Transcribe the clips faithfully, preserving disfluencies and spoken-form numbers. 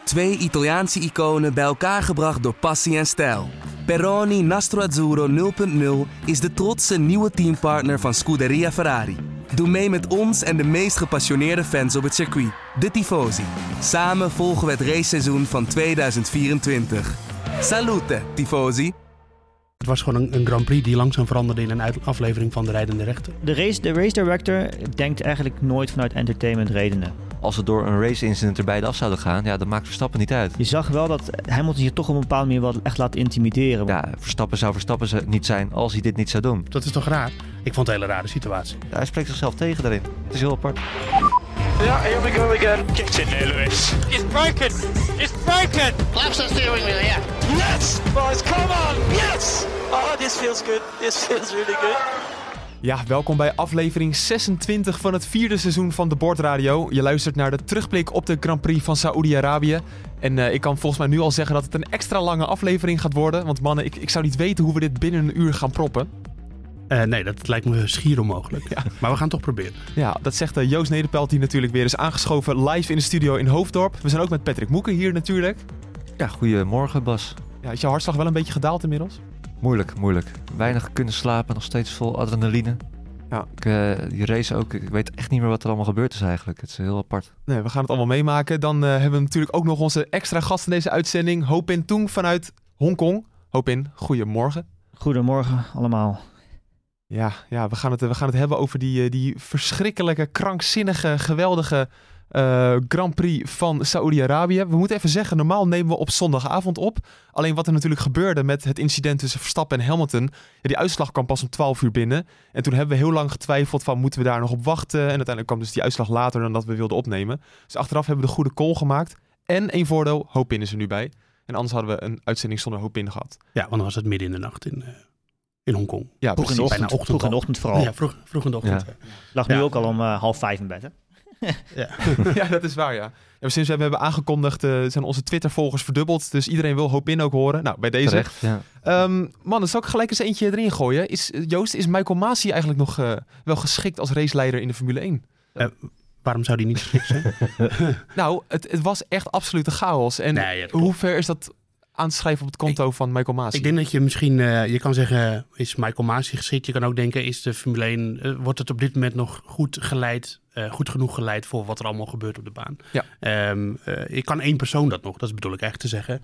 Twee Italiaanse iconen bij elkaar gebracht door passie en stijl. Peroni Nastro Azzurro nul punt nul is de trotse nieuwe teampartner van Scuderia Ferrari. Doe mee met ons en de meest gepassioneerde fans op het circuit, de Tifosi. Samen volgen we het raceseizoen van tweeduizend vierentwintig. Salute, Tifosi! Het was gewoon een, een Grand Prix die langzaam veranderde in een uit- aflevering van de rijdende rechter. De race, de race director denkt eigenlijk nooit vanuit entertainment redenen. Als het door een race incident er beide af zouden gaan, ja, dan maakt Verstappen niet uit. Je zag wel dat Hamilton zich toch op een bepaalde manier wel echt laat intimideren. Ja, Verstappen zou Verstappen niet zijn als hij dit niet zou doen. Dat is toch raar? Ik vond het een hele rare situatie. Ja, hij spreekt zichzelf tegen daarin. Het is heel apart. Yeah, here we go again. Get in there, Lewis. It's broken. It's broken. Collapse the steering wheel, yeah. Yes, boys, come on. Yes. Oh, this feels good. This feels really good. Ja, welkom bij aflevering zesentwintig van het vierde seizoen van de Bordradio. Je luistert naar de terugblik op de Grand Prix van Saoedi-Arabië. En uh, ik kan volgens mij nu al zeggen dat het een extra lange aflevering gaat worden. Want mannen, ik, ik zou niet weten hoe we dit binnen een uur gaan proppen. Uh, nee, dat lijkt me schier onmogelijk. Ja. Maar we gaan het toch proberen. Ja, dat zegt uh, Joost Nederpelt, die natuurlijk weer is aangeschoven live in de studio in Hoofddorp. We zijn ook met Patrick Moeken hier natuurlijk. Ja, goedemorgen Bas. Ja, is je hartslag wel een beetje gedaald inmiddels? Moeilijk, moeilijk. Weinig kunnen slapen, nog steeds vol adrenaline. Ja. Ik, uh, die race ook, ik weet echt niet meer wat er allemaal gebeurd is eigenlijk. Het is heel apart. Nee, we gaan het allemaal meemaken. Dan uh, hebben we natuurlijk ook nog onze extra gast in deze uitzending. Ho Pin Tung vanuit Hongkong. Ho Pin, goedemorgen. Goedemorgen allemaal. Ja, ja we, gaan het, we gaan het hebben over die, die verschrikkelijke, krankzinnige, geweldige uh, Grand Prix van Saoedi-Arabië. We moeten even zeggen, normaal nemen we op zondagavond op. Alleen wat er natuurlijk gebeurde met het incident tussen Verstappen en Hamilton. Ja, die uitslag kwam pas om twaalf uur binnen. En toen hebben we heel lang getwijfeld van moeten we daar nog op wachten. En uiteindelijk kwam dus die uitslag later dan dat we wilden opnemen. Dus achteraf hebben we de goede call gemaakt. En één voordeel, Ho Pin is er nu bij. En anders hadden we een uitzending zonder Ho Pin gehad. Ja, want dan was het midden in de nacht in... Uh... In Hongkong. Ja, vroeg in de ochtend, ochtend, vroeg in de ochtend vooral. Ja, vroeg, vroeg in de ochtend. Ja. Lag nu ja. ook al om uh, half vijf in bed, hè? ja. ja, dat is waar, ja. ja sinds we hebben aangekondigd, uh, zijn onze Twitter-volgers verdubbeld. Dus iedereen wil Ho Pin ook horen. Nou, bij deze. Terecht, ja. Um, man, dan zal ik gelijk eens eentje erin gooien. Is, Joost, is Michael Masi eigenlijk nog uh, wel geschikt als raceleider in de Formule één? Uh, waarom zou die niet geschikt zijn? nou, het, het was echt absolute chaos. En nee, ja, hoe ver is dat aan te schrijven op het konto ik, van Michael Masi? Ik denk dat je misschien, uh, je kan zeggen, is Michael Masi geschikt? Je kan ook denken, is de Formule één, uh, wordt het op dit moment nog goed geleid, uh, goed genoeg geleid voor wat er allemaal gebeurt op de baan? Ja. Um, uh, ik kan één persoon dat nog, dat bedoel ik echt te zeggen.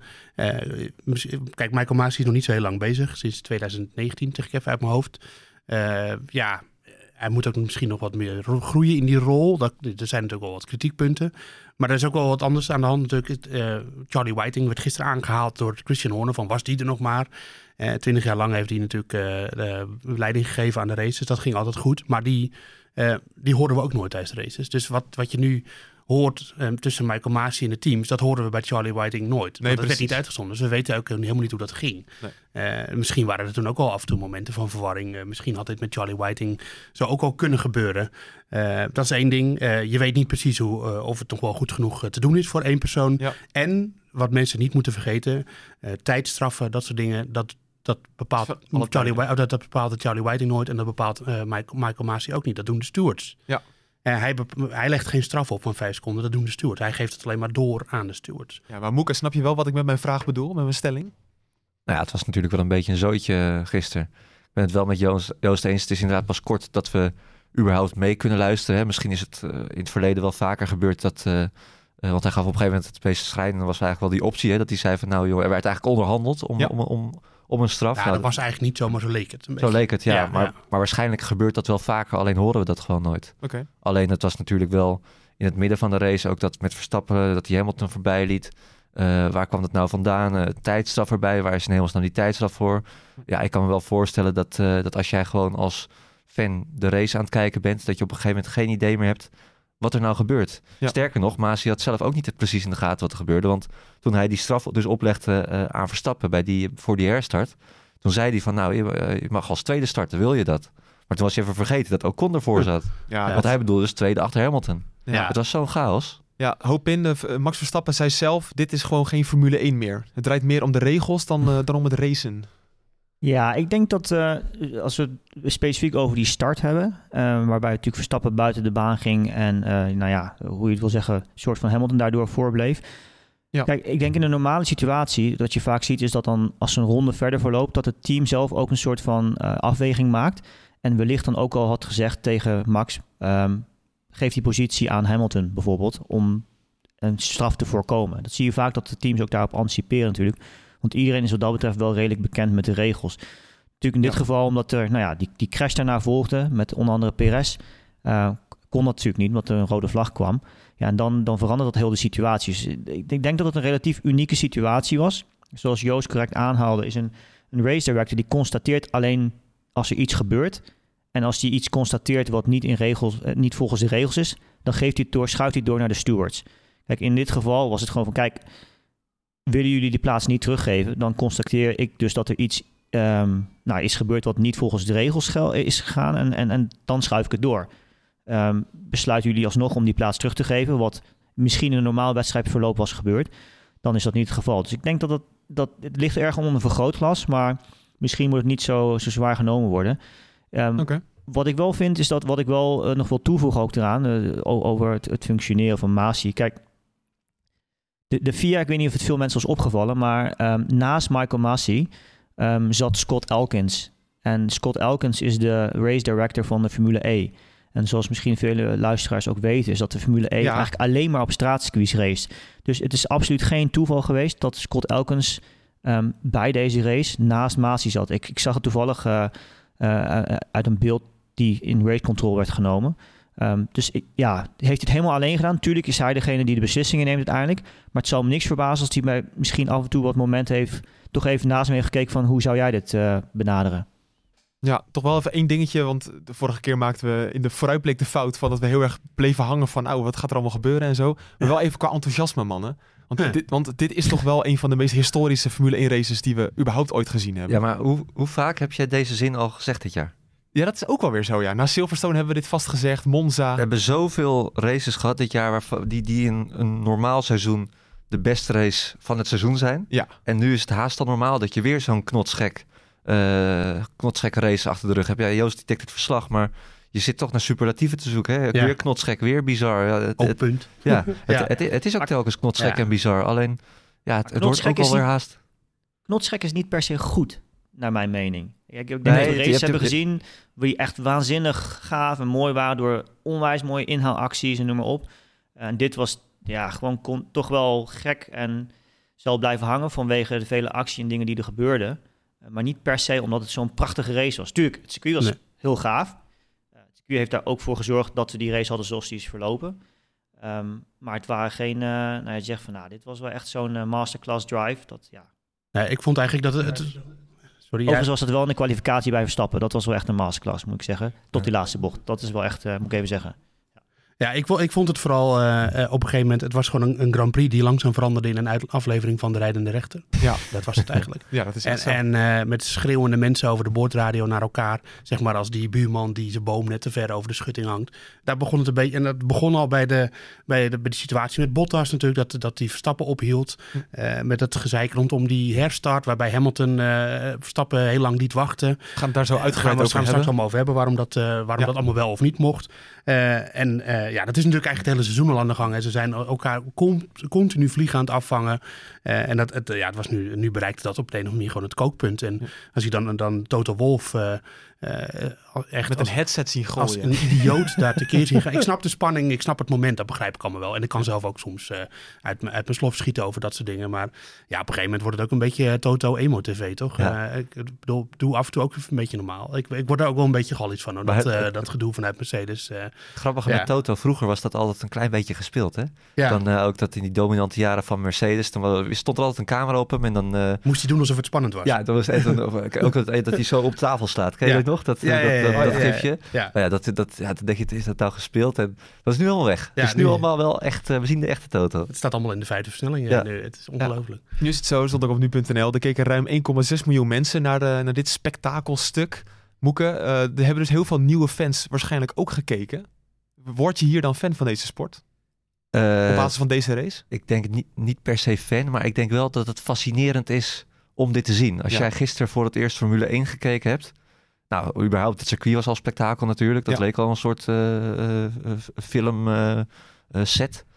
Uh, kijk, Michael Masi is nog niet zo heel lang bezig, sinds twintig negentien, zeg ik even uit mijn hoofd. Uh, ja, hij moet ook misschien nog wat meer groeien in die rol. Dat, er zijn natuurlijk wel wat kritiekpunten. Maar er is ook wel wat anders aan de hand natuurlijk. Uh, Charlie Whiting werd gisteren aangehaald door Christian Horner. Van was die er nog maar? Uh, Twintig jaar lang heeft hij natuurlijk uh, de leiding gegeven aan de races. Dat ging altijd goed. Maar die, uh, die hoorden we ook nooit tijdens de races. Dus wat, wat je nu hoort um, tussen Michael Masi en de teams, dat hoorden we bij Charlie Whiting nooit. Nee, dat werd niet uitgezonden. Dus we weten ook helemaal niet hoe dat ging. Nee. Uh, misschien waren er toen ook al af en toe momenten van verwarring. Uh, misschien had dit met Charlie Whiting zo ook al kunnen gebeuren. Uh, dat is één ding. Uh, je weet niet precies hoe, uh, of het nog wel goed genoeg uh, te doen is voor één persoon. Ja. En wat mensen niet moeten vergeten, uh, tijdstraffen, dat soort dingen, dat Dat bepaalt, Charlie, oh, dat, dat bepaalt Charlie Whiting nooit en dat bepaalt uh, Michael, Michael Masi ook niet. Dat doen de stewards. Ja. Uh, hij, hij legt geen straf op van vijf seconden, dat doen de stewards. Hij geeft het alleen maar door aan de stewards. Ja, maar Moeke, snap je wel wat ik met mijn vraag bedoel, met mijn stelling? Nou ja, het was natuurlijk wel een beetje een zootje gisteren. Ik ben het wel met Joost, Joost eens. Het is inderdaad pas kort dat we überhaupt mee kunnen luisteren. Hè. Misschien is het uh, in het verleden wel vaker gebeurd dat... Uh, Uh, want hij gaf op een gegeven moment het meeste schrijnende was eigenlijk wel die optie. Hè, dat hij zei van nou joh, er werd eigenlijk onderhandeld om, ja. om, om, om een straf. Ja, nou, dat was eigenlijk niet zo, maar zo leek het. Een zo leek het, ja. ja, maar, ja. maar waarschijnlijk gebeurt dat wel vaker, alleen horen we dat gewoon nooit. Okay. Alleen het was natuurlijk wel in het midden van de race ook dat met Verstappen, dat hij Hamilton voorbij liet. Uh, waar kwam dat nou vandaan? Uh, tijdstraf erbij, waar is in hemelsnaam die tijdstraf voor? Ja, ik kan me wel voorstellen dat, uh, dat als jij gewoon als fan de race aan het kijken bent, dat je op een gegeven moment geen idee meer hebt wat er nou gebeurt. Ja. Sterker nog, Masi had zelf ook niet precies in de gaten wat er gebeurde. Want toen hij die straf dus oplegde uh, aan Verstappen bij die, voor die herstart, toen zei hij van nou, je, uh, je mag als tweede starten, wil je dat? Maar toen was je even vergeten dat Ocon ervoor zat. Ja, Want dat... hij bedoelde dus tweede achter Hamilton. Ja. Het was zo'n chaos. Ja, hoop in. Uh, Max Verstappen zei zelf, dit is gewoon geen Formule één meer. Het draait meer om de regels dan, uh, dan om het racen. Ja, ik denk dat uh, als we het specifiek over die start hebben, uh, waarbij natuurlijk Verstappen buiten de baan ging en uh, nou ja, hoe je het wil zeggen, een soort van Hamilton daardoor voorbleef. Ja. Kijk, ik denk in een normale situatie, dat je vaak ziet, is dat dan als een ronde verder verloopt, dat het team zelf ook een soort van uh, afweging maakt. En wellicht dan ook al had gezegd tegen Max, um, geef die positie aan Hamilton bijvoorbeeld, om een straf te voorkomen. Dat zie je vaak dat de teams ook daarop anticiperen natuurlijk. Want iedereen is wat dat betreft wel redelijk bekend met de regels. Natuurlijk in dit ja. geval, omdat er nou ja, die, die crash daarna volgde met onder andere Perez, uh, kon dat natuurlijk niet, omdat er een rode vlag kwam. Ja, en dan, dan verandert dat heel de situatie. Dus ik, ik denk dat het een relatief unieke situatie was. Zoals Joost correct aanhaalde, is een, een race director die constateert alleen als er iets gebeurt. En als hij iets constateert wat niet, in regels, eh, niet volgens de regels is, dan geeft hij het door, schuift hij het door naar de stewards. Kijk, in dit geval was het gewoon van, kijk, willen jullie die plaats niet teruggeven, dan constateer ik dus dat er iets um, nou, is gebeurd wat niet volgens de regels is gegaan en, en, en dan schuif ik het door. Um, besluiten jullie alsnog om die plaats terug te geven, wat misschien in een normaal wedstrijdverloop was gebeurd, dan is dat niet het geval. Dus ik denk dat, dat, dat het ligt erg om een vergrootglas, maar misschien moet het niet zo, zo zwaar genomen worden. Um, okay. Wat ik wel vind, is dat wat ik wel uh, nog wil toevoegen ook eraan, uh, over het, het functioneren van Masi. Kijk, de, de F I A, ik weet niet of het veel mensen was opgevallen, maar um, naast Michael Masi um, zat Scott Elkins. En Scott Elkins is de race director van de Formule E. En zoals misschien vele luisteraars ook weten, is dat de Formule E ja. eigenlijk alleen maar op straatcircuits race. Dus het is absoluut geen toeval geweest dat Scott Elkins um, bij deze race naast Masi zat. Ik, ik zag het toevallig uh, uh, uit een beeld die in race control werd genomen. Um, dus ik, ja, heeft het helemaal alleen gedaan. Tuurlijk is hij degene die de beslissingen neemt uiteindelijk. Maar het zal me niks verbazen als hij mij misschien af en toe wat moment heeft, toch even naast me heeft gekeken van hoe zou jij dit uh, benaderen? Ja, toch wel even één dingetje, want de vorige keer maakten we in de vooruitblik de fout van dat we heel erg bleven hangen van, oh, wat gaat er allemaal gebeuren en zo. Maar wel even qua enthousiasme, mannen. Want, ja. dit, want dit is toch wel een van de meest historische Formule één races die we überhaupt ooit gezien hebben. Ja, maar hoe, hoe vaak heb jij deze zin al gezegd dit jaar? Ja, dat is ook wel weer zo, ja. Na Silverstone hebben we dit vastgezegd, Monza. We hebben zoveel races gehad dit jaar waar, die, die in een normaal seizoen de beste race van het seizoen zijn. Ja. En nu is het haast al normaal dat je weer zo'n knotsgek Uh, knotsgekke race achter de rug heb. Ja, Joost die tikt het verslag, maar je zit toch naar superlatieven te zoeken. Hè? Ja. Weer knotsgek, weer bizar. Ja, het, het, punt. Ja, het, ja. Het, het, het is ook telkens knotsgek ja. en bizar. Alleen, ja, het, het wordt ook wel weer haast. Knotsgek is niet per se goed, naar mijn mening. Ik denk nee, dat we races hebben de, gezien die echt waanzinnig gaaf en mooi waren door onwijs mooie inhaalacties en noem maar op. En dit was ja gewoon kon, toch wel gek en zal blijven hangen vanwege de vele actie en dingen die er gebeurden. Maar niet per se omdat het zo'n prachtige race was. Tuurlijk, het circuit was nee. heel gaaf. Uh, het circuit heeft daar ook voor gezorgd dat we die race hadden zoals die is verlopen. Um, maar het waren geen... Uh, nou, je zegt van, nou, dit was wel echt zo'n uh, masterclass drive. Dat, ja. Nee, ik vond eigenlijk dat het... het sorry, Overigens was het wel in de kwalificatie bij Verstappen. Dat was wel echt een masterclass, moet ik zeggen. Tot die laatste bocht. Dat is wel echt, uh, moet ik even zeggen. Ja, ik, ik vond het vooral uh, uh, op een gegeven moment... Het was gewoon een, een Grand Prix die langzaam veranderde in een uit, aflevering van de rijdende rechter. Ja. Dat was het eigenlijk. Ja, dat is en zo. en uh, met schreeuwende mensen over de boordradio naar elkaar. Zeg maar als die buurman die zijn boom net te ver over de schutting hangt. Daar begon het een beetje... En dat begon al bij de, bij de, bij de situatie met Bottas natuurlijk. Dat, dat die Verstappen ophield. Uh, met het gezeik rondom die herstart. Waarbij Hamilton uh, Verstappen heel lang liet wachten. We gaan het daar zo uitgebreid uh, over hebben. We gaan het straks allemaal over hebben. Waarom dat, uh, waarom ja. dat allemaal wel of niet mocht. Uh, en uh, ja, dat is natuurlijk eigenlijk het hele seizoen al aan de gang. Hè. Ze zijn elkaar continu vliegen aan het afvangen. Uh, en dat, het, ja, het was nu, nu bereikte dat op de een of andere manier gewoon het kookpunt. En ja. als je dan, dan Toto Wolff uh, uh, echt met als, een headset zien gooien. Als een idioot daar tekeer zien gaan. Ik snap de spanning, ik snap het moment, dat begrijp ik allemaal wel. En ik kan zelf ook soms uh, uit, uit mijn slof schieten over dat soort dingen. Maar ja, op een gegeven moment wordt het ook een beetje uh, Toto emo-tv, toch? Ja. Uh, ik bedoel, doe af en toe ook een beetje normaal. Ik, ik word er ook wel een beetje gallisch van, hoor, dat, uh, dat gedoe vanuit Mercedes. Uh, Grappig ja. met Toto, vroeger was dat altijd een klein beetje gespeeld, hè? Ja. Dan uh, ook dat in die dominante jaren van Mercedes, dan stond er altijd een camera op hem en dan... Uh, moest hij doen alsof het spannend was. Ja, dat was echt een, ook dat, dat hij zo op tafel staat. Ken je ja. dat nog? Dat, ja, ja, ja, dat, ja, dat, ja, dat gifje. Ja. Ja, dat, dat, ja, dan denk je, is dat nou gespeeld? En dat is nu allemaal weg. Ja, het is nu nee. allemaal wel echt, uh, we zien de echte Toto. Het staat allemaal in de vijfde versnelling. Ja. Nu. Het is ongelooflijk. Ja. Nu is het zo, stond ook op nu punt n l. Er keken ruim één komma zes miljoen mensen naar, de, naar dit spektakelstuk. Moeke, uh, er hebben dus heel veel nieuwe fans waarschijnlijk ook gekeken. Word je hier dan fan van deze sport? Uh, op basis van deze race? Ik denk niet, niet per se fan, maar ik denk wel dat het fascinerend is om dit te zien. Als ja. jij gisteren voor het eerst Formule één gekeken hebt... Nou, überhaupt, het circuit was al spektakel natuurlijk. Dat ja. leek al een soort uh, uh, film uh, uh, set.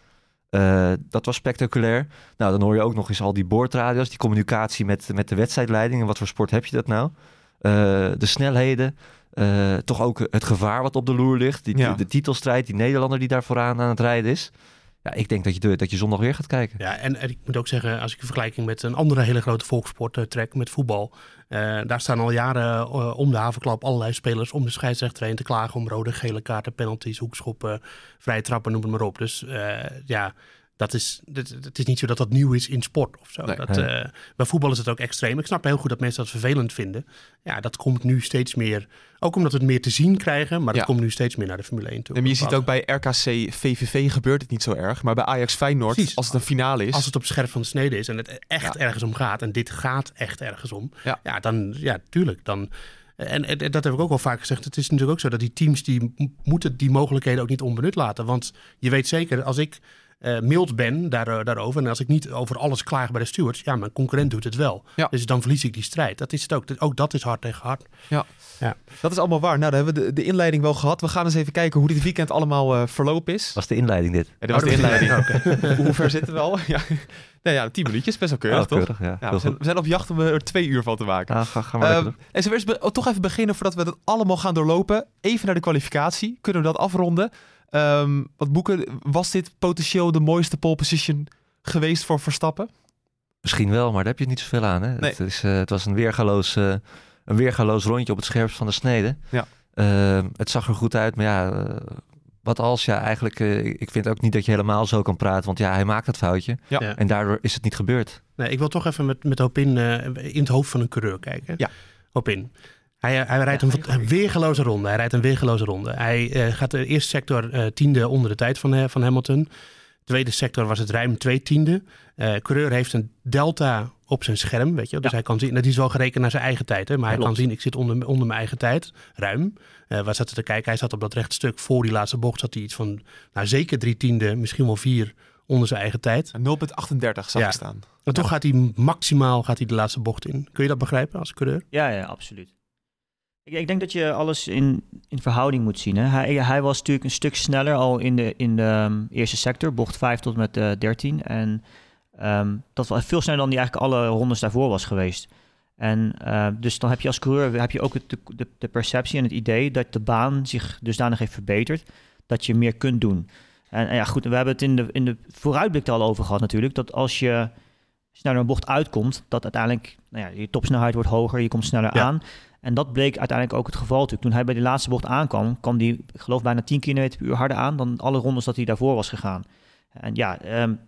Uh, dat was spectaculair. Nou, dan hoor je ook nog eens al die boordradio's, die communicatie met, met de wedstrijdleiding. En wat voor sport heb je dat nou? Uh, de snelheden, uh, toch ook het gevaar wat op de loer ligt. Die, ja. de, de titelstrijd, die Nederlander die daar vooraan aan het rijden is. Ja, ik denk dat je, dat je zondag weer gaat kijken. Ja, en, en ik moet ook zeggen, als ik een vergelijking met een andere hele grote volkssport uh, trek, met voetbal. Uh, daar staan al jaren uh, om de havenklap allerlei spelers om de scheidsrechter heen te klagen om rode, gele kaarten, penalties, hoekschoppen, vrije trappen, noem het maar op. Dus uh, ja, dat is, dat, het is niet zo dat dat nieuw is in sport of zo. Nee, dat, nee. Uh, bij voetbal is het ook extreem. Ik snap heel goed dat mensen dat vervelend vinden. Ja, dat komt nu steeds meer, ook omdat we het meer te zien krijgen, maar dat ja. komt nu steeds meer naar de Formule één toe. Nee, maar je ziet ook bij R K C V V V gebeurt het niet zo erg, maar bij Ajax Feyenoord, Precies. als het een finale is. Als het op scherp van de snede is en het echt ja. ergens om gaat, en dit gaat echt ergens om, ja, ja dan, ja, tuurlijk, dan... En, en dat heb ik ook al vaak gezegd. Het is natuurlijk ook zo dat die teams die m- moeten die mogelijkheden ook niet onbenut laten. Want je weet zeker, als ik uh, mild ben daar, daarover en als ik niet over alles klaag bij de stewards, ja, mijn concurrent doet het wel. Ja. Dus dan verlies ik die strijd. Dat is het ook. Ook dat is hard tegen hard. Ja. Ja. Dat is allemaal waar. Nou, dan hebben we de, de inleiding wel gehad. We gaan eens even kijken hoe dit weekend allemaal uh, verlopen is. Was de inleiding dit? Ja, dit was oh, de inleiding. Okay. Hoe ver zitten we al? Ja. Nou ja, tien minuutjes. Best wel keurig, oh, keurig toch? ja. Ja, we, zijn, we zijn op jacht om er twee uur van te maken. Ah, ga, ga maar uh, en zullen we eerst be- toch even beginnen voordat we dat allemaal gaan doorlopen. Even naar de kwalificatie. Kunnen we dat afronden? Um, wat boeken, was dit potentieel de mooiste pole position geweest voor Verstappen? Misschien wel, maar daar heb je niet zoveel aan. Hè? Nee. Het, is, uh, het was een weergaloos, uh, een weergaloos rondje op het scherpst van de snede. Ja. Uh, het zag er goed uit, maar ja, uh, wat als? Ja, eigenlijk, uh, ik vind ook niet dat je helemaal zo kan praten, want ja, hij maakt dat foutje. Ja. Ja. En daardoor is het niet gebeurd. Nee, ik wil toch even met, met Hopin uh, in het hoofd van een coureur kijken. Ja. Hopin. Hij, hij rijdt ja, een, een weergeloze ronde. Hij rijdt een weergeloze ronde. Hij uh, gaat de eerste sector uh, tiende onder de tijd van, uh, van Hamilton. De tweede sector was het ruim twee tiende. Uh, coureur heeft een delta op zijn scherm, weet je. Dus ja. hij kan zien, dat is wel gerekend naar zijn eigen tijd. Hè? Maar hij Klopt. kan zien, ik zit onder, onder mijn eigen tijd, ruim. Uh, waar zat hij te kijken? Hij zat op dat rechtstuk voor die laatste bocht. Zat hij iets van, nou zeker drie tiende, misschien wel vier onder zijn eigen tijd. nul komma achtendertig zag Ja. ik staan. En toch Ja. gaat hij maximaal gaat hij de laatste bocht in. Kun je dat begrijpen als coureur? Ja, ja, absoluut. Ik, ik denk dat je alles in, in verhouding moet zien. Hè. Hij, hij was natuurlijk een stuk sneller al in de, in de um, eerste sector, bocht vijf tot met uh, dertien. En um, dat was veel sneller dan die eigenlijk alle rondes daarvoor was geweest. En uh, dus dan heb je als coureur heb je ook het, de, de, de perceptie en het idee dat de baan zich dusdanig heeft verbeterd dat je meer kunt doen. En, en ja, goed, we hebben het in de, in de vooruitblik er al over gehad natuurlijk, dat als je sneller een bocht uitkomt, dat uiteindelijk nou ja, je topsnelheid wordt hoger, je komt sneller Ja. aan. En dat bleek uiteindelijk ook het geval natuurlijk. Toen hij bij de laatste bocht aankwam, kwam die, ik geloof, bijna tien kilometer per uur harder aan dan alle rondes dat hij daarvoor was gegaan. En ja, um,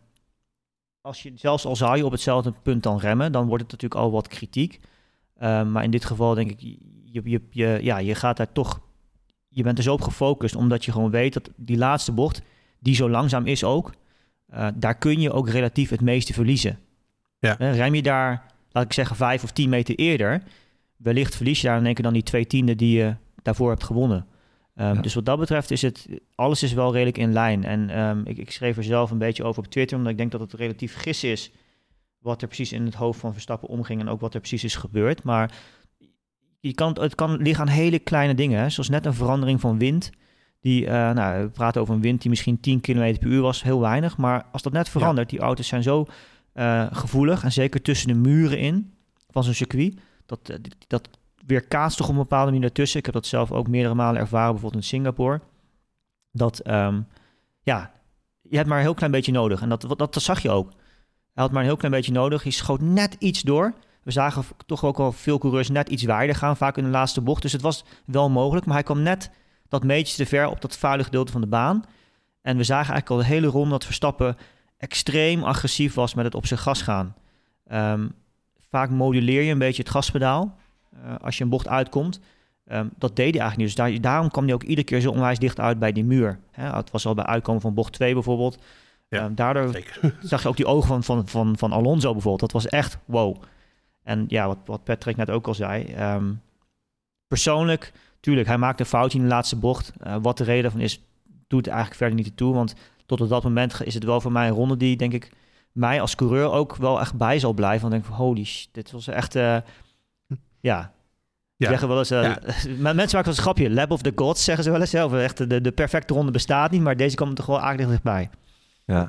als je, zelfs al zou je op hetzelfde punt dan remmen, dan wordt het natuurlijk al wat kritiek. Um, maar in dit geval denk ik, je, je, je, ja, je gaat daar toch, je bent er zo op gefocust, omdat je gewoon weet dat die laatste bocht, die zo langzaam is ook, uh, daar kun je ook relatief het meeste verliezen. Ja. Uh, rem je daar, laat ik zeggen, vijf of tien meter eerder, wellicht verlies je daar in één keer dan die twee tienden die je daarvoor hebt gewonnen. Um, ja. Dus wat dat betreft is het, alles is wel redelijk in lijn. En um, ik, ik schreef er zelf een beetje over op Twitter, omdat ik denk dat het relatief gis is wat er precies in het hoofd van Verstappen omging en ook wat er precies is gebeurd. Maar je kan, het kan liggen aan hele kleine dingen, hè? Zoals net een verandering van wind. Die, uh, nou, we praten over een wind die misschien tien kilometer per uur was, heel weinig. Maar als dat net verandert, ja. die auto's zijn zo uh, gevoelig en zeker tussen de muren in van zo'n circuit, dat, uh, dat weer kaatst toch op een bepaalde manier ertussen. Ik heb dat zelf ook meerdere malen ervaren, bijvoorbeeld in Singapore. Dat, um, ja, je hebt maar een heel klein beetje nodig. En dat, dat, dat zag je ook. Hij had maar een heel klein beetje nodig. Hij schoot net iets door. We zagen toch ook al veel coureurs net iets wijder gaan, vaak in de laatste bocht. Dus het was wel mogelijk, maar hij kwam net dat meetje te ver op dat vuile gedeelte van de baan. En we zagen eigenlijk al de hele ronde dat Verstappen extreem agressief was met het op zijn gas gaan. Um, vaak moduleer je een beetje het gaspedaal uh, als je een bocht uitkomt. Um, dat deed hij eigenlijk niet. Dus daar, daarom kwam hij ook iedere keer zo onwijs dicht uit bij die muur. Hè, het was al bij uitkomen van bocht twee bijvoorbeeld. Ja, um, daardoor zeker. zag je ook die ogen van, van, van, van Alonso bijvoorbeeld. Dat was echt wow. En ja, wat, wat Patrick net ook al zei. Um, persoonlijk, tuurlijk, hij maakte een foutje in de laatste bocht. Uh, wat de reden van is, doet eigenlijk verder niet toe. Want tot op dat moment is het wel voor mij een ronde die, denk ik, mij als coureur ook wel echt bij zal blijven. Want denk ik van, holy shit, dit was echt, uh, ja... Ja. Zeggen wel eens, uh, ja. mensen maken wel eens een grapje. Lab of the Gods, zeggen ze wel eens zelf. Echt, de, de perfecte ronde bestaat niet, maar deze kwam er toch wel aardig dichtbij. Ja.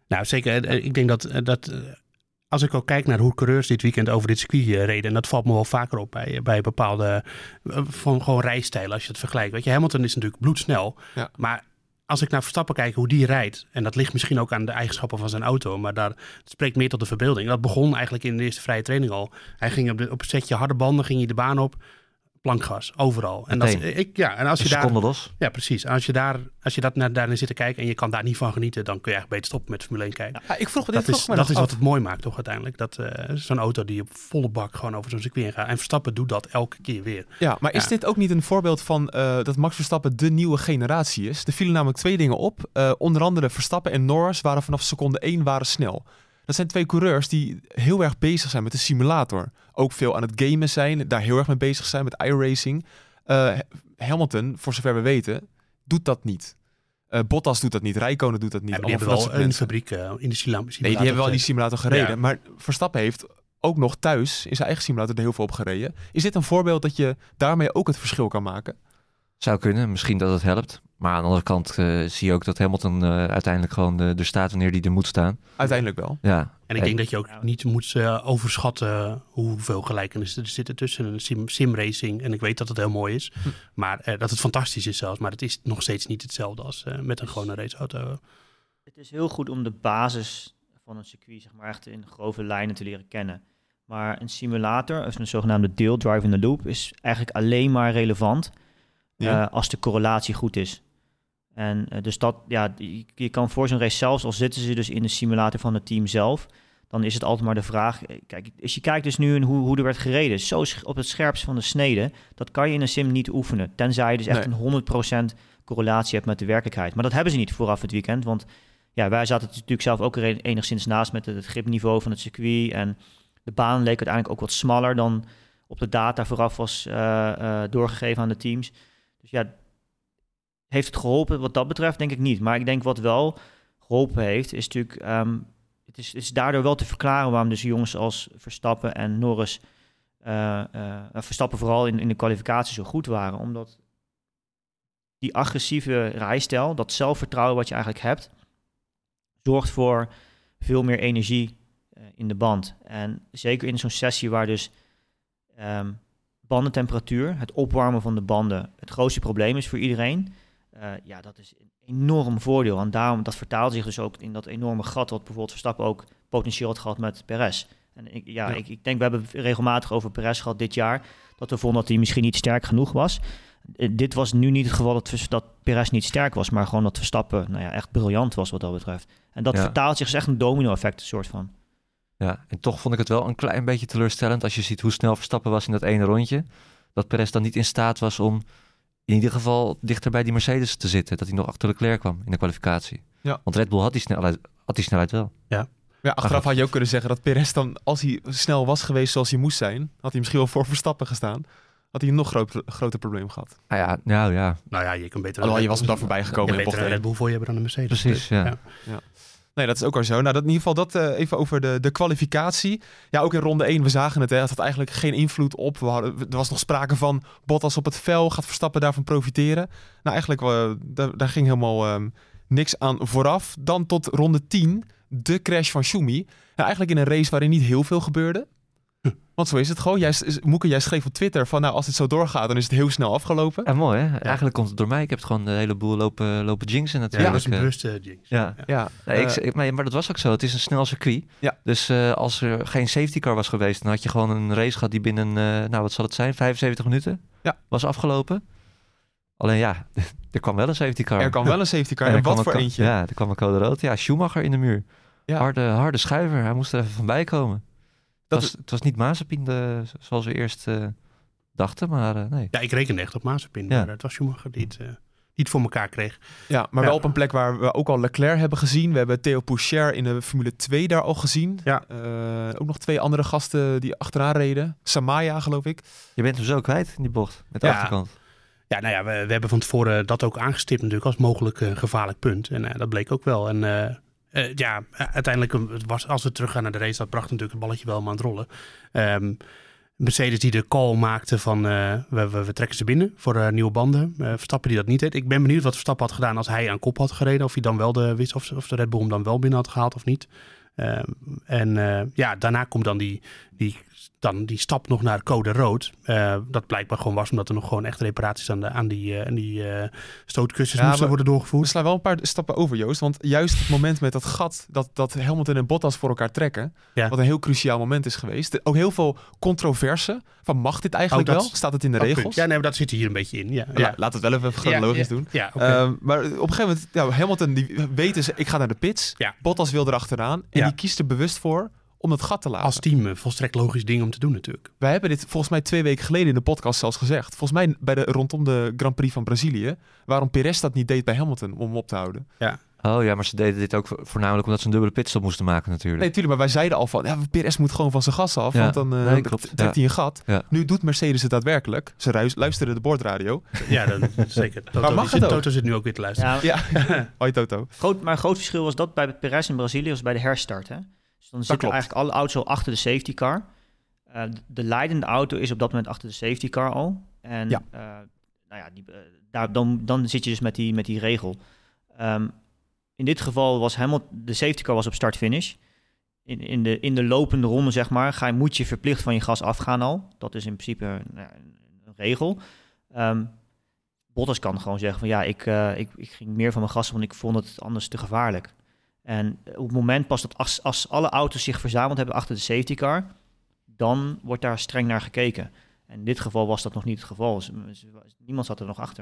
Nou, zeker. Ik denk dat... dat als ik ook kijk naar hoe coureurs dit weekend over dit circuit reden... en dat valt me wel vaker op bij, bij bepaalde van gewoon rijstijlen als je het vergelijkt. Weet je, Hamilton is natuurlijk bloedsnel. Ja. Maar als ik naar Verstappen kijk hoe die rijdt... en dat ligt misschien ook aan de eigenschappen van zijn auto... maar daar het spreekt meer tot de verbeelding. Dat begon eigenlijk in de eerste vrije training al. Hij ging op, de, op een setje harde banden, ging hij de baan op... plankgas, overal. En, dat, ik, ja, en als je daar... los. Ja, precies. En als je, daar, als je dat naar, daarin zit te kijken en je kan daar niet van genieten... dan kun je eigenlijk beter stoppen met Formule één kijken. Ja, ik vroeg me dat dit is, me dat nog is af. wat het mooi maakt, toch uiteindelijk. Dat uh, zo'n auto die op volle bak gewoon over zo'n circuit gaat. En Verstappen doet dat elke keer weer. Ja, maar is ja. dit ook niet een voorbeeld van uh, dat Max Verstappen de nieuwe generatie is? Er vielen namelijk twee dingen op. Uh, onder andere Verstappen en Norris waren vanaf seconde één waren snel. Dat zijn twee coureurs die heel erg bezig zijn met de simulator. Ook veel aan het gamen zijn, daar heel erg mee bezig zijn met iRacing. Uh, Hamilton, voor zover we weten, doet dat niet. Uh, Bottas doet dat niet, Räikkönen doet dat niet. Ja, die hebben wel in de fabriek uh, in de simulator. Nee, die hebben wel in die simulator gereden. Ja. Maar Verstappen heeft ook nog thuis in zijn eigen simulator er heel veel op gereden. Is dit een voorbeeld dat je daarmee ook het verschil kan maken? Zou kunnen, misschien dat het helpt. Maar aan de andere kant uh, zie je ook dat Hamilton uh, uiteindelijk gewoon uh, er staat wanneer hij er moet staan. Uiteindelijk wel. Ja. En ik denk dat je ook niet moet uh, overschatten hoeveel gelijkenissen er zitten tussen een sim, simracing. En ik weet dat het heel mooi is. Hm. Maar uh, dat het fantastisch is zelfs. Maar het is nog steeds niet hetzelfde als uh, met een gewone raceauto. Het is heel goed om de basis van een circuit, zeg maar, echt in grove lijnen te leren kennen. Maar een simulator, of een zogenaamde deel drive in the loop, is eigenlijk alleen maar relevant ja. uh, als de correlatie goed is. En uh, dus dat, ja, je, je kan voor zo'n race, zelfs al zitten ze dus in de simulator van het team zelf, dan is het altijd maar de vraag. Kijk, als je kijkt dus nu in hoe, hoe er werd gereden, zo op het scherpst van de snede, dat kan je in een sim niet oefenen. Tenzij je dus echt nee. een honderd procent correlatie hebt met de werkelijkheid. Maar dat hebben ze niet vooraf het weekend, want ja, wij zaten natuurlijk zelf ook er enigszins naast met het gripniveau van het circuit. En de baan leek uiteindelijk ook wat smaller dan op de data vooraf was uh, uh, doorgegeven aan de teams. Dus ja, heeft het geholpen wat dat betreft? Denk ik niet. Maar ik denk wat wel geholpen heeft, is natuurlijk... Um, het, is, het is daardoor wel te verklaren waarom dus jongens als Verstappen en Norris... Uh, uh, Verstappen vooral in, in de kwalificatie zo goed waren. Omdat die agressieve rijstijl, dat zelfvertrouwen wat je eigenlijk hebt, zorgt voor veel meer energie uh, in de band. En zeker in zo'n sessie waar dus um, bandentemperatuur, het opwarmen van de banden, het grootste probleem is voor iedereen. Uh, ja, dat is een enorm voordeel. En daarom, dat vertaalt zich dus ook in dat enorme gat wat bijvoorbeeld Verstappen ook potentieel had gehad met Perez. En ik, ja, ja. Ik, ik denk, we hebben regelmatig over Perez gehad dit jaar, dat we vonden dat hij misschien niet sterk genoeg was. Uh, dit was nu niet het geval dat, dat Perez niet sterk was, maar gewoon dat Verstappen nou ja, echt briljant was wat dat betreft. En dat ja. vertaalt zich, is echt een domino-effect, een soort van. Ja, en toch vond ik het wel een klein beetje teleurstellend als je ziet hoe snel Verstappen was in dat ene rondje. Dat Perez dan niet in staat was om in ieder geval dichter bij die Mercedes te zitten. Dat hij nog achter Leclerc kwam in de kwalificatie. Ja. Want Red Bull had die snelheid, had die snelheid wel. Ja. Ja, achteraf had je ook kunnen zeggen dat Perez dan, als hij snel was geweest zoals hij moest zijn, had hij misschien wel voor Verstappen gestaan. Had hij een nog groot, groter probleem gehad. Ah ja, nou ja. Nou ja, je kan beter... Alhoewel, je was hem dan voorbij gekomen in bocht één. Red Bull voor je hebben dan een Mercedes. Precies, ja. ja. ja. Nee, dat is ook al zo. Nou, dat in ieder geval dat uh, even over de, de kwalificatie. Ja, ook in ronde één, we zagen het. Hè, het had eigenlijk geen invloed op. We hadden, er was nog sprake van Bottas op het vel. Gaat Verstappen daarvan profiteren? Nou, eigenlijk, uh, daar, daar ging helemaal um, niks aan vooraf. Dan tot ronde tien, de crash van Schumi. Nou, eigenlijk in een race waarin niet heel veel gebeurde. Hm. Want zo is het gewoon. Jij, Moeke, jij schreef op Twitter van, nou, als het zo doorgaat, dan is het heel snel afgelopen. Ja, mooi hè. Ja. Eigenlijk komt het door mij. Ik heb het gewoon de hele boel lopen, lopen jinxen natuurlijk. Ja, dat is een bewuste jinx. Ja, ja. ja. Nee, uh, ik, maar, maar dat was ook zo. Het is een snel circuit. Ja. Dus uh, als er geen safety car was geweest, dan had je gewoon een race gehad die binnen, uh, nou wat zal het zijn, vijfenzeventig minuten ja. was afgelopen. Alleen ja, er kwam wel een safety car. Er kwam wel een safety car. En, en wat voor een, eentje? Ja, er kwam een code rood. Ja, Schumacher in de muur. Ja. Harde, harde schuiver. Hij moest er even van bij komen. Dat het, was, het was niet Mazepin de, zoals we eerst uh, dachten, maar uh, nee. Ja, ik rekende echt op Mazepin. Ja. Maar het was Schumacher die het, uh, die het voor elkaar kreeg. Ja, maar ja. wel op een plek waar we ook al Leclerc hebben gezien. We hebben Theo Pourchaire in de Formule twee daar al gezien. Ja. Uh, ook nog twee andere gasten die achteraan reden. Samaya, geloof ik. Je bent hem zo kwijt in die bocht, met de ja. achterkant. Ja, nou ja, we, we hebben van tevoren dat ook aangestipt natuurlijk als mogelijk uh, gevaarlijk punt. En uh, dat bleek ook wel. En uh, uh, ja, uiteindelijk was, als we teruggaan naar de race, dat bracht natuurlijk het balletje wel maar aan het rollen. Um, Mercedes die de call maakte van uh, we, we, we trekken ze binnen voor uh, nieuwe banden. Uh, Verstappen die dat niet deed. Ik ben benieuwd wat Verstappen had gedaan als hij aan kop had gereden. Of hij dan wel de, wist of, of de Red Bull hem dan wel binnen had gehaald of niet. Uh, en uh, ja, daarna komt dan die, die, dan die stap nog naar code rood. Uh, dat blijkbaar gewoon was omdat er nog gewoon echt reparaties aan, de, aan die, uh, aan die uh, stootkussens ja, moesten worden doorgevoerd. We slaan wel een paar stappen over, Joost. Want juist het moment met dat gat dat, dat Hamilton en Bottas voor elkaar trekken. Ja. Wat een heel cruciaal moment is geweest. Er, ook heel veel controverse. Van mag dit eigenlijk oh, dat, wel? Staat het in de regels? Punt. Ja, nee, maar dat zit hier een beetje in. Ja, ja. La, laat het wel even chronologisch ja, ja. doen. Ja, okay. uh, maar op een gegeven moment, ja, Hamilton die weet dus, ik ga naar de pits. Ja. Bottas wil erachteraan. En ja. die kiest er bewust voor om dat gat te laten. Als team, uh, volstrekt logisch ding om te doen natuurlijk. Wij hebben dit volgens mij twee weken geleden in de podcast zelfs gezegd. Volgens mij bij de, rondom de Grand Prix van Brazilië. Waarom Perez dat niet deed bij Hamilton om hem op te houden. Ja. Oh ja, maar ze deden dit ook voornamelijk omdat ze een dubbele pitstop moesten maken natuurlijk. Nee, tuurlijk, maar wij zeiden al van, ja, Perez moet gewoon van zijn gas af, ja, want dan uh, nee, trekt ja. hij een gat. Ja. Nu doet Mercedes het daadwerkelijk. Ze ruis, luisteren de boordradio. Ja, dat, zeker. Toto, maar mag het ook? Toto zit nu ook weer te luisteren. Ja. ja. Hoi Toto. Groot, maar een groot verschil was dat bij Perez in Brazilië was bij de herstart. Hè? Dus dan zitten eigenlijk alle auto's al achter de safety car. Uh, de leidende auto is op dat moment achter de safety car al. En ja. uh, nou ja, die, uh, daar, dan, dan zit je dus met die, met die regel. Um, In dit geval was Hamilton, de safety car was op start-finish. In, in, de, in de lopende ronde, zeg maar, ga je, moet je verplicht van je gas afgaan al. Dat is in principe nou, een regel. Um, Bottas kan gewoon zeggen van ja, ik, uh, ik, ik ging meer van mijn gas af, want ik vond het anders te gevaarlijk. En op het moment pas dat als, als alle auto's zich verzameld hebben achter de safety car, dan wordt daar streng naar gekeken. En in dit geval was dat nog niet het geval. Niemand zat er nog achter.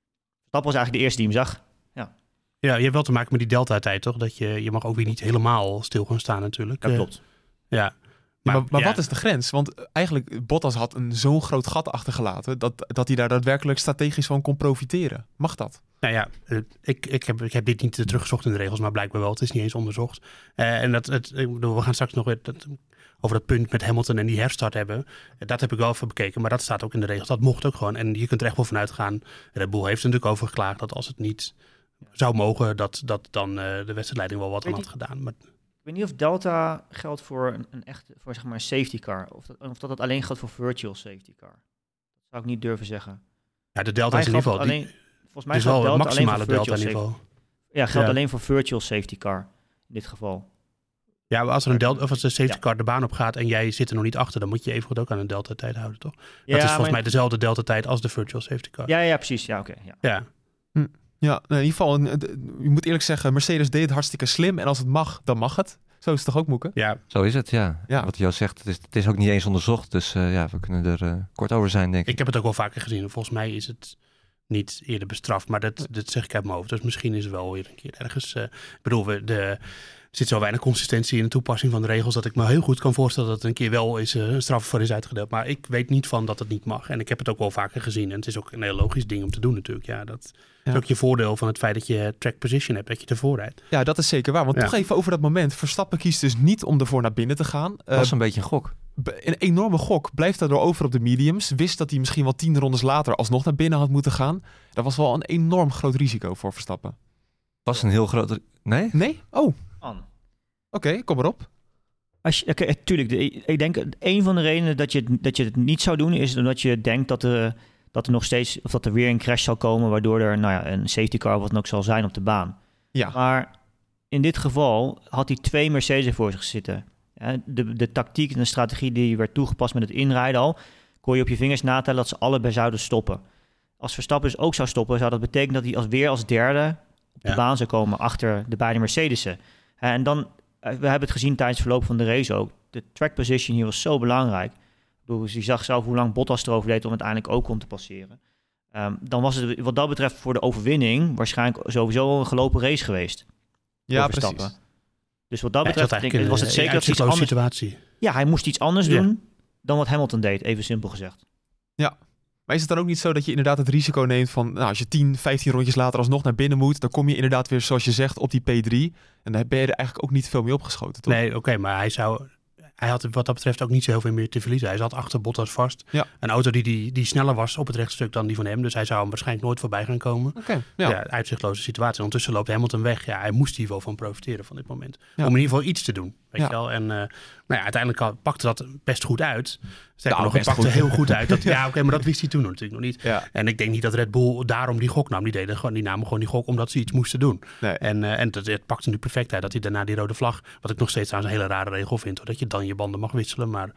Dat was eigenlijk de eerste die hem zag. Ja. Ja, je hebt wel te maken met die delta-tijd, toch? Dat je, je mag ook weer niet helemaal stil gaan staan natuurlijk. Dat klopt. Uh, ja. Maar, maar, maar ja. wat is de grens? Want eigenlijk, Bottas had een zo'n groot gat achtergelaten dat, dat hij daar daadwerkelijk strategisch van kon profiteren. Mag dat? Nou ja, ik, ik, heb, ik heb dit niet teruggezocht in de regels, maar blijkbaar wel. Het is niet eens onderzocht. Uh, en dat, het, ik bedoel, we gaan straks nog weer dat, over dat punt met Hamilton en die herstart hebben. Dat heb ik wel even bekeken, maar dat staat ook in de regels. Dat mocht ook gewoon. En je kunt er echt wel vanuit gaan. Red Bull heeft er natuurlijk over geklaagd dat als het niet zou mogen, dat, dat dan uh, de wedstrijdleiding wel wat aan had gedaan. Maar ik weet niet of Delta geldt voor een, een echt, voor zeg maar een safety car, of dat, of dat het alleen geldt voor virtual safety car. Dat zou ik niet durven zeggen. Ja, de Delta is in ieder geval alleen, die, volgens mij is wel het maximale Delta in ieder geval. Ja, geldt ja. alleen voor virtual safety car in dit geval. Ja, maar als er een Delta of als de safety car ja. de baan op gaat en jij zit er nog niet achter, dan moet je even goed ook aan een Delta tijd houden, toch? Ja, dat is volgens maar... mij dezelfde Delta tijd als de virtual safety car. Ja, ja, precies. Ja, oké. Okay, ja. ja. Hm. Ja, in ieder geval, je moet eerlijk zeggen, Mercedes deed het hartstikke slim. En als het mag, dan mag het. Zo is het toch ook, Moeke? Ja. Zo is het, ja. ja. Wat Joost zegt, het is, het is ook niet eens onderzocht. Dus uh, ja, we kunnen er uh, kort over zijn, denk ik. Ik heb het ook wel vaker gezien. Volgens mij is het niet eerder bestraft. Maar dat, dat zeg ik uit mijn hoofd. Dus misschien is het wel weer een keer ergens. Uh, ik bedoel, we, de, er zit zo weinig consistentie in de toepassing van de regels dat ik me heel goed kan voorstellen dat het een keer wel is, uh, een straf voor is uitgedeeld. Maar ik weet niet van dat het niet mag. En ik heb het ook wel vaker gezien. En het is ook een heel logisch ding om te doen natuurlijk. Ja, dat ja. is ook je voordeel van het feit dat je track position hebt, dat je ervoor rijdt. Ja, dat is zeker waar. Want ja. toch even over dat moment. Verstappen kiest dus niet om ervoor naar binnen te gaan. Dat was uh, een beetje een gok. Een enorme gok. Blijft daardoor over op de mediums. Wist dat hij misschien wel tien rondes later alsnog naar binnen had moeten gaan. Dat was wel een enorm groot risico voor Verstappen. Was een heel groot... Nee? Nee? Oh. An. Oké, okay, kom erop. Als je, okay, tuurlijk, de, ik denk een van de redenen dat je, dat je het niet zou doen is omdat je denkt dat er, dat er nog steeds, of dat er weer een crash zal komen, waardoor er nou ja, een safety car wat dan ook zal zijn op de baan. Ja. Maar in dit geval had hij twee Mercedes voor zich zitten. De, de tactiek en de strategie die werd toegepast met het inrijden al, kon je op je vingers natellen dat ze allebei zouden stoppen. Als Verstappen dus ook zou stoppen, zou dat betekenen dat hij als weer als derde op de ja. baan zou komen achter de beide Mercedes'en. En dan, we hebben het gezien tijdens het verloop van de race ook. De track position hier was zo belangrijk. Ik bedoel, je zag zelf hoe lang Bottas erover deed om uiteindelijk ook om te passeren. Um, dan was het wat dat betreft voor de overwinning waarschijnlijk sowieso een gelopen race geweest. Ja, precies. Dus wat dat ja, betreft denk ik, was het zeker dat iets anders... situatie. Ja, hij moest iets anders ja. doen dan wat Hamilton deed, even simpel gezegd. Ja. Maar is het dan ook niet zo dat je inderdaad het risico neemt van, nou, als je tien, vijftien rondjes later alsnog naar binnen moet, dan kom je inderdaad weer, zoals je zegt, op die P drie. En dan ben je er eigenlijk ook niet veel mee opgeschoten, toch? Nee, oké, okay, maar hij zou... Hij had wat dat betreft ook niet zo heel veel meer te verliezen. Hij zat achter Bottas vast. Ja. Een auto die, die, die sneller was op het rechtstuk dan die van hem. Dus hij zou hem waarschijnlijk nooit voorbij gaan komen. Okay, ja. ja, uitzichtloze situatie. Ondertussen loopt Hamilton weg. Ja, hij moest hier wel van profiteren van dit moment. Ja. Om in ieder geval iets te doen. Weet Ja. je wel? En uh, nou ja, uiteindelijk al, pakte dat best goed uit. Sterker Nou, nog, het best pakte goed. heel goed uit. Dat, ja, oké, okay, maar dat wist hij toen natuurlijk nog niet. Ja. En ik denk niet dat Red Bull daarom die gok nam. Die, deden gewoon, die namen gewoon die gok omdat ze iets moesten doen. Nee. En, uh, en dat, het pakte nu perfect uit dat hij daarna die rode vlag... Wat ik nog steeds aan een hele rare regel vind. Hoor, dat je dan je banden mag wisselen. Maar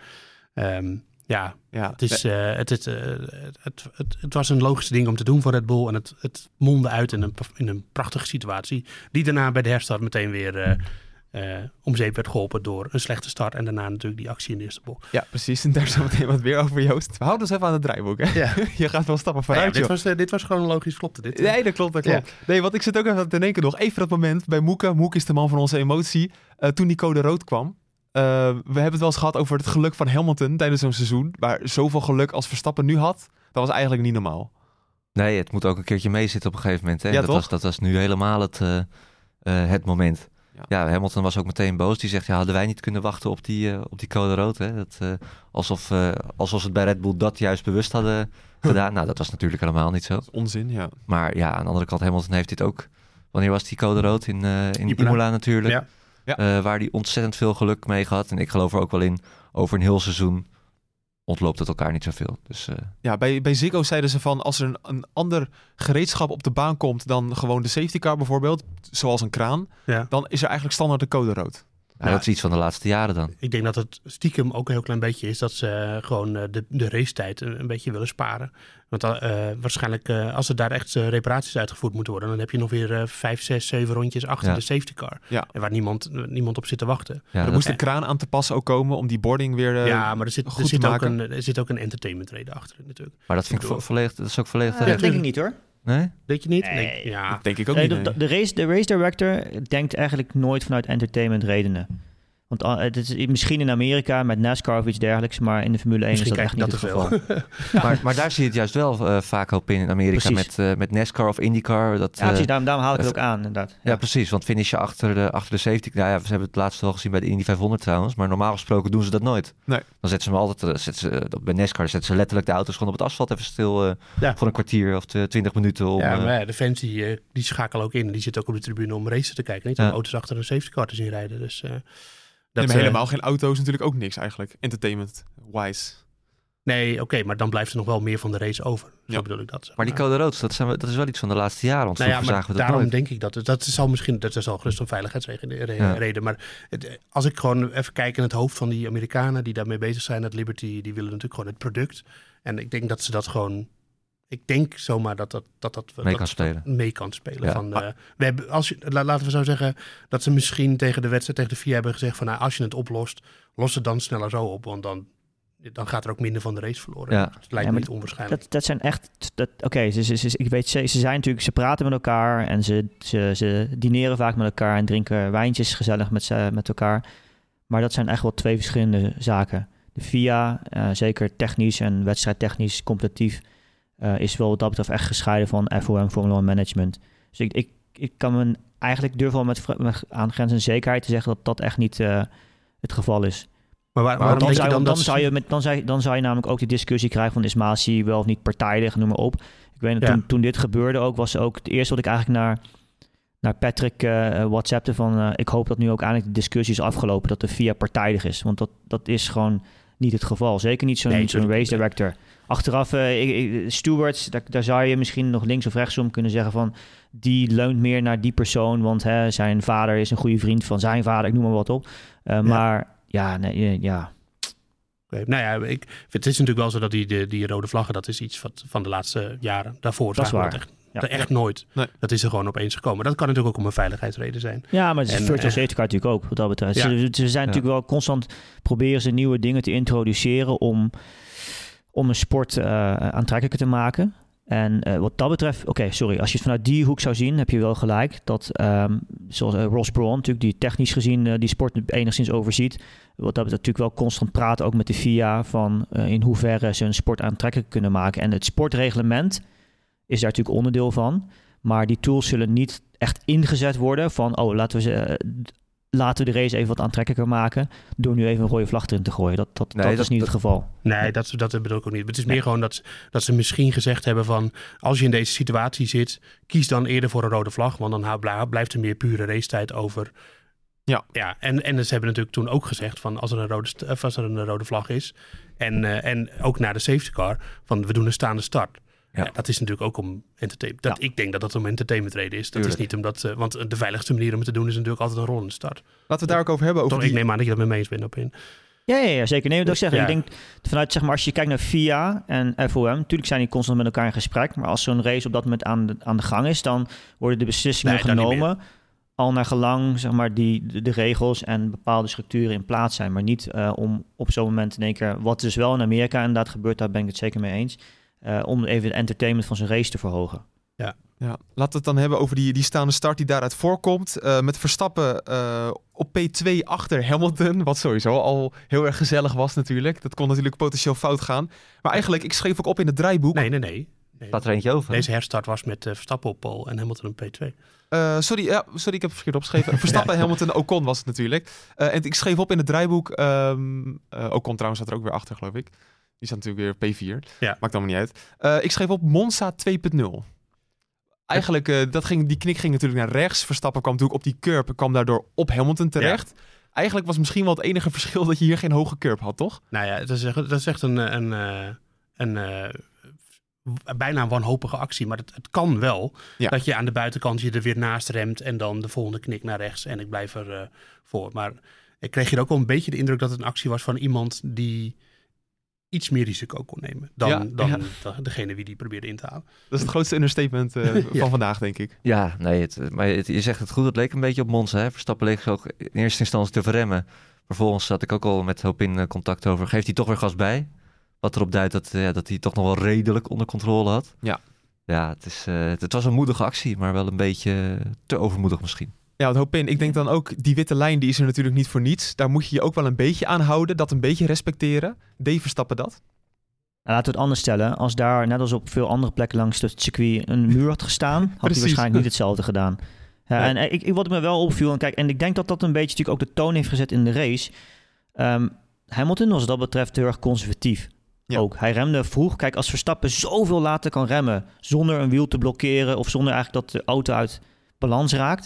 um, ja, Ja. het, is, uh, het, het, uh, het, het, het was een logische ding om te doen voor Red Bull. En het, het mondde uit in een, in een prachtige situatie. Die daarna bij de herstart meteen weer... Uh, Uh, om zeep werd geholpen door een slechte start en daarna natuurlijk die actie in de eerste bocht. Ja, precies. En daar zo meteen wat weer over, Joost. We houden ons even aan het draaiboek, hè? Ja. Je gaat wel stappen vooruit, ja, ja, dit, was, uh, dit was gewoon logisch, klopte dit. Nee, dat klopt, dat klopt. Ja. Nee, want ik zit ook even te denken nog. Even dat moment bij Moeke. Moeke is de man van onze emotie. Uh, toen die code rood kwam. Uh, we hebben het wel eens gehad over het geluk van Hamilton tijdens zo'n seizoen. Maar zoveel geluk als Verstappen nu had, dat was eigenlijk niet normaal. Nee, het moet ook een keertje meezitten op een gegeven moment. Hè? Ja, dat, toch? was, dat was nu helemaal het, uh, uh, het moment. Ja. ja, Hamilton was ook meteen boos. Die zegt, ja, hadden wij niet kunnen wachten op die, uh, op die code rood. Hè? Dat, uh, alsof, uh, alsof ze het bij Red Bull dat juist bewust hadden gedaan. Nou, dat was natuurlijk helemaal niet zo. Dat is onzin, ja. Maar ja, aan de andere kant, Hamilton heeft dit ook... Wanneer was die code rood? In, uh, in Imola, Imola natuurlijk. Ja. Ja. Uh, waar hij ontzettend veel geluk mee gehad. En ik geloof er ook wel in, over een heel seizoen ontloopt het elkaar niet zoveel. Dus, uh... Ja, bij, bij Ziggo zeiden ze van, als er een, een ander gereedschap op de baan komt dan gewoon de safety car bijvoorbeeld, zoals een kraan, ja. dan is er eigenlijk standaard de code rood. Ja, dat is iets van de laatste jaren dan. Ik denk dat het stiekem ook een heel klein beetje is dat ze uh, gewoon uh, de, de racetijd een, een beetje willen sparen. Want uh, waarschijnlijk uh, als er daar echt uh, reparaties uitgevoerd moeten worden, dan heb je nog weer uh, vijf, zes, zeven rondjes achter ja. de safety car. Ja. En waar niemand, uh, niemand op zit te wachten. Ja, er dat... moest een kraan aan te passen ook komen om die boarding weer uh, Ja, maar er zit, goed er zit, te ook maken. een, er zit ook een entertainment reden achter natuurlijk. Maar dat vind ik vo- volledig, dat is ook volledig Uh, terecht. dat denk ik niet hoor. Nee? Denk je niet? Nee. Nee. Ja. Dat denk ik ook Nee, niet. de, Nee. de, race, de race director denkt eigenlijk nooit vanuit entertainment redenen. Want uh, het is misschien in Amerika met NASCAR of iets dergelijks, maar in de Formule één Misschien is dat echt niet dat het geval. maar, maar daar zie je het juist wel uh, vaak op in, in Amerika met, uh, met NASCAR of IndyCar. Dat, ja, precies, uh, daarom, daarom haal ik het uh, ook aan, inderdaad. Ja, Ja, precies, want finish je achter de, achter de safety. Nou ja, we hebben het laatst wel gezien bij de Indy vijfhonderd trouwens, maar normaal gesproken doen ze dat nooit. Nee. Dan zetten ze hem altijd, uh, zetten ze, uh, bij NASCAR zetten ze letterlijk de auto's gewoon op het asfalt even stil uh, Ja. voor een kwartier of twintig minuten. Om, Ja, uh, maar ja, de fans die, uh, die schakelen ook in. Die zitten ook op de tribune om racen te kijken. Niet om Ja. auto's achter een safety car te zien rijden. Dus... Uh, Nee, Dat, maar uh, helemaal geen auto's, natuurlijk ook niks eigenlijk. Entertainment-wise. Nee, oké, okay, maar dan blijft er nog wel meer van de race over. Zo Ja. bedoel ik dat. Zeg maar die code rood, dat, zijn we, dat is wel iets van de laatste jaren. Want nou ja, vroeger maar zagen we dat daarom nooit. denk ik dat. Dat zal misschien, dat is al gerust een veiligheidsreden. Re- Ja. reden, maar het, als ik gewoon even kijk in het hoofd van die Amerikanen die daarmee bezig zijn, dat Liberty, die willen natuurlijk gewoon het product. En ik denk dat ze dat gewoon. Ik denk zomaar dat dat, dat, dat Mee dat, kan spelen. mee kan spelen. Ja. Van, uh, we hebben, als je, la- laten we zo zeggen dat ze misschien tegen de wedstrijd, tegen de V I A hebben gezegd van nou, als je het oplost, los het dan sneller zo op, want dan, dan gaat er ook minder van de race verloren. Ja. Het lijkt Ja, me maar niet onwaarschijnlijk. Dat, dat zijn echt... dat- Oké, okay, ze, ze, ze, ik weet, ze, ze zijn natuurlijk... Ze praten met elkaar en ze, ze, ze dineren vaak met elkaar en drinken wijntjes gezellig met, ze, met elkaar. Maar dat zijn echt wel twee verschillende zaken. De V I A, uh, zeker technisch en wedstrijdtechnisch, competitief, uh, is wel wat dat betreft echt gescheiden van F O M, Formula One Management. Dus ik, ik, ik kan me eigenlijk durf wel met, met aangrenzende zekerheid te zeggen dat dat echt niet uh, het geval is. Maar, waar, Maar waarom dan, denk zou, je dan dan, dat zou je met, dan, zou, dan zou je namelijk ook die discussie krijgen van is Masi wel of niet partijdig, noem maar op. Ik weet dat Ja. toen, toen dit gebeurde ook, was ook het eerste wat ik eigenlijk naar, naar Patrick uh, WhatsAppte van uh, ik hoop dat nu ook eindelijk de discussie is afgelopen dat de V I A partijdig is. Want dat, dat is gewoon niet het geval. Zeker niet zo'n, Nee, zo'n race director. Achteraf, uh, ik, ik, stewards, daar, daar zou je misschien nog links of rechtsom kunnen zeggen van die leunt meer naar die persoon, want hè, zijn vader is een goede vriend van zijn vader, ik noem maar wat op. Uh, ja. Maar ja, nee, ja... Okay. Nou ja, ik, het is natuurlijk wel zo dat die, die, die rode vlaggen, dat is iets wat van de laatste jaren daarvoor dat is zagen we waar. dat echt, Ja. dat echt nooit. Nee. Dat is er gewoon opeens gekomen. Dat kan natuurlijk ook om een veiligheidsreden zijn. Ja, maar het is En, virtual eh, safety car natuurlijk ook, wat dat betreft. Ja. Ze, ze zijn Ja. natuurlijk wel constant proberen ze nieuwe dingen te introduceren om, om een sport uh, aantrekkelijker te maken. En uh, wat dat betreft, oké, okay, sorry, als je het vanuit die hoek zou zien, heb je wel gelijk. Dat, um, zoals uh, Ross Brawn natuurlijk, die technisch gezien uh, die sport enigszins overziet. Wat dat betreft natuurlijk wel constant praten, ook met de V I A, van uh, in hoeverre ze een sport aantrekkelijk kunnen maken. En het sportreglement is daar natuurlijk onderdeel van. Maar die tools zullen niet echt ingezet worden van, oh, laten we ze... Uh, laten we de race even wat aantrekkelijker maken door nu even een rode vlag erin te gooien. Dat, dat, Nee, dat, dat- is niet dat- het geval. Nee, dat, dat bedoel ik ook niet. Het is meer gewoon dat, ze- dat ze misschien gezegd hebben van, als je in deze situatie zit, kies dan eerder voor een rode vlag, want dan hou- blij- blijft er meer pure racetijd over Ja, ja en, en ze hebben natuurlijk toen ook gezegd van als er een rode, st- of als er een rode vlag is en, uh, en ook na de safety car van we doen een staande start. Ja. Ja, dat is natuurlijk ook om entertainment. Dat, ja. Ik denk dat dat om entertainment reden is. Dat Tuurlijk. is niet omdat, uh, want de veiligste manier om het te doen is natuurlijk altijd een rollende start. Laten we het daar ook over hebben. Over Toch, die... Ik neem aan dat je dat met me eens bent op in. Ja, ja, ja, zeker. Nee, dat wil ik zeggen. Ja. Ik denk vanuit, zeg maar, als je kijkt naar F I A en F O M, natuurlijk zijn die constant met elkaar in gesprek, maar als zo'n race op dat moment aan de, aan de gang is, dan worden de beslissingen nee, genomen al naar gelang, zeg maar, die, de, de regels en bepaalde structuren in plaats zijn, maar niet uh, om op zo'n moment in één keer, wat dus wel in Amerika inderdaad gebeurt, daar ben ik het zeker mee eens, uh, om even de entertainment van zo'n race te verhogen. Ja. Ja, laten we het dan hebben over die, die staande start die daaruit voorkomt. Uh, met Verstappen uh, op P twee achter Hamilton, wat sowieso al heel erg gezellig was natuurlijk. Dat kon natuurlijk potentieel fout gaan. Maar eigenlijk, ik schreef ook op in het draaiboek. Nee, nee, nee. nee. Staat er eentje over? Deze herstart was met uh, Verstappen op pole en Hamilton op P twee. Uh, sorry, ja, sorry, ik heb het verkeerd opgeschreven. Verstappen, ja. Hamilton, Ocon was het natuurlijk. Uh, en ik schreef op in het draaiboek. Um, uh, Ocon trouwens zat er ook weer achter, geloof ik. Die staat natuurlijk weer P vier. Ja. Maakt allemaal niet uit. Uh, ik schreef op Monza twee punt nul. Eigenlijk, uh, dat ging, die knik ging natuurlijk naar rechts. Verstappen kwam natuurlijk op die curb en kwam daardoor op Hamilton terecht. Ja. Eigenlijk was misschien wel het enige verschil dat je hier geen hoge curb had, toch? Nou ja, dat is echt, dat is echt een, een, een, een, een bijna een wanhopige actie. Maar het, het kan wel ja. dat je aan de buitenkant je er weer naast remt en dan de volgende knik naar rechts en ik blijf er uh, voor. Maar ik kreeg hier ook wel een beetje de indruk dat het een actie was van iemand die iets meer risico kon nemen dan, ja, dan ja. degene wie die probeerde in te halen. Dat is het grootste understatement uh, van ja. vandaag, denk ik. Ja, nee, het, maar het, je zegt het goed. Het leek een beetje op Monza. Hè? Verstappen leek ook in eerste instantie te verremmen. Vervolgens zat ik ook al met Hoop in contact over. Geeft hij toch weer gas bij? Wat erop duidt dat, ja, dat hij toch nog wel redelijk onder controle had. Ja, ja het, is, uh, het was een moedige actie, maar wel een beetje te overmoedig misschien. Ja, want Hopin, ik denk dan ook, die witte lijn die is er natuurlijk niet voor niets. Daar moet je je ook wel een beetje aan houden, dat een beetje respecteren. Deed Verstappen dat? Nou, laten we het anders stellen. Als daar, net als op veel andere plekken langs het circuit, een muur had gestaan, had hij waarschijnlijk niet hetzelfde gedaan. Ja, nee. En ik, ik, wat me wel opviel, en kijk, en ik denk dat dat een beetje natuurlijk ook de toon heeft gezet in de race. Um, Hamilton was wat dat betreft heel erg conservatief. Ja. Ook. Hij remde vroeg. Kijk, als Verstappen zoveel later kan remmen, zonder een wiel te blokkeren of zonder eigenlijk dat de auto uit balans raakt,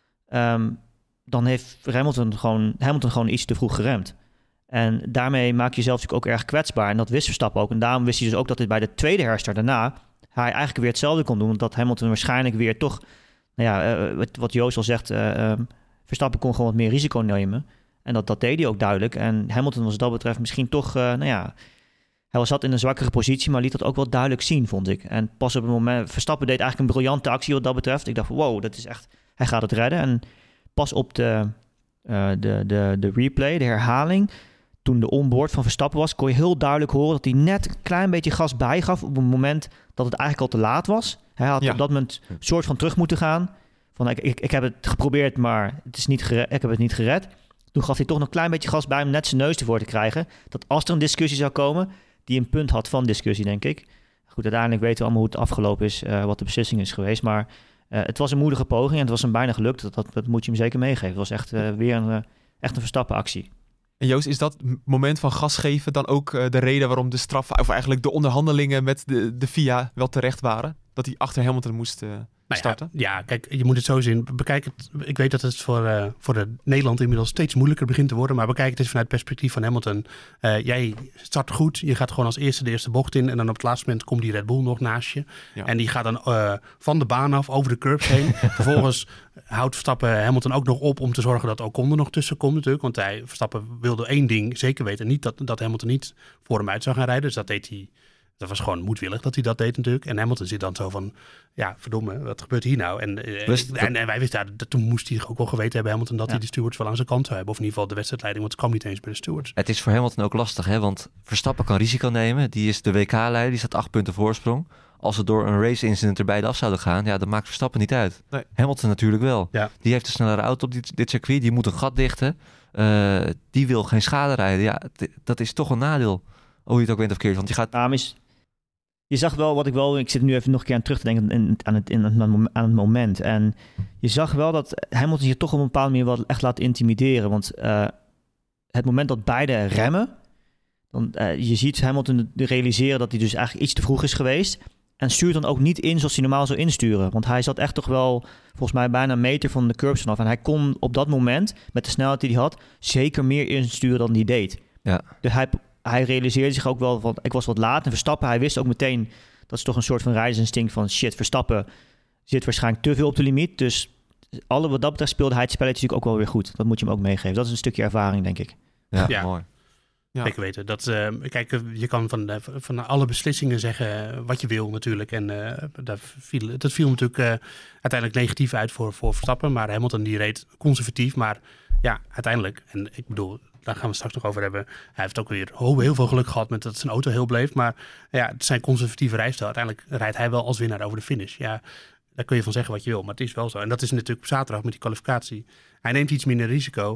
Um, dan heeft Hamilton gewoon, Hamilton gewoon iets te vroeg geremd. En daarmee maak je jezelf natuurlijk ook erg kwetsbaar. En dat wist Verstappen ook. En daarom wist hij dus ook dat dit bij de tweede herstart daarna hij eigenlijk weer hetzelfde kon doen. Want Hamilton waarschijnlijk weer toch, nou ja, uh, wat Joost al zegt, uh, um, Verstappen kon gewoon wat meer risico nemen. En dat, dat deed hij ook duidelijk. En Hamilton was wat dat betreft misschien toch, uh, nou ja, hij was zat in een zwakkere positie, maar liet dat ook wel duidelijk zien, vond ik. En pas op het moment, Verstappen deed eigenlijk een briljante actie wat dat betreft. Ik dacht, wow, dat is echt, hij gaat het redden. En pas op de, uh, de, de, de replay, de herhaling, toen de onboard van Verstappen was, kon je heel duidelijk horen dat hij net een klein beetje gas bijgaf op het moment dat het eigenlijk al te laat was. Hij had ja. op dat moment een soort van terug moeten gaan. Van, ik, ik, ik heb het geprobeerd, maar het is niet gered, ik heb het niet gered. Toen gaf hij toch nog een klein beetje gas bij om net zijn neus ervoor te krijgen. Dat als er een discussie zou komen, die een punt had van discussie, denk ik. Goed, uiteindelijk weten we allemaal hoe het afgelopen is, uh, wat de beslissing is geweest. Maar uh, het was een moedige poging en het was hem bijna gelukt. Dat, dat, dat moet je hem zeker meegeven. Het was echt uh, weer een, uh, echt een Verstappen actie. En Joost, is dat moment van gas geven dan ook uh, de reden waarom de straf, of eigenlijk de onderhandelingen met de, de F I A wel terecht waren? Dat hij achter Hamilton moest uh, nou starten? Ja, ja, kijk, je moet het zo zien. Bekijk het, ik weet dat het voor, uh, voor de Nederland inmiddels steeds moeilijker begint te worden, maar bekijk het eens vanuit het perspectief van Hamilton. Uh, jij start goed, je gaat gewoon als eerste de eerste bocht in en dan op het laatste moment komt die Red Bull nog naast je. Ja. En die gaat dan uh, van de baan af, over de curbs heen. Vervolgens houdt Verstappen Hamilton ook nog op om te zorgen dat Ocon er nog tussen komt natuurlijk. Want hij, Verstappen wilde één ding zeker weten, niet dat, dat Hamilton niet voor hem uit zou gaan rijden. Dus dat deed hij. Dat was gewoon moedwillig dat hij dat deed natuurlijk. En Hamilton zit dan zo van, ja, verdomme, wat gebeurt hier nou? En, Lust, en, en, en wij wisten, ja, toen moest hij ook wel geweten hebben, Hamilton, dat ja. hij de stewards wel aan zijn kant zou hebben. Of in ieder geval de wedstrijdleiding, want het kwam niet eens bij de stewards. Het is voor Hamilton ook lastig, hè? Want Verstappen kan risico nemen. Die is de W K-leider, die staat acht punten voorsprong. Als het door een race-incident er beide af zouden gaan, ja, dan maakt Verstappen niet uit. Nee. Hamilton natuurlijk wel. Ja. Die heeft een snellere auto op dit, dit circuit, die moet een gat dichten. Uh, die wil geen schade rijden. Ja, t- dat is toch een nadeel. Hoe je het ook bent of keert, want die gaat... Ja, mis... Je zag wel wat ik wel... Ik zit nu even nog een keer aan terug te denken in, aan, het, in, aan het moment. En je zag wel dat Hamilton je toch op een bepaalde manier wel echt laat intimideren. Want uh, het moment dat beide remmen... Dan, uh, je ziet Hamilton realiseren dat hij dus eigenlijk iets te vroeg is geweest. En stuurt dan ook niet in zoals hij normaal zou insturen. Want hij zat echt toch wel, volgens mij, bijna een meter van de curbs vanaf. En hij kon op dat moment, met de snelheid die hij had, zeker meer insturen dan hij deed. Ja. Dus hij, hij realiseerde zich ook wel van, ik was wat laat. En Verstappen, hij wist ook meteen, dat is toch een soort van reisinstinct van, shit, Verstappen zit waarschijnlijk te veel op de limiet. Dus alle wat dat betreft speelde hij het spelletje natuurlijk ook wel weer goed. Dat moet je hem ook meegeven. Dat is een stukje ervaring, denk ik. Ja, Ja. mooi. Ja. Zeker weten. Dat, uh, kijk, je kan van, uh, van alle beslissingen zeggen wat je wil natuurlijk. En uh, dat, viel, dat viel natuurlijk uh, uiteindelijk negatief uit voor, voor Verstappen. Maar Hamilton die reed conservatief. Maar ja, uiteindelijk, en ik bedoel, daar gaan we straks nog over hebben. Hij heeft ook weer heel veel geluk gehad met dat zijn auto heel bleef. Maar ja, het zijn conservatieve rijstijl. Uiteindelijk rijdt hij wel als winnaar over de finish. Ja, daar kun je van zeggen wat je wil. Maar het is wel zo. En dat is natuurlijk op zaterdag met die kwalificatie. Hij neemt iets minder risico.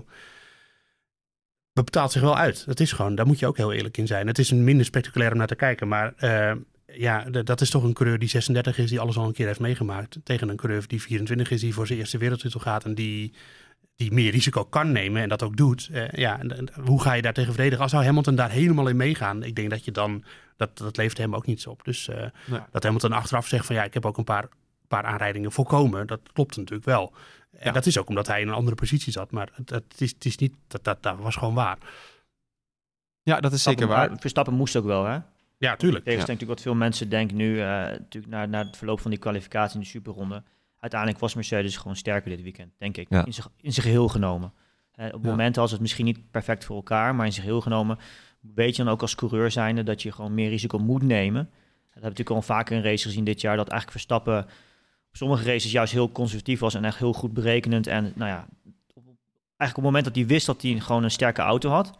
Het betaalt zich wel uit. Dat is gewoon, daar moet je ook heel eerlijk in zijn. Het is minder spectaculair om naar te kijken. Maar uh, ja, d- dat is toch een coureur die zesendertig is, die alles al een keer heeft meegemaakt. Tegen een coureur die vierentwintig is, die voor zijn eerste wereldtitel gaat. En die, die meer risico kan nemen en dat ook doet. Uh, ja, en, en, hoe ga je daar tegen verdedigen? Als zou Hamilton daar helemaal in meegaan, ik denk dat je dan, dat, dat levert hem ook niets op. Dus uh, nee. Dat Hamilton achteraf zegt van ja, ik heb ook een paar, paar aanrijdingen voorkomen. Dat klopt natuurlijk wel. En ja. Dat is ook omdat hij in een andere positie zat. Maar het, het, is, het is niet, dat, dat, dat was gewoon waar. Ja, dat is zeker waar. Verstappen moest ook wel, hè? Ja, tuurlijk. Tegenstelling natuurlijk wat veel mensen denken nu, uh, natuurlijk na, na het verloop van die kwalificatie in de superronde. Uiteindelijk was Mercedes gewoon sterker dit weekend, denk ik. Ja. In, zich, in zijn geheel genomen. Uh, op ja. momenten was het misschien niet perfect voor elkaar, maar in zijn geheel genomen weet je dan ook als coureur zijnde dat je gewoon meer risico moet nemen. Dat hebben we natuurlijk al vaker in races gezien dit jaar, dat eigenlijk Verstappen sommige races juist heel conservatief was en echt heel goed berekenend. En nou ja, eigenlijk op het moment dat hij wist dat hij gewoon een sterke auto had.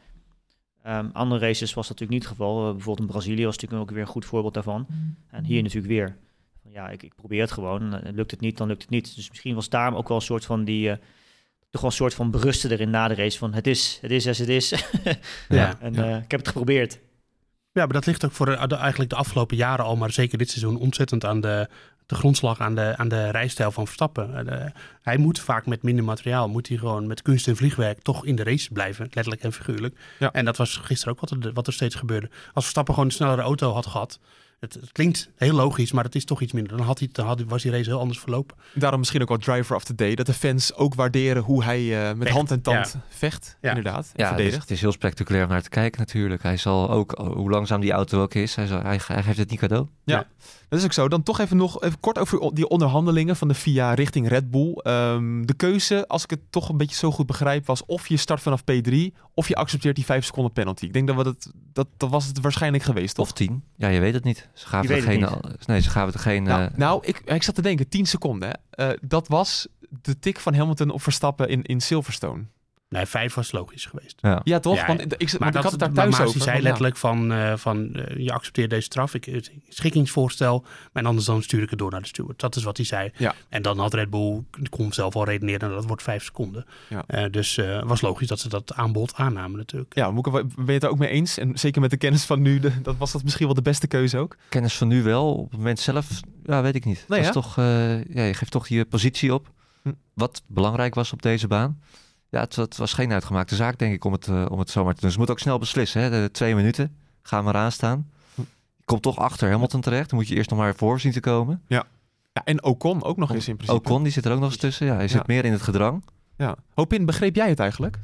Um, andere races was dat natuurlijk niet het geval. Uh, bijvoorbeeld in Brazilië was natuurlijk ook weer een goed voorbeeld daarvan. En hier natuurlijk weer. Ja, ik, ik probeer het gewoon. En lukt het niet, dan lukt het niet. Dus misschien was daar ook wel een soort van die... Uh, toch wel een soort van berusten erin na de race. Van het is, het is als het is. ja, en uh, ik heb het geprobeerd. Ja, maar dat ligt ook voor de, eigenlijk de afgelopen jaren al, maar zeker dit seizoen ontzettend aan de, de grondslag, aan de, aan de rijstijl van Verstappen. De, hij moet vaak met minder materiaal, moet hij gewoon met kunst en vliegwerk toch in de race blijven, letterlijk en figuurlijk. Ja. En dat was gisteren ook wat er, wat er steeds gebeurde. Als Verstappen gewoon een snellere auto had gehad, het, het klinkt heel logisch, maar het is toch iets minder. Dan, had hij, dan had, was die race heel anders verlopen. Daarom misschien ook wel driver of the day, dat de fans ook waarderen hoe hij uh, met vecht. hand en tand ja. vecht, ja. inderdaad. Ja, het is, het is heel spectaculair om naar te kijken natuurlijk. Hij zal ook, hoe langzaam die auto ook is, hij, zal, hij, hij geeft het niet cadeau. Ja. ja, dat is ook zo. Dan toch even nog even kort over die onderhandelingen van de F I A richting Red Bull. Um, de keuze, als ik het toch een beetje zo goed begrijp, was of je start vanaf P drie of je accepteert die vijf seconden penalty. Ik denk dat we dat, dat, dat was het waarschijnlijk geweest, toch? Of tien. Ja, je weet het niet. Ze gaven er geen, nee, ze gaven er geen... Nou, uh... nou ik, ik zat te denken, tien seconden. Uh, dat was de tik van Hamilton op Verstappen in, in Silverstone. Nee, vijf was logisch geweest. Ja, ja toch? Ja, want ik, want maar ik dat, had het daar thuis maar over. zei letterlijk ja. van, uh, van uh, je accepteert deze straf, ik, het schikkingsvoorstel, en anders dan stuur ik het door naar de steward. Dat is wat hij zei. Ja. En dan had Red Bull, kon zelf al redeneren, dat wordt vijf seconden. Ja. Uh, dus uh, was logisch dat ze dat aanbod aannamen natuurlijk. Ja, Moeke, ben je het er ook mee eens? En zeker met de kennis van nu, de, dat was dat misschien wel de beste keuze ook? Kennis van nu wel, op het moment zelf, ja, weet ik niet. Nee, dat is toch, uh, ja, je geeft toch je positie op. Hm. Wat belangrijk was op deze baan. Ja, het, het was geen uitgemaakte zaak, denk ik, om het, uh, om het zomaar te doen. Ze moeten ook snel beslissen, hè? De twee minuten. Ga maar aanstaan. Je komt toch achter Hamilton terecht. Dan moet je eerst nog maar voor zien te komen. Ja, ja en Ocon ook nog eens in principe. Ocon, die zit er ook nog eens tussen. Ja, hij zit ja. meer in het gedrang. Ja. Hopin, begreep jij het eigenlijk?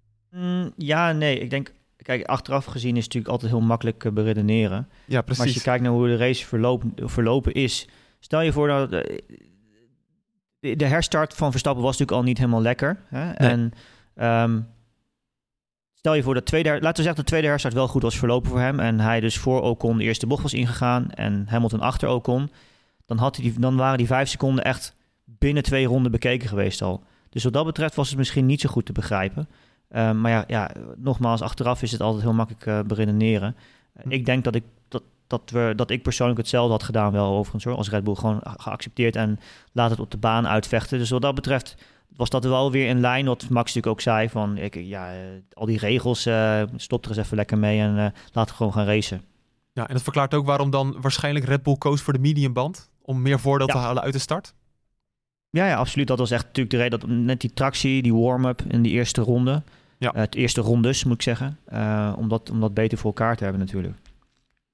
Mm, ja, nee. Ik denk, kijk, achteraf gezien is het natuurlijk altijd heel makkelijk uh, beredeneren. Ja, precies. Maar als je kijkt naar hoe de race verlopen, verlopen is. Stel je voor dat... Uh, de herstart van Verstappen was natuurlijk al niet helemaal lekker. Hè? Nee. En um, stel je voor dat tweede, laten we zeggen dat de tweede herstart wel goed was verlopen voor hem. En hij dus voor Ocon de eerste bocht was ingegaan en Hamilton achter Ocon. Dan, had hij die, dan waren die vijf seconden echt binnen twee ronden bekeken geweest al. Dus wat dat betreft was het misschien niet zo goed te begrijpen. Um, maar ja, ja, nogmaals, achteraf is het altijd heel makkelijk uh, beredeneren. Hm. Ik denk dat ik dat Dat, we, dat ik persoonlijk hetzelfde had gedaan wel overigens hoor. Als Red Bull gewoon geaccepteerd en laat het op de baan uitvechten. Dus wat dat betreft was dat wel weer in lijn wat Max natuurlijk ook zei. Van ik, ja, al die regels, uh, stop er eens even lekker mee en uh, laten we gewoon gaan racen. Ja, en dat verklaart ook waarom dan waarschijnlijk Red Bull koos voor de mediumband. Om meer voordeel ja. te halen uit de start. Ja, ja, absoluut. Dat was echt natuurlijk de reden dat net die tractie, die warm-up in die eerste ronde. Ja. Uh, het eerste rondes moet ik zeggen. Uh, om, dat, om dat beter voor elkaar te hebben natuurlijk.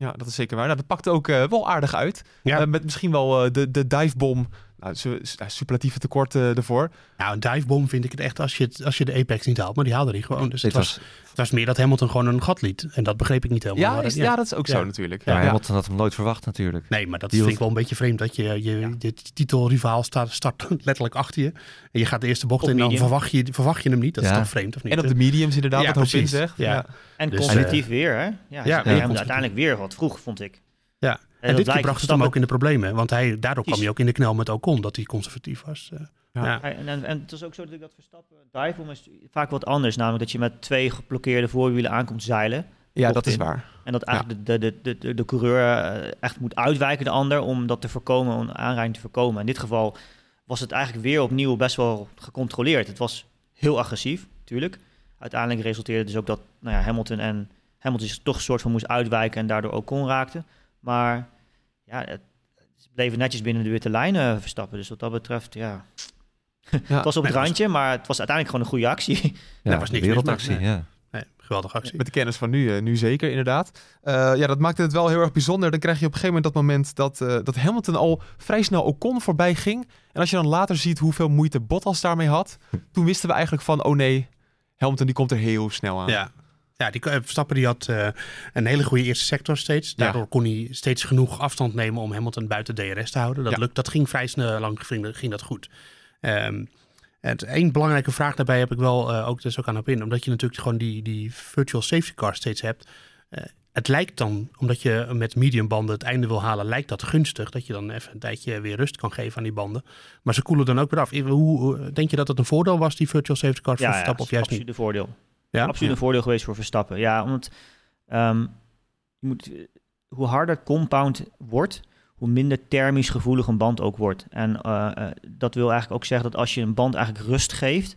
Ja, dat is zeker waar. Nou, dat pakte ook uh, wel aardig uit. Ja. Uh, met misschien wel uh, de, de divebom. Nou, su- su- superlatieve tekort uh, ervoor. Nou, een divebom vind ik het echt als je, het, als je de apex niet haalt. Maar die haalde die gewoon. Dus het Dit was, het was meer dat Hamilton gewoon een gat liet. En dat begreep ik niet helemaal. Ja, Maar is, dat- ja, dat is ook Ja. zo natuurlijk. Ja, Ja, Hamilton had hem nooit verwacht natuurlijk. Nee, maar dat Die vind hoeft- ik wel een beetje vreemd. Dat je, je Ja. de titelrivaal staat, start letterlijk achter je. En je gaat de eerste bocht Op in en dan medium. verwacht je, verwacht je hem niet. Dat Ja. is toch vreemd, of niet? En op de mediums inderdaad, Ja, wat Hopin precies. zegt. Ja. Ja. En Dus, conservatief uh, weer, hè? Ja, ja, ze heel hebben hem conservatief. uiteindelijk weer wat vroeg, vond ik. Ja. En, dat dit keer lijkt bracht het hem Verstappen- ook in de problemen. Want hij, daardoor kwam Precies. hij ook in de knel met Ocon. Dat hij conservatief was. Uh, Ja. ja. En, en, en het is ook zo dat ik dat Verstappen, divebom is vaak wat anders. Namelijk dat je met twee geblokkeerde voorwielen aankomt zeilen. Ja, Bocht dat is in. waar. En dat eigenlijk de, de, de, de, de coureur eh, echt moet uitwijken de ander om dat te voorkomen, om een aanrijding te voorkomen. In dit geval was het eigenlijk weer opnieuw best wel gecontroleerd. Het was heel agressief, natuurlijk. Uiteindelijk resulteerde dus ook dat nou ja, Hamilton en Hamilton zich toch een soort van moest uitwijken en daardoor ook kon raakte. Maar ja, het, ze bleven netjes binnen de witte lijnen Verstappen. Dus wat dat betreft, ja. Ja. Het was op het Nee, randje, maar het was uiteindelijk gewoon een goede actie. Ja, was niks wereldactie, mis mee, ja. Nee, geweldige actie. Met de kennis van nu, uh, nu zeker, inderdaad. Uh, ja, dat maakte het wel heel erg bijzonder. Dan krijg je op een gegeven moment dat moment dat, uh, dat Hamilton al vrij snel Ocon voorbij ging. En als je dan later ziet hoeveel moeite Bottas daarmee had, toen wisten we eigenlijk van, oh nee, Hamilton die komt er heel snel aan. Ja. Ja, die, uh, Verstappen die had uh, een hele goede eerste sector steeds. Daardoor Ja. kon hij steeds genoeg afstand nemen om Hamilton buiten D R S te houden. Dat, Ja. lukt, dat ging vrij snel lang, ging, ging dat goed. Um, het één belangrijke vraag daarbij heb ik wel uh, ook, dus ook aan op in. Omdat je natuurlijk gewoon die, die virtual safety car steeds hebt. Uh, het lijkt dan, omdat je met medium banden het einde wil halen, lijkt dat gunstig. Dat je dan even een tijdje weer rust kan geven aan die banden. Maar ze koelen dan ook weer af. Hoe, hoe, denk je dat het een voordeel was, die virtual safety car voor Ja, Verstappen, ja, of juist absoluut niet? een voordeel. Ja? Absoluut Ja. een voordeel geweest voor Verstappen. Ja, omdat um, je moet, hoe harder compound wordt, hoe minder thermisch gevoelig een band ook wordt. En uh, uh, dat wil eigenlijk ook zeggen dat als je een band eigenlijk rust geeft,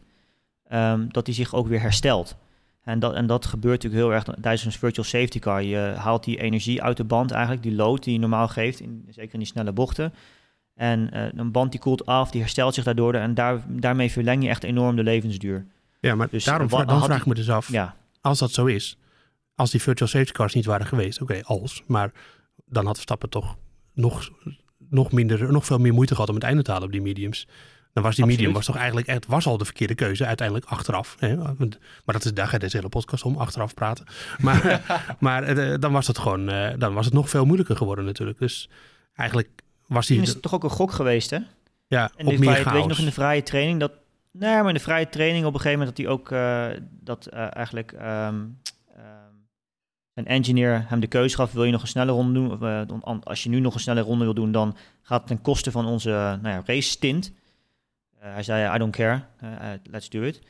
um, dat die zich ook weer herstelt. En dat, en dat gebeurt natuurlijk heel erg tijdens een virtual safety car. Je haalt die energie uit de band eigenlijk, die load die je normaal geeft, in, zeker in die snelle bochten. En uh, een band die koelt af, die herstelt zich daardoor en daar, daarmee verleng je echt enorm de levensduur. Ja, maar Dus, daarom wa- vra- dan had vraag hij- ik me dus af, Ja, als dat zo is, als die virtual safety cars niet waren geweest, oké, okay, als, maar dan had Verstappen toch nog, nog, minder, nog veel meer moeite gehad om het einde te halen op die mediums. Dan was die Absoluut. medium was toch eigenlijk echt, was al de verkeerde keuze, uiteindelijk achteraf. Hè? Maar dat is, daar gaat deze hele podcast om, achteraf praten. Maar, maar eh, dan was het gewoon, uh, dan was het nog veel moeilijker geworden natuurlijk. Dus eigenlijk was die, toen is het toch ook een gok geweest, hè? ja, En op de meer vrije, weet je nog chaos. in de vrije training dat. Nee, maar in de vrije training op een gegeven moment dat hij ook uh, dat uh, eigenlijk um, um, een engineer hem de keuze gaf: wil je nog een snelle ronde doen? Of, uh, dan, als je nu nog een snelle ronde wil doen, dan gaat het ten koste van onze uh, nou ja, race stint. Uh, hij zei: I don't care, uh, uh, let's do it.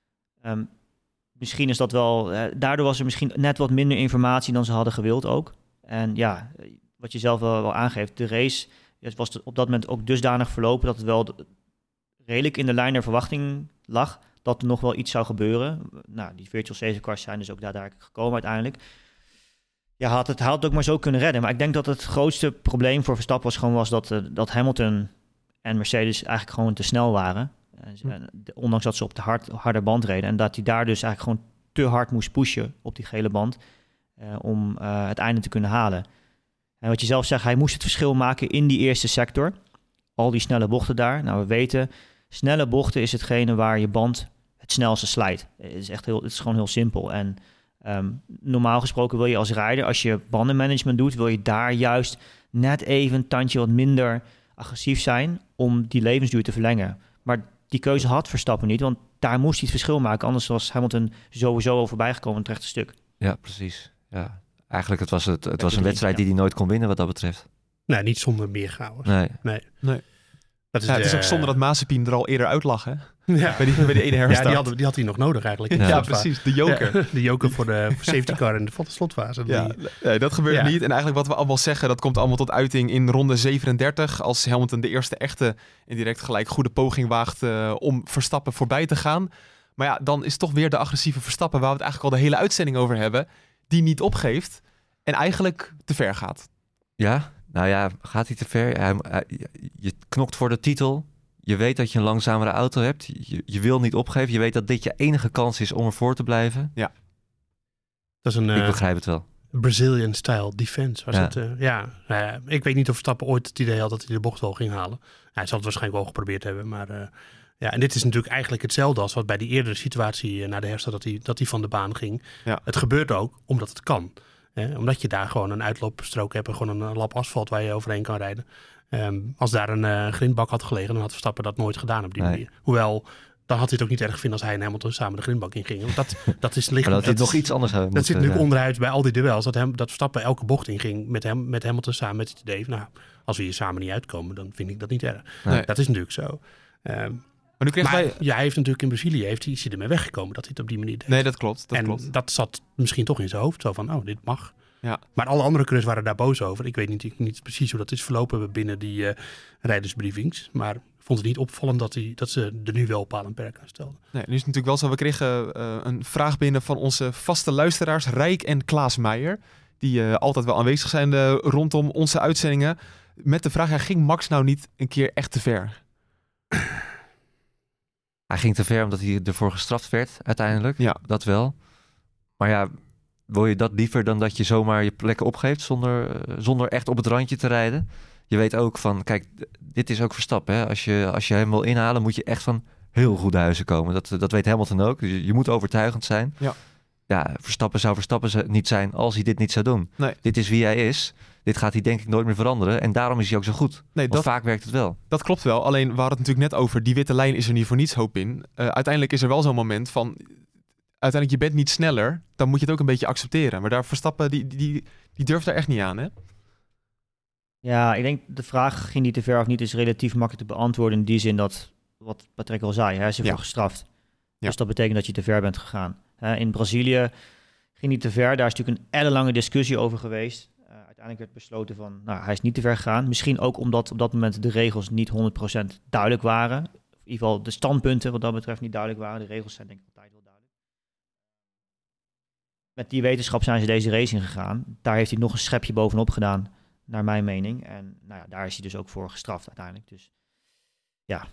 Um, misschien is dat wel. Uh, daardoor was er misschien net wat minder informatie dan ze hadden gewild ook. En ja, wat je zelf wel, wel aangeeft, de race het was op dat moment ook dusdanig verlopen dat het wel de, redelijk in de lijn der verwachting lag dat er nog wel iets zou gebeuren. Nou, die virtual safety cars zijn dus ook daadwerkelijk gekomen uiteindelijk. Ja, had het, had het ook maar zo kunnen redden. Maar ik denk dat het grootste probleem voor Verstappen was gewoon was dat, uh, dat Hamilton en Mercedes eigenlijk gewoon te snel waren. Hm. En, ondanks dat ze op de hard, harde band reden. En dat hij daar dus eigenlijk gewoon te hard moest pushen op die gele band uh, om uh, het einde te kunnen halen. En wat je zelf zegt, hij moest het verschil maken in die eerste sector. Al die snelle bochten daar. Nou, we weten, snelle bochten is hetgene waar je band het snelste slijt. Het is echt heel, het is gewoon heel simpel. En um, normaal gesproken wil je als rijder, als je bandenmanagement doet, wil je daar juist net even een tandje wat minder agressief zijn om die levensduur te verlengen. Maar die keuze had Verstappen niet, want daar moest hij het verschil maken. Anders was Hamilton sowieso al voorbij gekomen in het rechte stuk. Ja, precies. Ja. Eigenlijk het was het, het was Ja, een wedstrijd die hij nooit kon winnen wat dat betreft. Nee, niet zonder meer chaos. Nee. Nee. Nee. Dat is, ja, het is uh, ook zonder dat Mazepin er al eerder uit lag, hè? Ja, bij, die, bij die ene herstart. ja die, had, die had hij nog nodig eigenlijk. Ja, Ja, ja precies. De joker. Ja, de joker voor de safety car in de slotfase. Ja, Die, nee, dat gebeurt Ja. niet. En eigenlijk wat we allemaal zeggen, dat komt allemaal tot uiting in ronde zevenendertig. Als Hamilton de eerste echte en direct gelijk goede poging waagt uh, om Verstappen voorbij te gaan. Maar ja, dan is toch weer de agressieve Verstappen, waar we het eigenlijk al de hele uitzending over hebben, die niet opgeeft en eigenlijk te ver gaat. Ja, nou ja, gaat hij te ver? Hij, hij, je knokt voor de titel. Je weet dat je een langzamere auto hebt. Je, je wil niet opgeven. Je weet dat dit je enige kans is om ervoor te blijven. Ja. Dat is een, Ik uh, begrijp het wel. Brazilian-style defense was Ja. het. Uh, ja, uh, ik weet niet of Verstappen ooit het idee had dat hij de bocht wel ging halen. Hij zal het waarschijnlijk wel geprobeerd hebben, maar... Uh, ja, en dit is natuurlijk eigenlijk hetzelfde als wat bij die eerdere situatie uh, na de herstart dat hij, dat hij van de baan ging. Ja. Het gebeurt ook omdat het kan. Hè? Omdat je daar gewoon een uitloopstrook hebt en gewoon een lap asfalt waar je overheen kan rijden. Um, als daar een uh, grindbak had gelegen, dan had Verstappen dat nooit gedaan op die Nee. manier. Hoewel, dan had hij het ook niet erg gevonden als hij en Hamilton samen de grindbak in gingen. Want dat, dat is licht. Maar dat hij dat nog is- iets anders hebben Dat zit moeten, natuurlijk ja. onderuit bij al die duels. Dat, hem, dat Verstappen elke bocht inging met, hem, met Hamilton samen met het idee van, nou, als we hier samen niet uitkomen, dan vind ik dat niet erg. Nee. Dat is natuurlijk zo. Um, Maar nu kreeg maar wij... ja, hij heeft natuurlijk in Brazilië heeft hij, is hij ermee weggekomen dat hij het op die manier deed. Nee, dat klopt. Dat en klopt. dat zat misschien toch in zijn hoofd. Zo van, oh, dit mag. Ja. Maar alle andere coureurs waren daar boos over. Ik weet niet, niet precies hoe dat is verlopen binnen die uh, rijdersbriefings. Maar ik vond het niet opvallend dat, hij, dat ze er nu wel paal en perk aan stelden. Nee, nu is het natuurlijk wel zo. We kregen uh, een vraag binnen van onze vaste luisteraars, Rijk en Klaas Meijer. Die uh, altijd wel aanwezig zijn uh, rondom onze uitzendingen. Met de vraag, ja, ging Max nou niet een keer echt te ver? Hij ging te ver omdat hij ervoor gestraft werd uiteindelijk. Ja. Dat wel. Maar ja, wil je dat liever dan dat je zomaar je plekken opgeeft zonder, uh, zonder echt op het randje te rijden? Je weet ook van, kijk, d- dit is ook Verstappen. Hè? Als je, als je hem wil inhalen, moet je echt van heel goede huizen komen. Dat, dat weet Hamilton ook. Dus je, je moet overtuigend zijn. Ja. Ja, Verstappen zou Verstappen z- niet zijn als hij dit niet zou doen. Nee. Dit is wie hij is. Dit gaat hij denk ik nooit meer veranderen. En daarom is hij ook zo goed. Nee, Want dat, vaak werkt het wel. dat klopt wel. Alleen, we hadden het natuurlijk net over, die witte lijn is er niet voor niets, hoop in. Uh, uiteindelijk is er wel zo'n moment van, uiteindelijk je bent niet sneller, dan moet je het ook een beetje accepteren. Maar daar Verstappen, die, die, die, die durft daar echt niet aan, hè? Ja, ik denk de vraag ging niet te ver of niet is relatief makkelijk te beantwoorden in die zin dat, wat Patrick al zei, hij is ervoor Ja. gestraft. Ja. Dus dat betekent dat je te ver bent gegaan. Hè, in Brazilië ging niet te ver, daar is natuurlijk een ellenlange discussie over geweest. Uh, uiteindelijk werd besloten van, nou, hij is niet te ver gegaan. Misschien ook omdat op dat moment de regels niet honderd procent duidelijk waren. In ieder geval de standpunten wat dat betreft niet duidelijk waren. De regels zijn denk ik altijd wel duidelijk. Met die wetenschap zijn ze deze race ingegaan. Daar heeft hij nog een schepje bovenop gedaan, naar mijn mening. En nou ja, daar is hij dus ook voor gestraft uiteindelijk. Dus ja.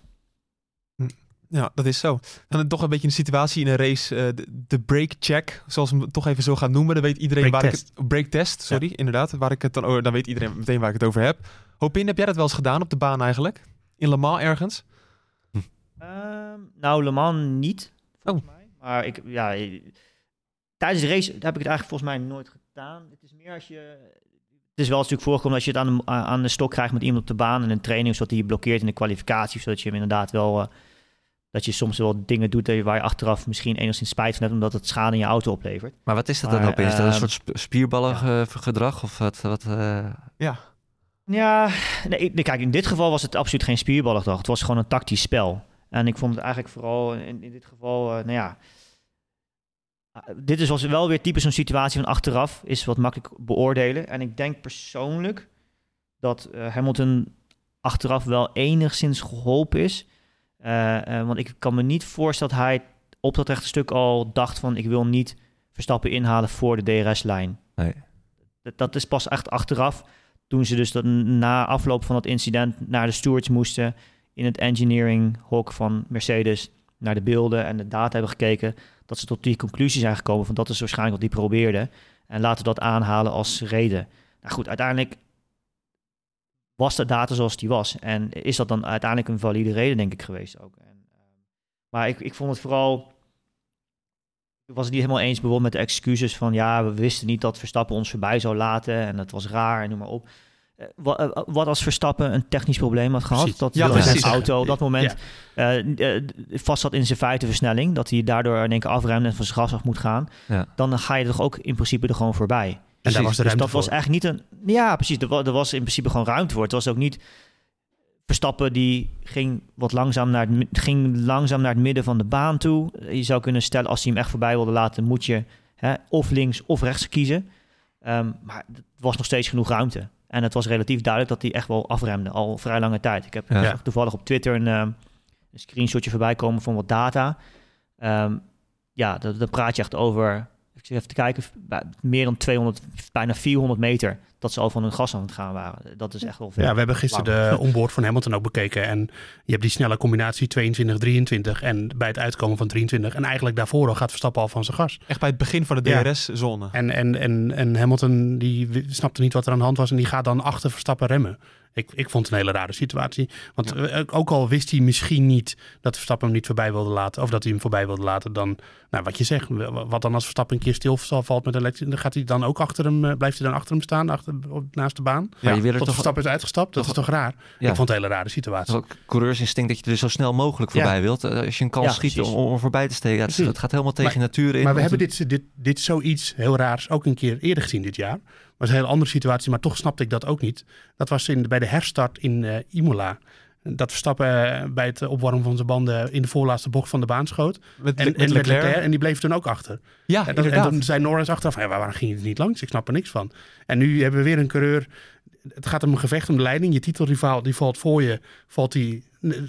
Ja, dat is zo. Dan toch een beetje een situatie in een race, uh, de, de break check, zoals we hem toch even zo gaan noemen. Dan weet iedereen Break waar test. ik het... Break test, sorry, ja. inderdaad. Waar ik het dan, oh, dan weet iedereen meteen waar ik het over heb. Hopin, heb jij dat wel eens gedaan op de baan eigenlijk? In Le Mans ergens? Hm. Uh, nou, Le Mans niet, volgens oh. mij. Maar ik, ja... Tijdens de race heb ik het eigenlijk volgens mij nooit gedaan. Het is meer als je... Het is wel een stuk voorgekomen als je het aan de, aan de stok krijgt met iemand op de baan in een training, zodat hij je blokkeert in de kwalificatie, zodat je hem inderdaad wel... Uh, dat je soms wel dingen doet waar je achteraf misschien enigszins spijt van hebt, omdat het schade in je auto oplevert. Maar wat is dat maar, dan opeens? Is dat een uh, soort sp- spierballig ja. uh, gedrag? Of wat? wat uh... Ja. Ja, nee, kijk, in dit geval was het absoluut geen spierballig gedrag. Het was gewoon een tactisch spel. En ik vond het eigenlijk vooral in, in dit geval, uh, nou ja... Uh, dit is was wel weer typisch zo'n situatie van achteraf, is wat makkelijk beoordelen. En ik denk persoonlijk dat uh, Hamilton achteraf wel enigszins geholpen is. Uh, uh, want ik kan me niet voorstellen dat hij op dat rechte stuk al dacht van, ik wil niet Verstappen inhalen voor de D R S-lijn. Nee. Dat, dat is pas echt achteraf, toen ze dus dat, na afloop van dat incident naar de stewards moesten in het engineering hok van Mercedes, naar de beelden en de data hebben gekeken, dat ze tot die conclusie zijn gekomen van dat is waarschijnlijk wat die probeerde. En laten we dat aanhalen als reden. Nou goed, uiteindelijk was de data zoals die was. En is dat dan uiteindelijk een valide reden, denk ik, geweest ook. En, uh, maar ik, ik vond het vooral... Ik was het niet helemaal eens bijvoorbeeld met de excuses van, ja, we wisten niet dat Verstappen ons voorbij zou laten en dat was raar en noem maar op. Uh, wat, uh, wat als Verstappen een technisch probleem had gehad? Precies. Dat ja, zijn precies. auto op dat moment ja. uh, uh, vast zat in zijn feitenversnelling, dat hij daardoor in één keer afremde en van zijn gas af moet gaan. Ja. Dan ga je toch ook in principe er gewoon voorbij. En daar was de dus ruimte dat was voor. eigenlijk niet een... Ja, precies. Er was, er was in principe gewoon ruimte voor. Het was ook niet... Verstappen die ging wat langzaam naar het, ging langzaam naar het midden van de baan toe. Je zou kunnen stellen, als hij hem echt voorbij wilde laten, moet je hè, of links of rechts kiezen. Um, maar er was nog steeds genoeg ruimte. En het was relatief duidelijk dat hij echt wel afremde, al vrij lange tijd. Ik heb Ja. toevallig op Twitter een, um, een screenshotje voorbij komen van wat data. Um, ja, dan praat je echt over... ik zit even te kijken, meer dan tweehonderd, bijna vierhonderd meter dat ze al van hun gas aan het gaan waren. Dat is echt wel veel. Ja, we hebben gisteren de onboard van Hamilton ook bekeken. En je hebt die snelle combinatie tweeëntwintig drieëntwintig. En bij het uitkomen van drieëntwintig. En eigenlijk daarvoor al gaat Verstappen al van zijn gas. Echt bij het begin van de Ja. D R S-zone. En, en, en, en Hamilton die snapte niet wat er aan de hand was. En die gaat dan achter Verstappen remmen. Ik, ik vond het een hele rare situatie. Want Ja. eh, ook al wist hij misschien niet dat Verstappen hem niet voorbij wilde laten. Of dat hij hem voorbij wilde laten. Dan, nou wat je zegt. Wat dan als Verstappen een keer stilvalt met een elektrische. Dan gaat hij dan ook achter hem. eh, Blijft hij dan achter hem staan. Achter, op, naast de baan. Maar je wil er Tot toch Verstappen is uitgestapt. Dat toch- is toch raar? Ja. Ik vond het een hele rare situatie. ook coureursinstinct dat je er zo snel mogelijk voorbij Ja. wilt. Eh, Als je een kans Ja, schiet om, precies. om voorbij te steken. Ja, het, Precies. het gaat helemaal tegen Maar- natuur in. Maar we want hebben het- dit, dit, dit zoiets heel raars ook een keer eerder gezien dit jaar. Maar het is een hele andere situatie, maar toch snapte ik dat ook niet. Dat was in, bij de herstart in uh, Imola. Dat Verstappen uh, bij het opwarmen van zijn banden in de voorlaatste bocht van de baan schoot. Met, En, met en, met Leclerc. Leclerc, en die bleef toen ook achter. Ja, En, dat, en inderdaad. toen zei Norris achteraf, ja, waarom ging het niet langs? Ik snap er niks van. En nu hebben we weer een coureur. Het gaat om een gevecht om de leiding. Je titelrivaal die valt voor je, valt die,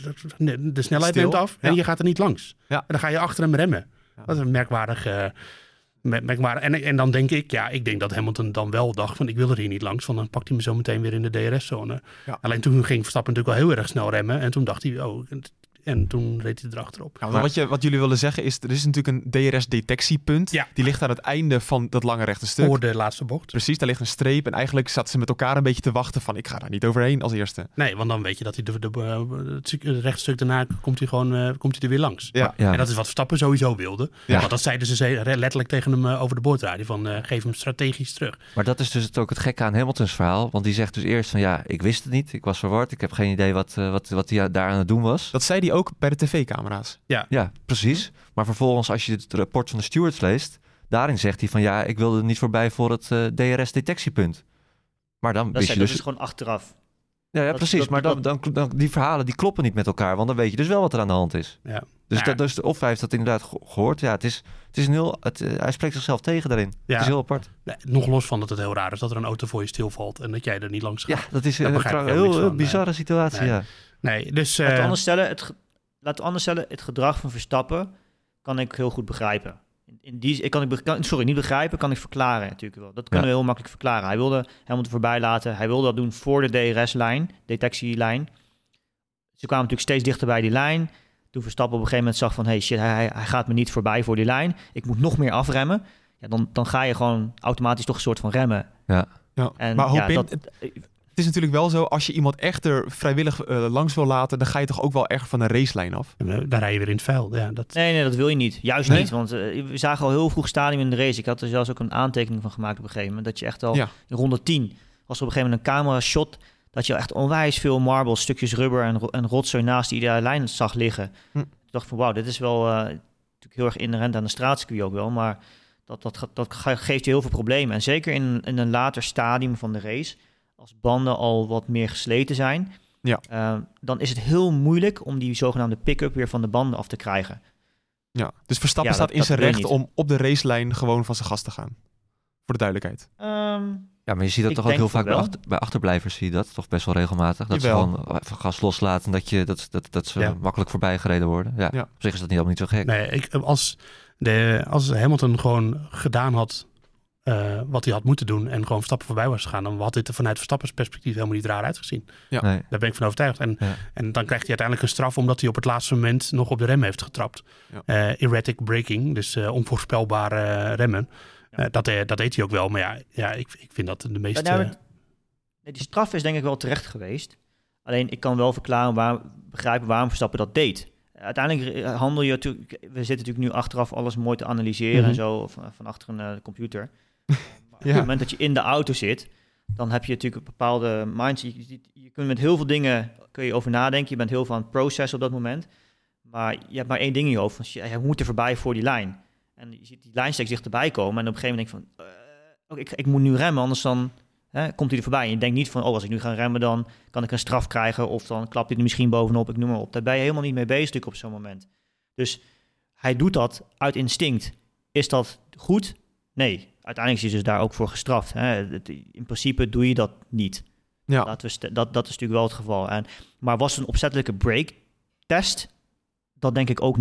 de snelheid Stil, neemt af en ja. je gaat er niet langs. Ja. En dan ga je achter hem remmen. Ja. Dat is een merkwaardig... Uh, merkwaardig. En, en dan denk ik, ja, ik denk dat Hamilton dan wel dacht van ik wil er hier niet langs, want dan pakt hij me zo meteen weer in de D R S-zone. Ja. Alleen toen ging Verstappen natuurlijk wel heel erg snel remmen en toen dacht hij, oh, en toen reed hij erachterop. Nou, wat, je, wat jullie willen zeggen is, er is natuurlijk een D R S-detectiepunt. Ja. Die ligt aan het einde van dat lange rechte stuk. Voor de laatste bocht. Precies, daar ligt een streep. En eigenlijk zaten ze met elkaar een beetje te wachten van, ik ga daar niet overheen als eerste. Nee, want dan weet je dat hij de, de, de, het stuk- het rechtstuk daarna komt hij gewoon uh, komt hij er weer langs. Ja. Ja. En dat is wat Verstappen sowieso wilde. Ja. Want dat zeiden ze ze- letterlijk tegen hem uh, over de boordradio. Van uh, geef hem strategisch terug. Maar dat is dus het, ook het gekke aan Hamiltons verhaal. Want die zegt dus eerst van ja, ik wist het niet. Ik was verward. Ik heb geen idee wat, uh, wat, wat hij daar aan het doen was. Dat zei hij ook bij de tv-camera's. Ja, precies. Maar vervolgens als je het rapport van de stewards leest, daarin zegt hij van ja, ik wilde er niet voorbij voor het uh, D R S-detectiepunt. Maar dan Dat, wist is, je dat dus... is gewoon achteraf. Ja, ja dat- precies. dat- maar dan, dan, dan, die verhalen die kloppen niet met elkaar. Want dan weet je dus wel wat er aan de hand is. Ja. Dus, Ja. dat, dus of hij heeft dat inderdaad ge- gehoord. Ja, het is, het is een heel... Het, uh, hij spreekt zichzelf tegen daarin. Ja. Het is heel apart. Nee, nog los van dat het heel raar is dat er een auto voor je stilvalt en dat jij er niet langs gaat. Ja, dat is Daar een begrijp ik een helemaal heel niks uh, van, bizarre situatie, Nee. ja. Nee, dus... Laten we Uh, anders stellen, het, ge- laten we anders stellen, het gedrag van Verstappen kan ik heel goed begrijpen. In, in die, ik kan ik, be- kan, sorry, niet begrijpen, kan ik verklaren natuurlijk wel. Dat kunnen Ja. we heel makkelijk verklaren. Hij wilde Hamilton voorbij laten. Hij wilde dat doen voor de D R S-lijn, detectielijn. Ze kwamen natuurlijk steeds dichter bij die lijn. Toen Verstappen op een gegeven moment zag van, hey shit, hij, hij gaat me niet voorbij voor die lijn. Ik moet nog meer afremmen. Ja, dan, dan ga je gewoon automatisch toch een soort van remmen. Ja. Ja. En maar ja, Hopin, dat, het, het is natuurlijk wel zo, als je iemand echt er vrijwillig uh, langs wil laten, dan ga je toch ook wel erg van een racelijn af. daar rij je weer in het vuil. Ja, dat... Nee, nee, dat wil je niet. Juist Nee? niet, want uh, we zagen al heel vroeg stadium in de race. Ik had er zelfs ook een aantekening van gemaakt op een gegeven moment. Dat je echt al Ja. in ronde tien was er op een gegeven moment een camera shot dat je echt onwijs veel marbles, stukjes rubber en, ro- en rotzooi naast die uh, lijn zag liggen. Hm. Ik dacht van wauw, dit is wel uh, natuurlijk heel erg inherent aan de straatcircuit ook wel, maar dat, dat, dat ge- geeft je heel veel problemen. En zeker in, in een later stadium van de race, als banden al wat meer gesleten zijn, Ja. uh, dan is het heel moeilijk om die zogenaamde pick-up weer van de banden af te krijgen. Ja. Dus Verstappen Ja, staat dat- in dat zijn wil je recht niet. om op de racelijn gewoon van zijn gas te gaan. Voor de duidelijkheid. Um, Ja, maar je ziet dat Ik toch ook denk heel vaak van bij, wel. achter, bij achterblijvers zie je dat toch best wel regelmatig. Dat Jawel. ze gewoon even gas loslaten en dat, je, dat, dat, dat ze Ja. makkelijk voorbij gereden worden. Ja, Ja. op zich is dat niet allemaal niet zo gek. Nee, ik, als, de, als Hamilton gewoon gedaan had uh, wat hij had moeten doen en gewoon Verstappen voorbij was gegaan, dan had dit er vanuit Verstappens perspectief helemaal niet raar uitgezien. Ja. Nee. Daar ben ik van overtuigd. En, Ja. en dan krijgt hij uiteindelijk een straf omdat hij op het laatste moment nog op de rem heeft getrapt. Ja. Uh, erratic braking, dus uh, onvoorspelbare remmen. Uh, dat, uh, dat deed hij ook wel, maar ja, ja ik, ik vind dat de meeste... Nou, het- nee, die straf is denk ik wel terecht geweest. Alleen ik kan wel verklaren waar, begrijpen waarom Verstappen dat deed. Uiteindelijk handel je natuurlijk... We zitten natuurlijk nu achteraf alles mooi te analyseren Mhm. en zo, van, van achter een uh, computer. Maar op Ja. het moment dat je in de auto zit, dan heb je natuurlijk een bepaalde mindset. Je, je, je kunt met heel veel dingen kun je over nadenken. Je bent heel veel aan het processen op dat moment. Maar je hebt maar één ding in je hoofd. Van, je, je moet er voorbij voor die lijn. En je ziet die lijn steeds dichterbij komen. En op een gegeven moment denk je van... Uh, oh, ik, ik moet nu remmen, anders dan hè, komt hij er voorbij. En je denkt niet van... Oh, als ik nu ga remmen, dan kan ik een straf krijgen. Of dan klapt hij er misschien bovenop. Ik noem maar op. Daar ben je helemaal niet mee bezig natuurlijk op zo'n moment. Dus hij doet dat uit instinct. Is dat goed? Nee. Uiteindelijk is hij dus daar ook voor gestraft. Hè. Het, in principe doe je dat niet. Ja. Laten we st- dat, dat is natuurlijk wel het geval. En, maar was het een opzettelijke break test? Dat denk ik ook niet.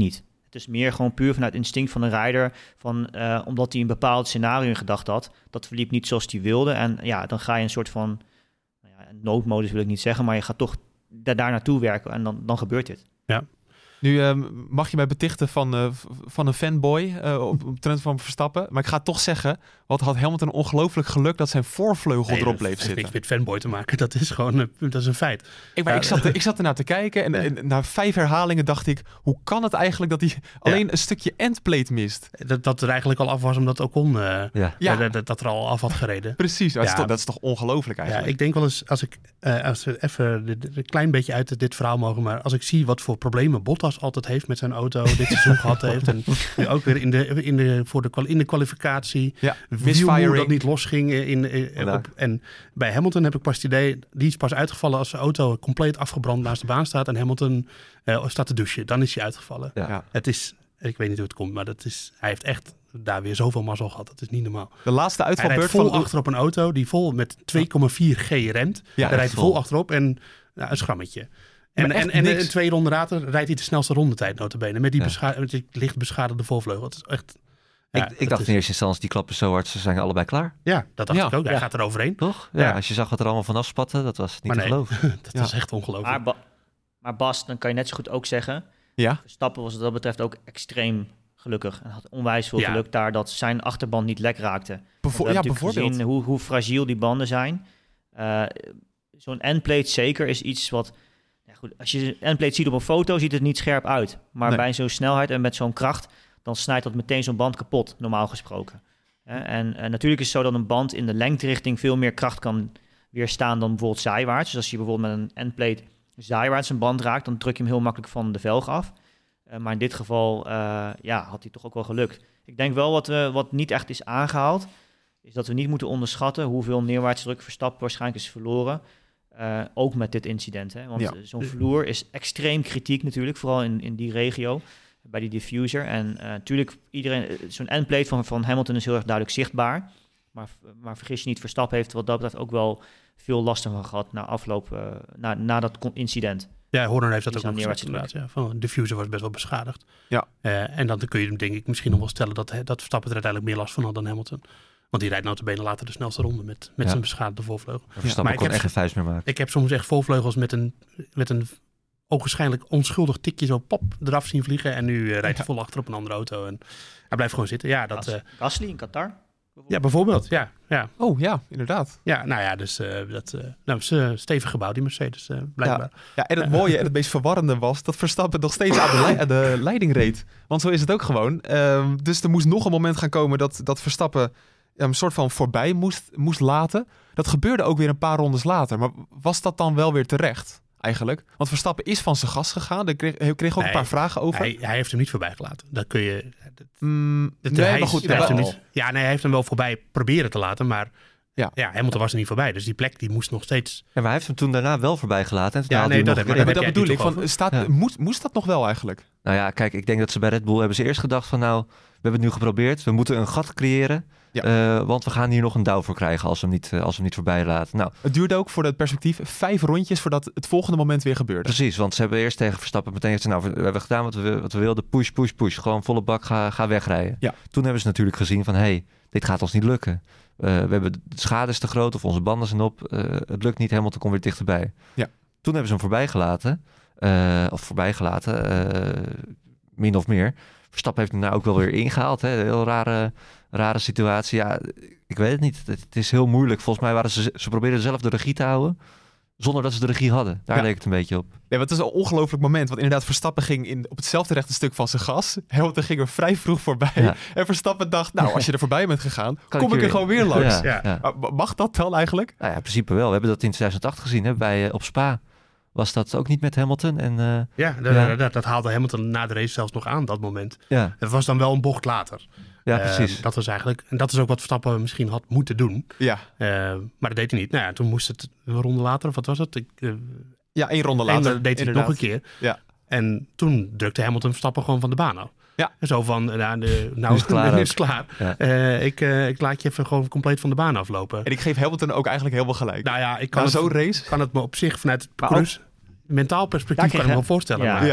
Het is meer gewoon puur vanuit instinct van de rijder, van, uh, omdat hij een bepaald scenario in gedachten had. Dat verliep niet zoals hij wilde. En ja, dan ga je een soort van, nou ja, noodmodus wil ik niet zeggen, maar je gaat toch da- daar naartoe werken en dan, dan gebeurt dit. Ja. Nu uh, mag je mij betichten van, uh, van een fanboy uh, op, op trend van Verstappen. Maar ik ga toch zeggen, wat had Hamilton ongelooflijk geluk dat zijn voorvleugel nee, erop dat bleef heeft zitten. niks met fanboy te maken. Dat is gewoon uh, dat is een feit. Ik, maar ja, ik, zat, ik zat ernaar te kijken en, en na vijf herhalingen dacht ik, hoe kan het eigenlijk dat hij alleen ja. een stukje endplate mist? Dat, dat er eigenlijk al af was omdat Ocon uh, ja. ja. dat, dat, dat er al af had gereden. Precies, dat, ja. is toch, dat is toch ongelooflijk eigenlijk. Ja, ik denk wel eens, als ik uh, als we even een klein beetje uit dit verhaal mogen, maar als ik zie wat voor problemen Bottas altijd heeft met zijn auto, dit seizoen gehad heeft en nu ook weer in de, in de, voor de, in de kwalificatie, ja, wielmoer dat niet losging in, in, in op, en bij Hamilton heb ik pas het idee, die is pas uitgevallen als zijn auto compleet afgebrand naast de baan staat en Hamilton uh, staat te douchen. Dan is hij uitgevallen. Ja. Ja. Het is, ik weet niet hoe het komt, maar dat is, hij heeft echt daar weer zoveel mazzel gehad. Dat is niet normaal. De laatste uitvalbeurt hij rijdt vol van... achter op een auto die vol met twee komma vier G remt. Ja, daar rijdt hij vol achterop en nou, een schrammetje. En, en, en, en twee ronden later rijdt hij de snelste rondetijd notabene. Met die, ja. bescha- met die licht beschadigde voorvleugel. Het is echt... Ja, ik ik dacht is... in eerste instantie, die klappen zo hard, ze zijn allebei klaar. Ja, dat dacht ja. ik ook. Hij ja. gaat er overheen. Toch? Ja, ja, als je zag wat er allemaal vanaf spatte, dat was niet maar te nee, geloven. dat ja. was echt ongelooflijk. Maar, ba- maar Bas, dan kan je net zo goed ook zeggen, ja. Verstappen was wat dat betreft ook extreem gelukkig. En had onwijs veel ja. geluk daar dat zijn achterband niet lek raakte. Bevo- we ja, hebben bijvoorbeeld. gezien hoe, hoe fragiel die banden zijn. Uh, zo'n endplate zeker is iets wat... Ja goed, als je een endplate ziet op een foto, ziet het niet scherp uit. Maar nee. bij zo'n snelheid en met zo'n kracht, dan snijdt dat meteen zo'n band kapot, normaal gesproken. Ja, en, en natuurlijk is het zo dat een band in de lengterichting veel meer kracht kan weerstaan dan bijvoorbeeld zijwaarts. Dus als je bijvoorbeeld met een endplate zijwaarts een band raakt, dan druk je hem heel makkelijk van de velg af. Uh, maar in dit geval uh, ja, had hij toch ook wel geluk. Ik denk wel wat, uh, wat niet echt is aangehaald, is dat we niet moeten onderschatten hoeveel neerwaartse druk Verstappen waarschijnlijk is verloren. Uh, ook met dit incident. Hè? Want ja. zo'n vloer is extreem kritiek natuurlijk, vooral in, in die regio, bij die diffuser. En natuurlijk, uh, iedereen, zo'n endplate van, van Hamilton is heel erg duidelijk zichtbaar. Maar, maar vergis je niet, Verstappen heeft wat dat betreft ook wel veel last van gehad na afloop, uh, na, na dat incident. Ja, Horner heeft dat ook nog gezegd gezegd inderdaad. Ja. Van, de diffuser was best wel beschadigd. Ja. Uh, en dan kun je denk ik misschien nog wel stellen dat, dat Verstappen er uiteindelijk meer last van had dan Hamilton. Want die rijdt notabene later de snelste ronde met, met ja. zijn beschadigde voorvleugel. Ja, Verstappen kon echt geen vuist meer maken. Ik heb soms echt voorvleugels met een, met een ogenschijnlijk onschuldig tikje zo pop eraf zien vliegen. En nu uh, rijdt hij ja. vol achter op een andere auto. En hij blijft gewoon zitten. Ja, dat, uh, Gasly in Qatar? Bijvoorbeeld. Ja, bijvoorbeeld. Ja, ja. Oh ja, inderdaad. Ja, nou ja, dus uh, dat uh, nou, is uh, stevig gebouwd, die Mercedes, uh, blijkbaar. Ja, ja, en het mooie en het meest verwarrende was dat Verstappen nog steeds aan de, le- aan de leiding reed. Want zo is het ook gewoon. Uh, dus er moest nog een moment gaan komen dat, dat Verstappen een soort van voorbij moest, moest laten. Dat gebeurde ook weer een paar rondes later. Maar was dat dan wel weer terecht, eigenlijk? Want Verstappen is van zijn gas gegaan. Daar kreeg, hij kreeg ook nee, een paar vragen over. Hij, hij heeft hem niet voorbij gelaten. Dat kun je... Dat, mm, dat, nee, hij maar goed. Hij heeft hem niet, ja, nee, hij heeft hem wel voorbij proberen te laten, maar... Ja. ja, Hamilton was er niet voorbij. Dus die plek die moest nog steeds... Ja, maar hij heeft hem toen daarna wel voorbij gelaten. En toen ja, nee, dat, nog heb, maar dat, dat bedoel ik. Van, staat, ja. moest, moest dat nog wel eigenlijk? Nou ja, kijk, ik denk dat ze bij Red Bull hebben ze eerst gedacht van nou, we hebben het nu geprobeerd. We moeten een gat creëren. Ja. Uh, want we gaan hier nog een douw voor krijgen als we hem niet, uh, als we hem niet voorbij laten. Nou, het duurde ook voor dat perspectief vijf rondjes voordat het volgende moment weer gebeurde. Precies, want ze hebben eerst tegen Verstappen meteen gezegd, nou, we hebben gedaan wat we, wat we wilden. Push, push, push. Gewoon volle bak, ga, ga wegrijden. Ja. Toen hebben ze natuurlijk gezien van, hé, hey, dit gaat ons niet lukken. Uh, we hebben de schade is te groot of onze banden zijn op. Uh, het lukt niet, helemaal te komen weer dichterbij. Ja. Toen hebben ze hem voorbij gelaten. Uh, of voorbij gelaten, uh, min of meer. Verstappen heeft hem nou ook wel weer ingehaald. Hè? Heel rare, rare situatie. Ja, ik weet het niet. Het, het is heel moeilijk. Volgens mij waren ze, ze probeerden zelf de regie te houden. Zonder dat ze de regie hadden. Daar ja. leek het een beetje op. Nee, want het is een ongelooflijk moment. Want inderdaad, Verstappen ging in, op hetzelfde rechte stuk van zijn gas. Hamilton ging er vrij vroeg voorbij. Ja. En Verstappen dacht, nou, als je er voorbij bent gegaan, kan kom ik, ik er gewoon weer langs. Ja, ja. Ja. Mag dat dan eigenlijk? Nou ja, in principe wel. We hebben dat in tweeduizend acht gezien hè, bij, uh, op Spa. Was dat ook niet met Hamilton? En, uh, ja, dat, ja. Dat, dat haalde Hamilton na de race zelfs nog aan, dat moment. Ja. Het was dan wel een bocht later. Ja, precies. Uh, dat was eigenlijk, en dat is ook wat Verstappen misschien had moeten doen. Ja. Uh, maar dat deed hij niet. Nou ja, toen moest het een ronde later, of wat was het? Ik, uh, ja, één ronde later. En deed hij het nog een keer. Ja. En toen drukte Hamilton Verstappen gewoon van de baan af. Ja. En zo van, nou, de, nou is het klaar. is het klaar. Ja. Uh, ik, uh, ik laat je even gewoon compleet van de baan aflopen. En ik geef Hamilton ook eigenlijk helemaal gelijk. Nou ja, ik kan, nou, het, zo'n race kan het me op zich vanuit het parcours... mentaal perspectief kan ik me wel voorstellen. Ja. Maar, ja.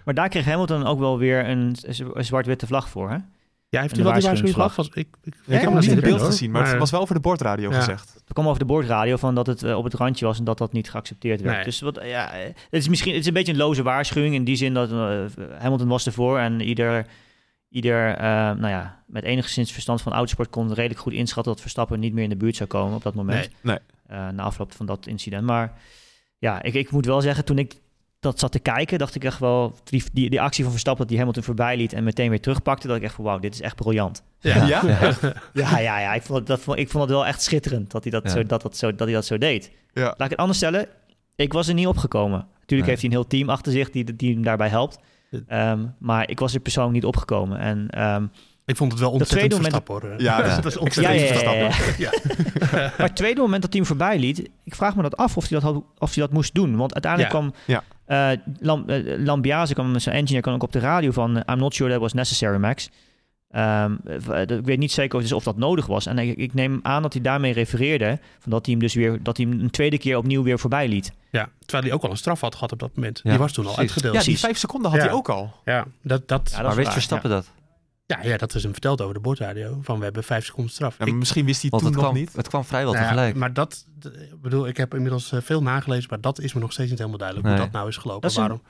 Maar daar kreeg Hamilton ook wel weer een, een zwart-witte vlag voor, hè? Ja, heeft En hij de wel die waarschuwing waarschuwingsvlag. gehad? Ik, ik, Ik heb hem dat niet in is beeld hoor. gezien, maar, Maar- het was wel over de bordradio Ja. gezegd. Er kwam over de boordradio van dat het uh, op het randje was en dat dat niet geaccepteerd werd. Nee. Dus wat, ja, het is misschien het is een beetje een loze waarschuwing in die zin dat uh, Hamilton was ervoor en ieder, ieder uh, nou ja, met enigszins verstand van autosport kon redelijk goed inschatten dat Verstappen niet meer in de buurt zou komen op dat moment. Nee. Nee. Uh, na afloop van dat incident. Maar ja, ik, ik moet wel zeggen, toen ik dat zat te kijken, dacht ik echt wel, die, die, die actie van Verstappen dat hij Hamilton voorbij liet en meteen weer terugpakte, dat ik echt van wauw, dit is echt briljant. Ja. Ja? Ja, ja, ja. Ik vond het, dat, vond- ik vond het wel echt schitterend dat hij dat, Ja. zo, dat, dat, zo, dat hij dat zo deed. Ja. Laat ik het anders stellen. Ik was er niet opgekomen. Natuurlijk Nee. heeft hij een heel team achter zich die, die hem daarbij helpt. Um, maar ik was er persoonlijk niet opgekomen. En, um, Ik vond het wel Dat tweede ontzettend moment- Verstappen, hoor. Ja, dat, ja. dat is ja, ontzettend ja, ja, ja, Verstappen. ja. Maar het tweede moment dat hij hem voorbij liet, ik vraag me dat af of hij dat, had, of hij dat moest doen. Want uiteindelijk Ja. kwam Ja. uh, Lam, uh, Lambiase, kwam, zijn engineer, kwam ook op de radio van uh, I'm not sure that was necessary, Max. Um, uh, ik weet niet zeker of, dus of dat nodig was. En ik, ik neem aan dat hij daarmee refereerde, van dat hij hem dus weer, dat hij hem een tweede keer opnieuw weer voorbij liet. Ja, terwijl hij ook al een straf had gehad op dat moment. Ja, die was toen al precies. uitgedeeld. Ja, die Precies. vijf seconden had Ja. hij ook al. Ja, dat, dat, Ja, dat Maar is wist waar, Verstappen dat? ja, ja, dat is hem verteld over de bordradio. Van we hebben vijf seconden straf. Ja, Ik- maar misschien wist hij Want toen het nog kwam, niet. het kwam vrijwel nou ja, tegelijk. maar dat, d- ik bedoel, ik heb inmiddels eh, veel nagelezen, maar dat is me nog steeds niet helemaal duidelijk Nee. hoe dat nou is gelopen. Dat is een- Waarom?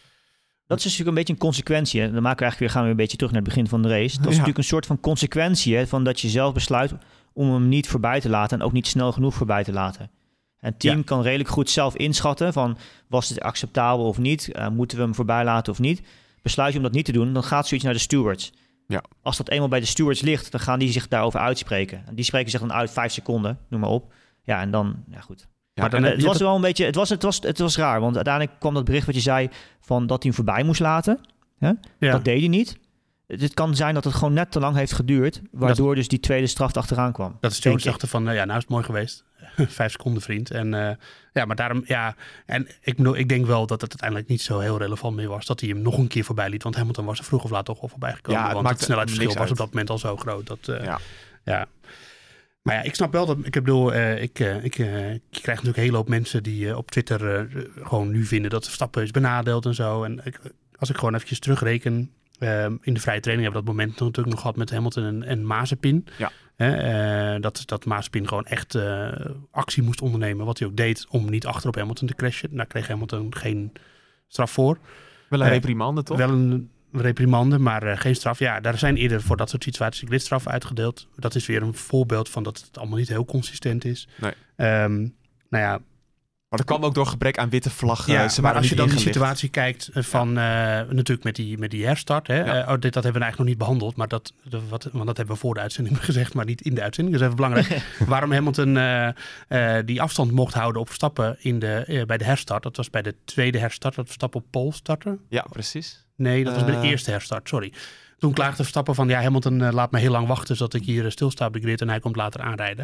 Dat is natuurlijk een beetje een consequentie. Hè. Dan maken we eigenlijk weer, gaan we weer een beetje terug naar het begin van de race. Dat is Ja. natuurlijk een soort van consequentie, hè, van dat je zelf besluit om hem niet voorbij te laten en ook niet snel genoeg voorbij te laten. En het team Ja. kan redelijk goed zelf inschatten van was dit acceptabel of niet, uh, moeten we hem voorbij laten of niet. Besluit je om dat niet te doen, dan gaat zoiets naar de stewards. Ja. Als dat eenmaal bij de stewards ligt, dan gaan die zich daarover uitspreken. En die spreken zich dan uit vijf seconden, noem maar op. Ja, en dan, ja goed. Ja, Maar dan En, heb het je was dat- wel een beetje, het was, het, was, het was raar, want uiteindelijk kwam dat bericht wat je zei van dat hij hem voorbij moest laten. Ja. Dat deed hij niet. Het kan zijn dat het gewoon net te lang heeft geduurd, waardoor dus die tweede straf achteraan kwam. Dat de stewards Denk ik. dachten van, nou ja, nou is het mooi geweest. Vijf seconden, vriend. En uh, ja, maar daarom, ja. En ik bedoel, ik denk wel dat het uiteindelijk niet zo heel relevant meer was dat hij hem nog een keer voorbij liet. Want Hamilton was er vroeg of laat toch al voorbij gekomen. Ja, het want maakt het snelheidsverschil niks was uit. op dat moment al zo groot. Dat, uh, Ja. ja. Maar ja, ik snap wel dat, ik bedoel, uh, ik, uh, ik, uh, ik krijg natuurlijk een hele hoop mensen die uh, op Twitter uh, gewoon nu vinden dat Verstappen is benadeeld en zo. En ik, als ik gewoon eventjes terugreken, uh, in de vrije training hebben we dat moment natuurlijk nog gehad met Hamilton en, en Mazepin. Ja. Hè, uh, dat, dat Mazepin gewoon echt uh, actie moest ondernemen, wat hij ook deed, om niet achter op Hamilton te crashen. Daar kreeg Hamilton geen straf voor. Wel een Uh, reprimande, toch? Wel een reprimande, maar uh, geen straf. Ja, daar zijn eerder voor dat soort situaties gridstraffen uitgedeeld. Dat is weer een voorbeeld van dat het allemaal niet heel consistent is. Nee. Um, nou ja, Maar dat kwam ook door gebrek aan witte vlaggen. ja, Ze maar waren als je niet dan die ingelicht. situatie kijkt uh, van uh, natuurlijk met die, met die herstart. Hè? Ja. Uh, oh, dit, dat hebben we eigenlijk nog niet behandeld. Maar dat, dat, wat, want dat hebben we voor de uitzending gezegd, maar niet in de uitzending. Dat is even belangrijk. Waarom Hamilton uh, uh, die afstand mocht houden op Verstappen in de, uh, bij de herstart. Dat was bij de tweede herstart. Dat Verstappen op pole startte. Ja, precies. Nee, dat was bij de Uh. eerste herstart, sorry. Toen klaagde Verstappen van, ja, Hamilton uh, laat me heel lang wachten zodat ik hier uh, stilsta op de grid en hij komt later aanrijden.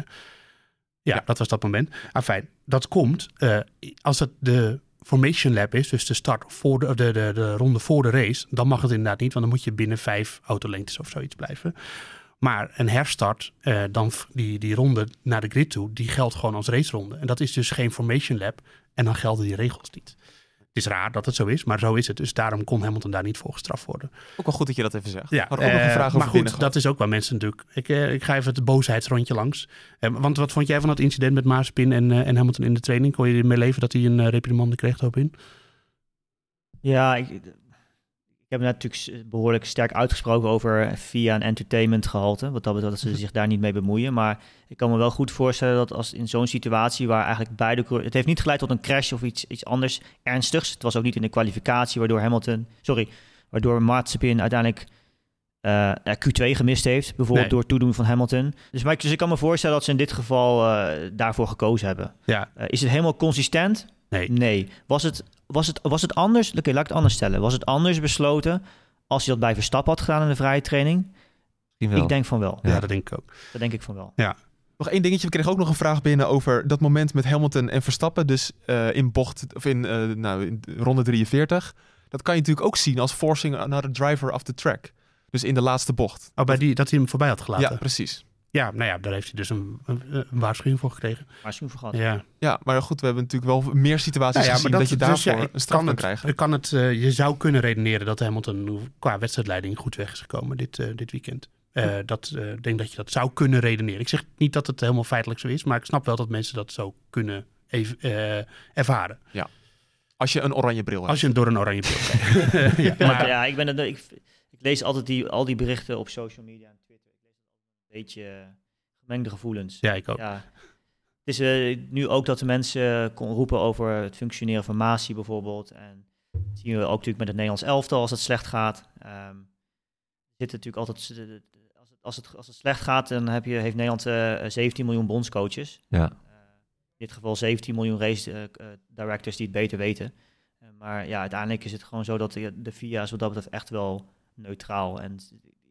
Ja, Ja. dat was dat moment. Enfin, dat komt uh, als het de formation lap is, dus de start voor de, de, de, de ronde voor de race, dan mag het inderdaad niet, want dan moet je binnen vijf autolengtes of zoiets blijven. Maar een herstart, uh, dan f- die, die ronde naar de grid toe, die geldt gewoon als raceronde. En dat is dus geen formation lap en dan gelden die regels niet. Het is raar dat het zo is, maar zo is het. Dus daarom kon Hamilton daar niet voor gestraft worden. Ook wel goed dat je dat even zegt. Ja, Maar ook nog een eh, vraag over maar goed, binnen dat is ook waar mensen natuurlijk... Ik, eh, ik ga even het boosheidsrondje langs. Eh, want wat vond jij van dat incident met Mazepin en, uh, en Hamilton in de training? Kon je ermee leven dat hij een uh, reprimande kreeg op in? Ja, ik, ik heb natuurlijk behoorlijk sterk uitgesproken over via een entertainment gehalte. Wat dat betreft dat ze zich daar niet mee bemoeien. Maar ik kan me wel goed voorstellen dat als in zo'n situatie waar eigenlijk beide... Het heeft niet geleid tot een crash of iets, iets anders ernstigs. Het was ook niet in de kwalificatie waardoor Hamilton... Sorry, waardoor Mazepin uiteindelijk uh, Q twee gemist heeft. Bijvoorbeeld Nee. door het toedoen van Hamilton. Dus, maar ik, dus ik kan me voorstellen dat ze in dit geval uh, daarvoor gekozen hebben. Ja. Uh, is het helemaal consistent? Nee. Nee. Was het, was het, was het anders? Oké, okay, laat ik het anders stellen. Was het anders besloten als hij dat bij Verstappen had gedaan in de vrije training? Misschien wel. Ik denk van wel. Ja, Ja. dat denk ik ook. Dat denk ik van wel. Nog één dingetje. We kregen ook nog een vraag binnen over dat moment met Hamilton en Verstappen. Dus uh, in bocht, of in, uh, nou, in ronde drieënveertig. Dat kan je natuurlijk ook zien als forcing another driver off the track. Dus in de laatste bocht. Oh, bij die, dat hij hem voorbij had gelaten. Ja, precies. Ja, nou ja, daar heeft hij dus een, een, een waarschuwing voor gekregen. Waarschuwing voor gehad. Ja. Ja, maar goed, we hebben natuurlijk wel meer situaties Nou ja, gezien maar dat, dat- je dus daarvoor ja, een straf kan kan het, krijgen. kan het, uh, je zou kunnen redeneren dat Hamilton qua wedstrijdleiding goed weg is gekomen dit, uh, dit weekend. Uh, dat, uh, ik denk dat je dat zou kunnen redeneren. Ik zeg niet dat het helemaal feitelijk zo is, maar ik snap wel dat mensen dat zo kunnen even, uh, ervaren. Als je een oranje bril hebt. Als je door een oranje bril kijkt. ja, Ik ben het- maar, ja, ik, ben het, ik, ik lees altijd die, al die berichten op social media en Twitter. Ik lees altijd een beetje uh, gemengde gevoelens. ja, ik ook. Ja. Het is uh, nu ook dat de mensen kon roepen over het functioneren van Masi bijvoorbeeld. En dat zien we ook natuurlijk met het Nederlands elftal als het slecht gaat. Um, er zit natuurlijk altijd, uh, als, het, als, het, als het slecht gaat, dan heb je, heeft Nederland uh, zeventien miljoen bondscoaches. Ja. Uh, in dit geval zeventien miljoen race uh, uh, directors die het beter weten. Uh, maar ja, uiteindelijk is het gewoon zo dat de, de V I A is wat dat betreft echt wel neutraal. En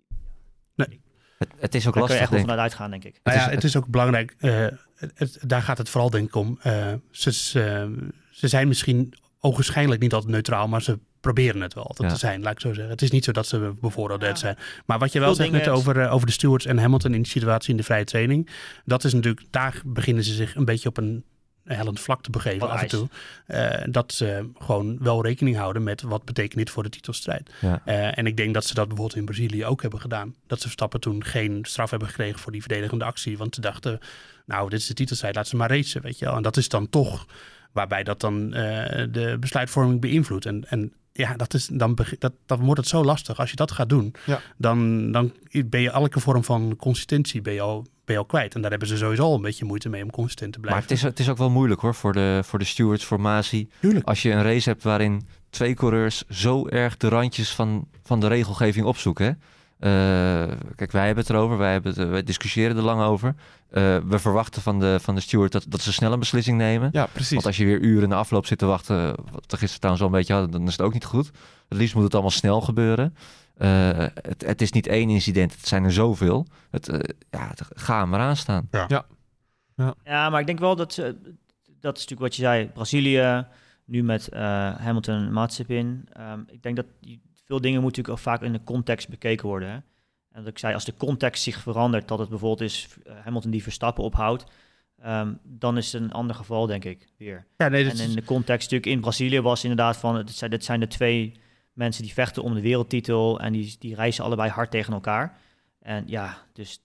Nee. Het, het is ook daar kun je lastig, echt wel denk ik. vanuit uitgaan, denk ik. Nou Het ja, is- het is ook belangrijk. Uh, het, het, daar gaat het vooral denk ik om. Uh, ze, ze, ze zijn misschien ogenschijnlijk niet altijd neutraal, maar ze proberen het wel altijd Ja. te zijn, laat ik zo zeggen. Het is niet zo dat ze bevooroordeeld Ja. zijn. Maar wat je wel Veel zegt net dingen- over, uh, over de stewards en Hamilton in de situatie in de vrije training, dat is natuurlijk, daar beginnen ze zich een beetje op een hellend vlak te begeven Wat af en ijs. toe. Uh, dat ze gewoon wel rekening houden met wat betekent dit voor de titelstrijd. Ja. Uh, en ik denk dat ze dat bijvoorbeeld in Brazilië ook hebben gedaan. Dat ze Verstappen toen geen straf hebben gekregen voor die verdedigende actie. Want ze dachten, nou, dit is de titelstrijd, laten ze maar racen, weet je wel. En dat is dan toch waarbij dat dan uh, de besluitvorming beïnvloedt. En, en ja, dat is, dan, beg- dat, dan wordt het zo lastig. Als je dat gaat doen, Ja. dan, dan ben je elke vorm van consistentie ben je, al, ben je al kwijt. En daar hebben ze sowieso al een beetje moeite mee om consistent te Maar blijven. het is, het is ook wel moeilijk hoor, voor de, voor de stewards, voor Masi. Tuurlijk. Als je een race hebt waarin twee coureurs zo erg de randjes van, van de regelgeving opzoeken. Hè? Uh, kijk, wij hebben het erover, wij, hebben het, wij discussiëren er lang over. Uh, we verwachten van de, van de steward dat, dat ze snel een beslissing nemen. Ja, precies. Want als je weer uren in de afloop zit te wachten, wat we gisteren trouwens al een beetje hadden, dan is het ook niet goed. Het liefst moet het allemaal snel gebeuren. Uh, het, het is niet één incident, het zijn er zoveel. Het, uh, ja, het, ga maar aan staan. Ja. Ja. Ja, maar ik denk wel dat ze, dat is natuurlijk wat je zei, Brazilië, nu met uh, Hamilton, Mazepin. Um, ik denk dat die, veel dingen moeten natuurlijk ook vaak in de context bekeken worden. Hè? En dat ik zei, als de context zich verandert, dat het bijvoorbeeld is uh, Hamilton die Verstappen ophoudt, um, dan is het een ander geval, denk ik, weer. Ja, nee, dat En is- in de context natuurlijk in Brazilië was inderdaad van, het zijn, dit zijn de twee mensen die vechten om de wereldtitel en die, die reizen allebei hard tegen elkaar. En ja, dus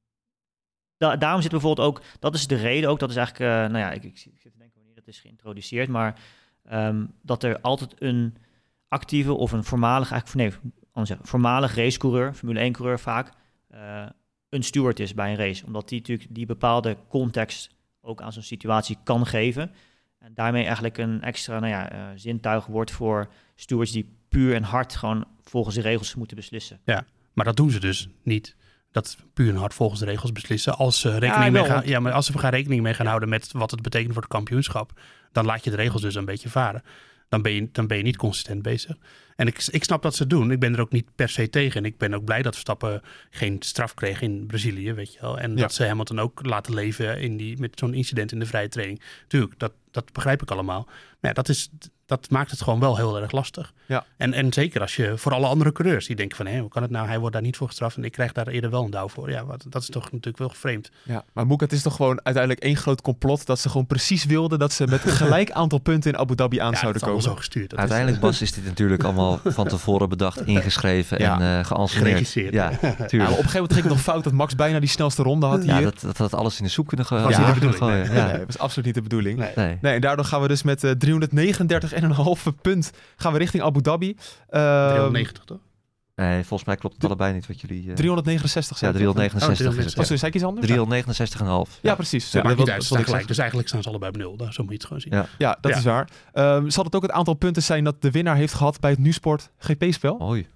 da- daarom zit bijvoorbeeld ook, dat is de reden ook, dat is eigenlijk, uh, nou ja, ik, ik, ik zit te denken wanneer dat is geïntroduceerd, maar um, dat er altijd een actieve of een voormalig, eigenlijk, nee, anders zeggen, voormalig racecoureur, Formule één coureur vaak, uh, een steward is bij een race. Omdat die natuurlijk die bepaalde context ook aan zo'n situatie kan geven. En daarmee eigenlijk een extra nou ja, uh, zintuig wordt voor stewards die puur en hard gewoon volgens de regels moeten beslissen. Maar dat doen ze dus niet. Dat puur en hard volgens de regels beslissen. Als ze rekening, Ja, mee, wel, gaan, want- ja, maar als ze gaan rekening mee gaan Ja. houden met wat het betekent voor het kampioenschap, dan laat je de regels dus een beetje varen. Dan ben je, dan ben je niet consistent bezig. En ik, ik snap dat ze het doen. Ik ben er ook niet per se tegen. En ik ben ook blij dat Verstappen geen straf kreeg in Brazilië, weet je wel. En Ja. dat ze Hamilton ook laten leven in die, met zo'n incident in de vrije training. Tuurlijk, dat, dat begrijp ik allemaal. Maar ja, dat, is, dat maakt het gewoon wel heel erg lastig. Ja. En, en zeker als je voor alle andere coureurs die denken van, hé, hoe kan het nou? Hij wordt daar niet voor gestraft en ik krijg daar eerder wel een douw voor. Ja, wat, dat is toch natuurlijk wel vreemd. Ja, maar Moek, het is toch gewoon uiteindelijk één groot complot dat ze gewoon precies wilden dat ze met een gelijk aantal punten in Abu Dhabi aan Ja, zouden dat is allemaal komen. zo gestuurd. Dat Uiteindelijk, Bas, is dit natuurlijk allemaal van tevoren bedacht, ingeschreven Ja. en uh, geanceneerd. Geregisseerd. Ja, Ja, maar op een tuurlijk. gegeven moment ging het nog fout dat Max bijna die snelste ronde had hier. Ja, dat, dat had alles in de soep kunnen, ge- Was niet de bedoeling, gooien. nee. Ja. Nee, dat was absoluut niet de bedoeling. Nee. Nee. Nee, en daardoor gaan we dus met uh, driehonderdnegenendertig komma vijf punt gaan we richting Abu Dhabi. Uh, driehonderdnegentig toch? Nee, volgens mij klopt het allebei niet wat jullie... Uh... driehonderdnegenenzestig Ja, zei ik toch? driehonderdnegenenzestig Oh, is Oh, het. sorry, zei ik iets anders? driehonderdnegenenzestig komma vijf. Ja, precies. Ja, Ja, maakt dat niet uit, wil- ze wilde staan ik gelijk. zeggen. Dus eigenlijk staan ze allebei op nul. Daar- Zo moet je het gewoon zien. Ja. Ja, dat Ja. is waar. Um, zal het ook het aantal punten zijn dat de winnaar heeft gehad bij het NuSport G P-spel? Hoi.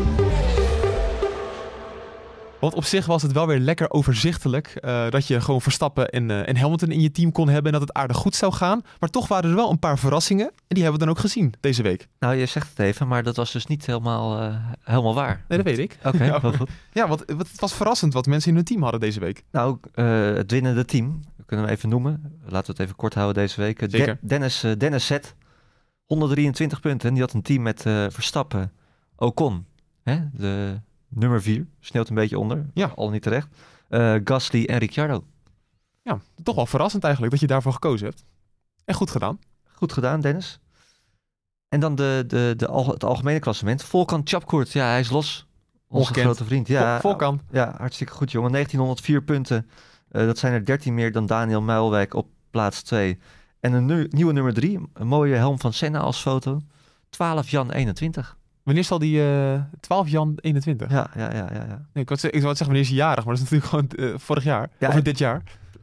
Want op zich was het wel weer lekker overzichtelijk. Uh, dat je gewoon Verstappen en, uh, en Hamilton in je team kon hebben. En dat het aardig goed zou gaan. Maar toch waren er wel een paar verrassingen. En die hebben we dan ook gezien deze week. Nou, je zegt het even, maar dat was dus niet helemaal, uh, helemaal waar. Nee, dat weet ik. Oké, Ja. wel goed. Ja, want wat, het was verrassend wat mensen in hun team hadden deze week. Nou, uh, het winnende team, we kunnen hem even noemen. Laten we het even kort houden deze week. De- Zeker. Dennis, uh, Dennis Zet, honderddrieëntwintig punten. En die had een team met uh, Verstappen, Ocon, hè? De nummer vier. Sneeuwt een beetje onder, Ja. al niet terecht. uh, Gasly en Ricciardo. Ja, toch wel verrassend eigenlijk dat je daarvoor gekozen hebt. En goed gedaan. Goed gedaan, Dennis. En dan de, de, de, al, het algemene klassement. Volkan Chapkoert, ja, hij is los. Onze Ongekend. grote vriend. Ja, Vol, Volkan. Ja, hartstikke goed, jongen. negentienhonderdvier punten. Uh, dat zijn er dertien meer dan Daniel Muilwijk op plaats twee. En een nu, nieuwe nummer drie. Een mooie helm van Senna als foto. twaalf Jan eenentwintig. Wanneer zal die uh, twaalf Jan eenentwintig? Ja, ja, ja, ja. ja. Nee, ik wou zeggen, wanneer is hij jarig? Maar dat is natuurlijk gewoon uh, vorig jaar. Ja, of en... dit jaar.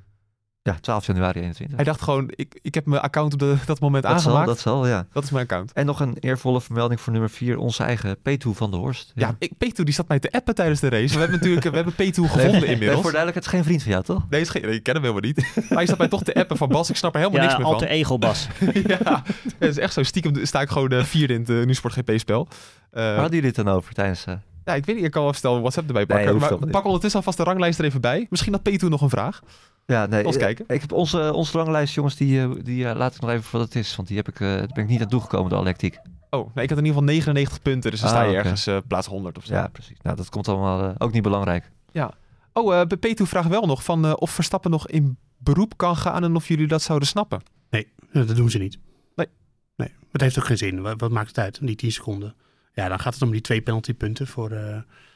Ja, twaalf januari eenentwintig. Hij dacht gewoon, ik, ik heb mijn account op de, dat moment dat aangemaakt. Zal, dat zal, ja. Dat is mijn account. En nog een eervolle vermelding voor nummer vier. Onze eigen Petu van der Horst. Ja, ja ik, Petu die zat mij te appen tijdens de race. We hebben natuurlijk we hebben Petu gevonden nee, inmiddels. Nee, voor duidelijkheid, het is geen vriend van jou, toch? Nee, is geen, nee ik ken hem helemaal niet. Maar hij zat mij toch te appen van Bas, ik snap er helemaal ja, niks meer van. alter ego Bas. Ja, het is echt zo. Stiekem sta ik gewoon uh, vierde in het uh, Nusport G P-spel. Uh, Waar hadden jullie het dan over tijdens... Uh... Ja, ik weet niet, ik kan wel snel WhatsApp erbij pakken. Nee, maar pak ondertussen alvast de ranglijst er even bij. Misschien had Petu nog een vraag. Ja, nee. Eens kijken. Ik heb onze, onze ranglijst, jongens, die, die uh, laat ik nog even voor wat het is. Want die heb ik, uh, daar ben ik niet aan toegekomen door alle hectiek. Oh, nee, ik had in ieder geval negenennegentig punten. Dus dan ah, sta je okay. ergens uh, plaats honderd of zo. Ja, precies. Nou, dat komt allemaal uh, ook niet belangrijk. Ja. Oh, uh, Petu vraagt wel nog van uh, of Verstappen nog in beroep kan gaan en of jullie dat zouden snappen. Nee, dat doen ze niet. Nee. Nee, het heeft ook geen zin. Wat, wat maakt het uit? Die tien seconden. Ja, dan gaat het om die twee penaltypunten voor uh,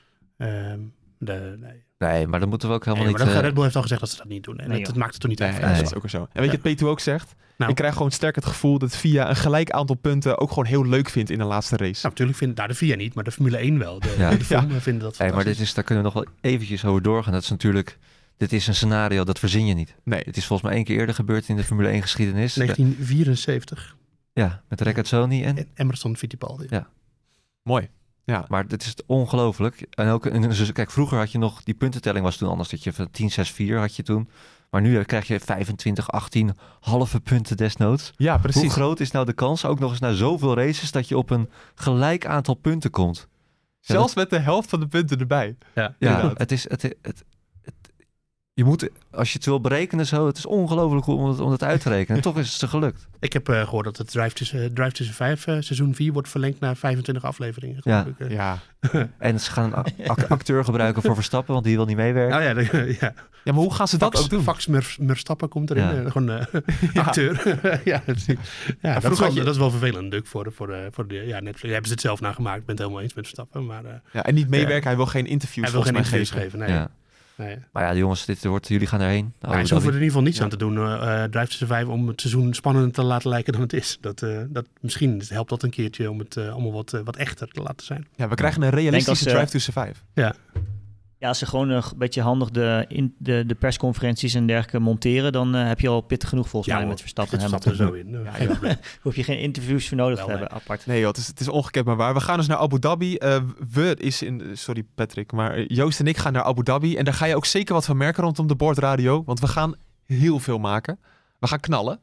uh, de... Nee. Nee, maar dan moeten we ook helemaal nee, niet... Maar uh... Red Bull heeft al gezegd dat ze dat niet doen. En nee, dat, dat maakt het toch niet uit. Nee, nee, dat is ook zo. En weet je wat Petu ook zegt? Nou, ik krijg gewoon sterk het gevoel dat V I A een gelijk aantal punten ook gewoon heel leuk vindt in de laatste race. Nou, natuurlijk vindt daar de V I A niet, maar de Formule één wel. De, ja. de F O M ja. vinden dat hey, maar dit is, daar kunnen we nog wel eventjes over doorgaan. Dat is natuurlijk... Dit is een scenario, dat verzin je niet. Nee. Het is volgens mij één keer eerder gebeurd in de Formule één geschiedenis. negentien vierenzeventig. Ja, met Ricciardo en... en Emerson Fittipaldi. Ja. Mooi. Ja. Maar dit is ongelooflijk. En ook, en kijk, vroeger had je nog, die puntentelling was toen anders. Dat je tien zes vier had je toen. Maar nu krijg je vijfentwintig achttien halve punten desnoods. Ja, precies. Hoe groot is nou de kans, ook nog eens na zoveel races, dat je op een gelijk aantal punten komt? Zelfs ja, dat... met de helft van de punten erbij. Ja, ja het is... Het, het, het, het, je moet, als je het wil berekenen zo, het is ongelooflijk om het, om het uit te rekenen. En toch is het ze gelukt. Ik heb uh, gehoord dat het Drive tussen, Drive tussen vijf, uh, seizoen vier, wordt verlengd naar vijfentwintig afleveringen. Ja. Ik, uh. ja. En ze gaan een act- acteur gebruiken voor Verstappen, want die wil niet meewerken. Oh ja, de, ja. ja, maar hoe gaan ze dat Fax, ook doen? Fax Merstappen komt erin. Ja. Uh, gewoon uh, ja. acteur. ja, dat, is, ja, dat, is wel, je... dat is wel vervelend natuurlijk voor, voor, de, voor de ja, Netflix. Daar hebben ze het zelf nagemaakt. Ik ben het helemaal eens met Verstappen. Maar, uh, ja, en niet meewerken. Uh, hij wil geen interviews Hij wil geen interviews geven. geven, nee. Ja. Nee. Maar ja, jongens, dit wordt, jullie gaan erheen. Nou, ze hoeven er in ieder geval niets ja. aan te doen. Uh, Drive tussen vijf om het seizoen spannender te laten lijken dan het is. Dat, uh, dat, misschien helpt dat een keertje om het uh, allemaal wat, uh, wat echter te laten zijn. Ja, we krijgen een realistische Drive tussen vijf. Ja. Ja, als ze gewoon een beetje handig de, in de, de persconferenties en dergelijke monteren, dan uh, heb je al pittig genoeg volgens ja, mij hoor, met Verstappen. Het staat er zo in. Uh, ja, ja. Hoef je geen interviews voor nodig wel, te nee. hebben, apart. Nee joh, het is, het is ongekend maar waar. We gaan dus naar Abu Dhabi. Uh, we is in, sorry Patrick, maar Joost en ik gaan naar Abu Dhabi. En daar ga je ook zeker wat van merken rondom de boordradio. Want we gaan heel veel maken. We gaan knallen.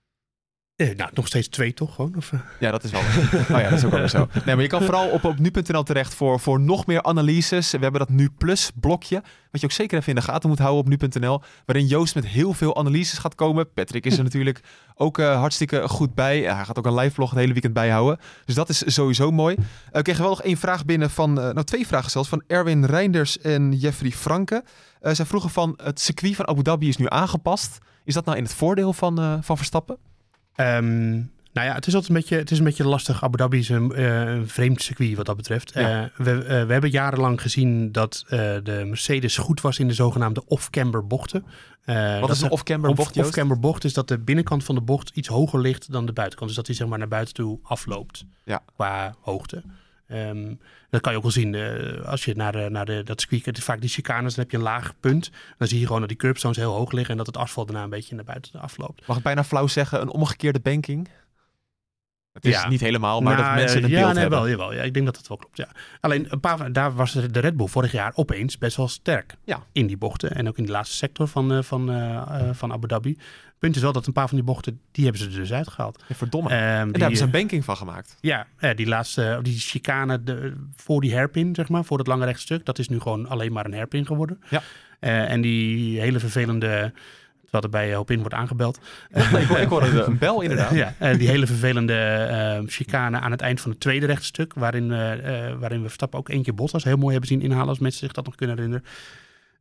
Eh, nou, nog steeds twee toch gewoon? Of, uh... Ja, dat is wel. Oh ja, dat is ook wel zo. Nee, maar je kan vooral op, op nu punt n l terecht voor, voor nog meer analyses. We hebben dat Nu Plus blokje, wat je ook zeker even in de gaten moet houden op nu punt n l. Waarin Joost met heel veel analyses gaat komen. Patrick is er natuurlijk ook uh, hartstikke goed bij. Uh, hij gaat ook een live vlog het hele weekend bijhouden. Dus dat is sowieso mooi. Uh, ik kreeg wel nog één vraag binnen van, uh, nou twee vragen zelfs, van Erwin Reinders en Jeffrey Franke. Uh, zij vroegen van, het circuit van Abu Dhabi is nu aangepast. Is dat nou in het voordeel van, uh, van Verstappen? Um, nou ja, het is altijd een beetje, het is een beetje lastig. Abu Dhabi is een, uh, een vreemd circuit wat dat betreft. Ja. Uh, we, uh, we hebben jarenlang gezien dat uh, de Mercedes goed was in de zogenaamde off-camber bochten. Uh, wat is een off-camber bocht, off, off-camber bocht is dat de binnenkant van de bocht iets hoger ligt dan de buitenkant. Dus dat hij zeg maar naar buiten toe afloopt ja. qua hoogte. Um, dat kan je ook wel zien uh, als je naar, de, naar de, dat circuit kijkt. Vaak die chicanes, dan heb je een laag punt. Dan zie je gewoon dat die curbstones heel hoog liggen en dat het asfalt daarna een beetje naar buiten afloopt. Mag ik bijna flauw zeggen, een omgekeerde banking? Het is ja. niet helemaal, maar nou, dat mensen een ja, beeld nee, hebben. Wel, jawel, ja, ik denk dat het wel klopt, ja. Alleen, een paar, daar was de Red Bull vorig jaar opeens best wel sterk ja. in die bochten. En ook in de laatste sector van, uh, van, uh, van Abu Dhabi. Het punt is wel dat een paar van die bochten, die hebben ze er dus uitgehaald. Ja, verdomme. Um, en die, daar hebben ze een banking van gemaakt. Ja, uh, die laatste, die chicane de, voor die hairpin, zeg maar, voor het lange rechtstuk. Dat is nu gewoon alleen maar een hairpin geworden. Ja. Uh, en die hele vervelende... Wat er bij Hopin wordt aangebeld. Ja, ik, ik hoorde een bel inderdaad. Ja, uh, die hele vervelende uh, chicane aan het eind van het tweede rechtstuk. Waarin, uh, uh, waarin we Verstappen ook één keer Bottas heel mooi hebben zien inhalen. Als mensen zich dat nog kunnen herinneren.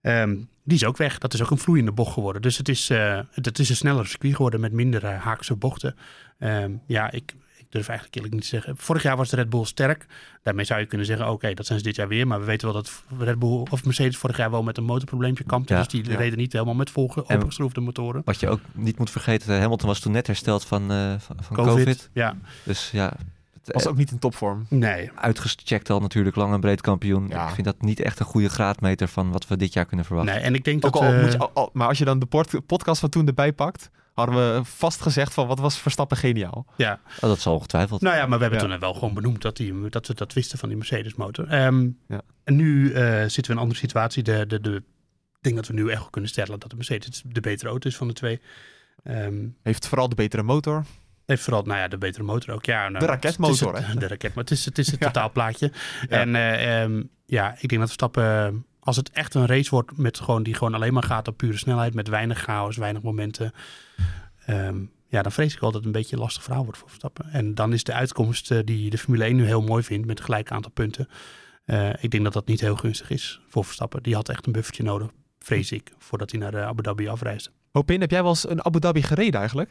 Um, die is ook weg. Dat is ook een vloeiende bocht geworden. Dus het is, uh, het is een sneller circuit geworden met minder uh, haakse bochten. Um, ja, ik, ik durf eigenlijk eerlijk niet te zeggen. Vorig jaar was de Red Bull sterk. Daarmee zou je kunnen zeggen, oké, okay, dat zijn ze dit jaar weer. Maar we weten wel dat Red Bull of Mercedes vorig jaar wel met een motorprobleempje kampte. Ja, dus die ja. reden niet helemaal met vol opengeschroefde motoren. Wat je ook niet moet vergeten, Hamilton was toen net hersteld van, uh, van, van COVID. COVID. Ja. Dus ja... Was ook niet in topvorm. Nee. Uitgecheckt al natuurlijk, lang en breed kampioen. Ja. Ik vind dat niet echt een goede graadmeter van wat we dit jaar kunnen verwachten. Nee, en ik denk ook dat... Al, uh... moet je, al, al, maar als je dan de port, podcast van toen erbij pakt, hadden we vast gezegd van wat was Verstappen geniaal. Ja. Oh, dat is al ongetwijfeld. Nou ja, maar we hebben ja. toen wel gewoon benoemd dat, die, dat we dat wisten van die Mercedes motor. Um, ja. En nu uh, zitten we in een andere situatie. De, de, de, ik denk dat we nu echt wel kunnen stellen dat de Mercedes de betere auto is van de twee. Um, Heeft vooral de betere motor. Heeft vooral, nou ja, de betere motor ook. Ja, nou, de raketmotor, het, het, de raket, maar het is het, is het ja. totaalplaatje. Ja. En uh, um, ja, ik denk dat Verstappen, als het echt een race wordt met gewoon die gewoon alleen maar gaat op pure snelheid, met weinig chaos, weinig momenten, um, ja, dan vrees ik wel dat het een beetje een lastig verhaal wordt voor Verstappen. En dan is de uitkomst uh, die de Formule één nu heel mooi vindt, met een gelijk aantal punten. Uh, ik denk dat dat niet heel gunstig is voor Verstappen. Die had echt een buffertje nodig, vrees ik, voordat hij naar uh, Abu Dhabi afreisde. Hopin, heb jij wel eens een Abu Dhabi gereden eigenlijk?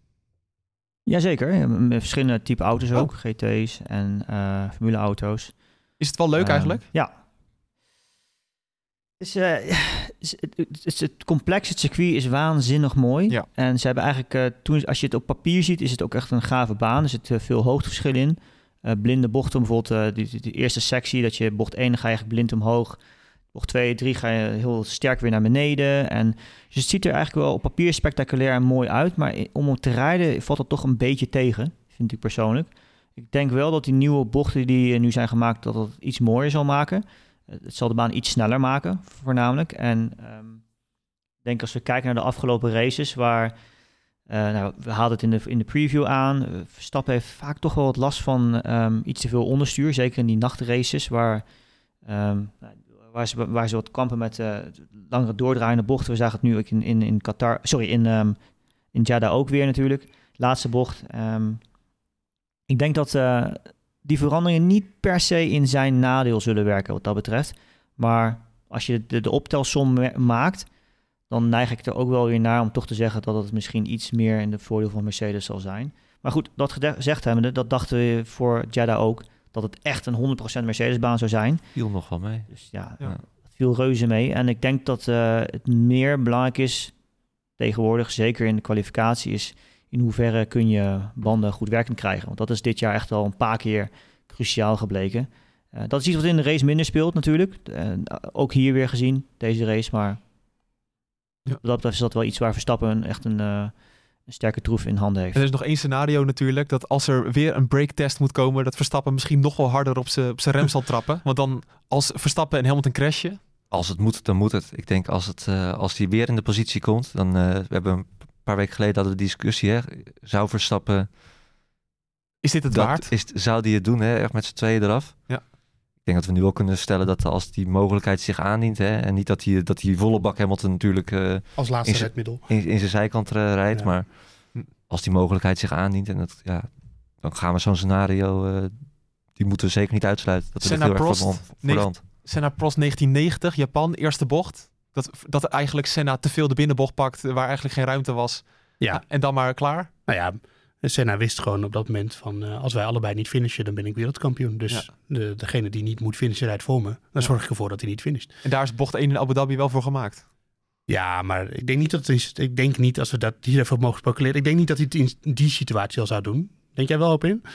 Jazeker, met verschillende type auto's ook, oh. G T's en uh, formuleauto's. Is het wel leuk uh, eigenlijk? Ja. Dus, uh, het, het, het complex, het circuit is waanzinnig mooi. Ja. En ze hebben eigenlijk, uh, toen, als je het op papier ziet, is het ook echt een gave baan. Er zit uh, veel hoogteverschil in. Uh, blinde bochten, bijvoorbeeld uh, die, die, die eerste sectie, dat je bocht één ga je eigenlijk blind omhoog. Bocht twee, drie ga je heel sterk weer naar beneden. En dus het ziet er eigenlijk wel op papier spectaculair en mooi uit. Maar om op te rijden valt dat toch een beetje tegen, vind ik persoonlijk. Ik denk wel dat die nieuwe bochten die nu zijn gemaakt, dat het iets mooier zal maken. Het zal de baan iets sneller maken, voornamelijk. En um, ik denk als we kijken naar de afgelopen races, waar... Uh, nou, we haalden het in de, in de preview aan. Uh, Verstappen heeft vaak toch wel wat last van um, iets te veel onderstuur. Zeker in die nachtraces, waar... Um, Waar ze, waar ze wat kampen met uh, langere doordraaiende bochten. We zagen het nu ook in, in, in Qatar. Sorry, in, um, in Jeddah ook weer natuurlijk. Laatste bocht. Um, ik denk dat uh, die veranderingen niet per se in zijn nadeel zullen werken wat dat betreft. Maar als je de, de optelsom maakt, dan neig ik er ook wel weer naar om toch te zeggen dat het misschien iets meer in de voordeel van Mercedes zal zijn. Maar goed, dat gezegd hebbende, dat dachten we voor Jeddah ook. Dat het echt een honderd procent Mercedes-baan zou zijn. Viel nog wel mee. Dus ja, ja. het viel reuze mee. En ik denk dat uh, het meer belangrijk is tegenwoordig, zeker in de kwalificatie, is in hoeverre kun je banden goed werkend krijgen. Want dat is dit jaar echt al een paar keer cruciaal gebleken. Uh, dat is iets wat in de race minder speelt natuurlijk. Uh, ook hier weer gezien, deze race. Maar ja. Wat dat betreft is dat wel iets waar Verstappen echt een... Uh, een sterke troef in handen heeft. En er is nog één scenario natuurlijk, dat als er weer een breaktest moet komen, dat Verstappen misschien nog wel harder op zijn rem zal trappen. Want dan als Verstappen en Hamilton crashen... Als het moet, dan moet het. Ik denk als het uh, als hij weer in de positie komt, dan uh, we hebben een paar weken geleden hadden we de discussie, hè, zou Verstappen... Is dit het dat, waard? Is, zou die het doen, hè, echt met z'n tweeën eraf? Ja. Ik denk dat we nu wel kunnen stellen dat als die mogelijkheid zich aandient, hè, en niet dat hij dat die volle bak Hamilton natuurlijk uh, als laatste redmiddel in, in zijn zijkant uh, rijdt, ja. Maar als die mogelijkheid zich aandient, en dat, ja, dan gaan we zo'n scenario, uh, die moeten we zeker niet uitsluiten. Dat Senna heel Prost, erg voor de hand. Senna Prost negentien negentig, Japan, eerste bocht. Dat, dat eigenlijk Senna te veel de binnenbocht pakt, waar eigenlijk geen ruimte was. Ja. En dan maar klaar. Nou ja, Senna wist gewoon op dat moment van, uh, als wij allebei niet finishen, dan ben ik wereldkampioen. Dus ja. de, degene die niet moet finishen rijdt voor me. Dan ja. zorg ik ervoor dat hij niet finisht. En daar is bocht één in Abu Dhabi wel voor gemaakt. Ja, maar ik denk niet dat het is, ik denk niet, als we dat hier even op mogen speculeren, ik denk niet dat hij het in die situatie al zou doen. Denk jij wel op in?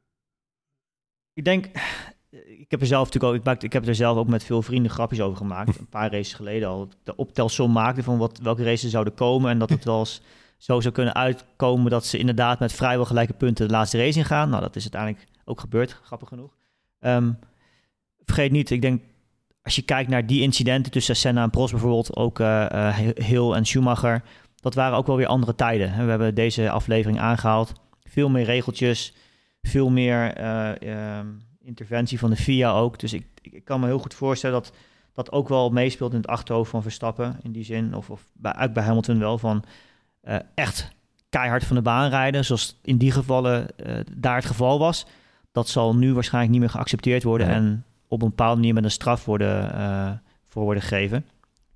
Ik denk, ik heb er zelf natuurlijk ook, ik, maak, ik heb er zelf ook met veel vrienden grapjes over gemaakt. Een paar races geleden al. De optelsom maakte van wat, welke races zouden komen en dat het wel eens zo zou kunnen uitkomen dat ze inderdaad met vrijwel gelijke punten de laatste race ingaan. Nou, dat is uiteindelijk ook gebeurd, grappig genoeg. Um, vergeet niet, ik denk, als je kijkt naar die incidenten tussen Senna en Prost bijvoorbeeld, ook uh, uh, Hill en Schumacher, dat waren ook wel weer andere tijden. We hebben deze aflevering aangehaald. Veel meer regeltjes, veel meer uh, uh, interventie van de F I A ook. Dus ik, ik kan me heel goed voorstellen dat dat ook wel meespeelt in het achterhoofd van Verstappen in die zin. Of, of bij, ook bij Hamilton wel van uh, echt keihard van de baan rijden, zoals in die gevallen uh, daar het geval was. Dat zal nu waarschijnlijk niet meer geaccepteerd worden ja. en op een bepaalde manier met een straf worden, uh, voor worden gegeven.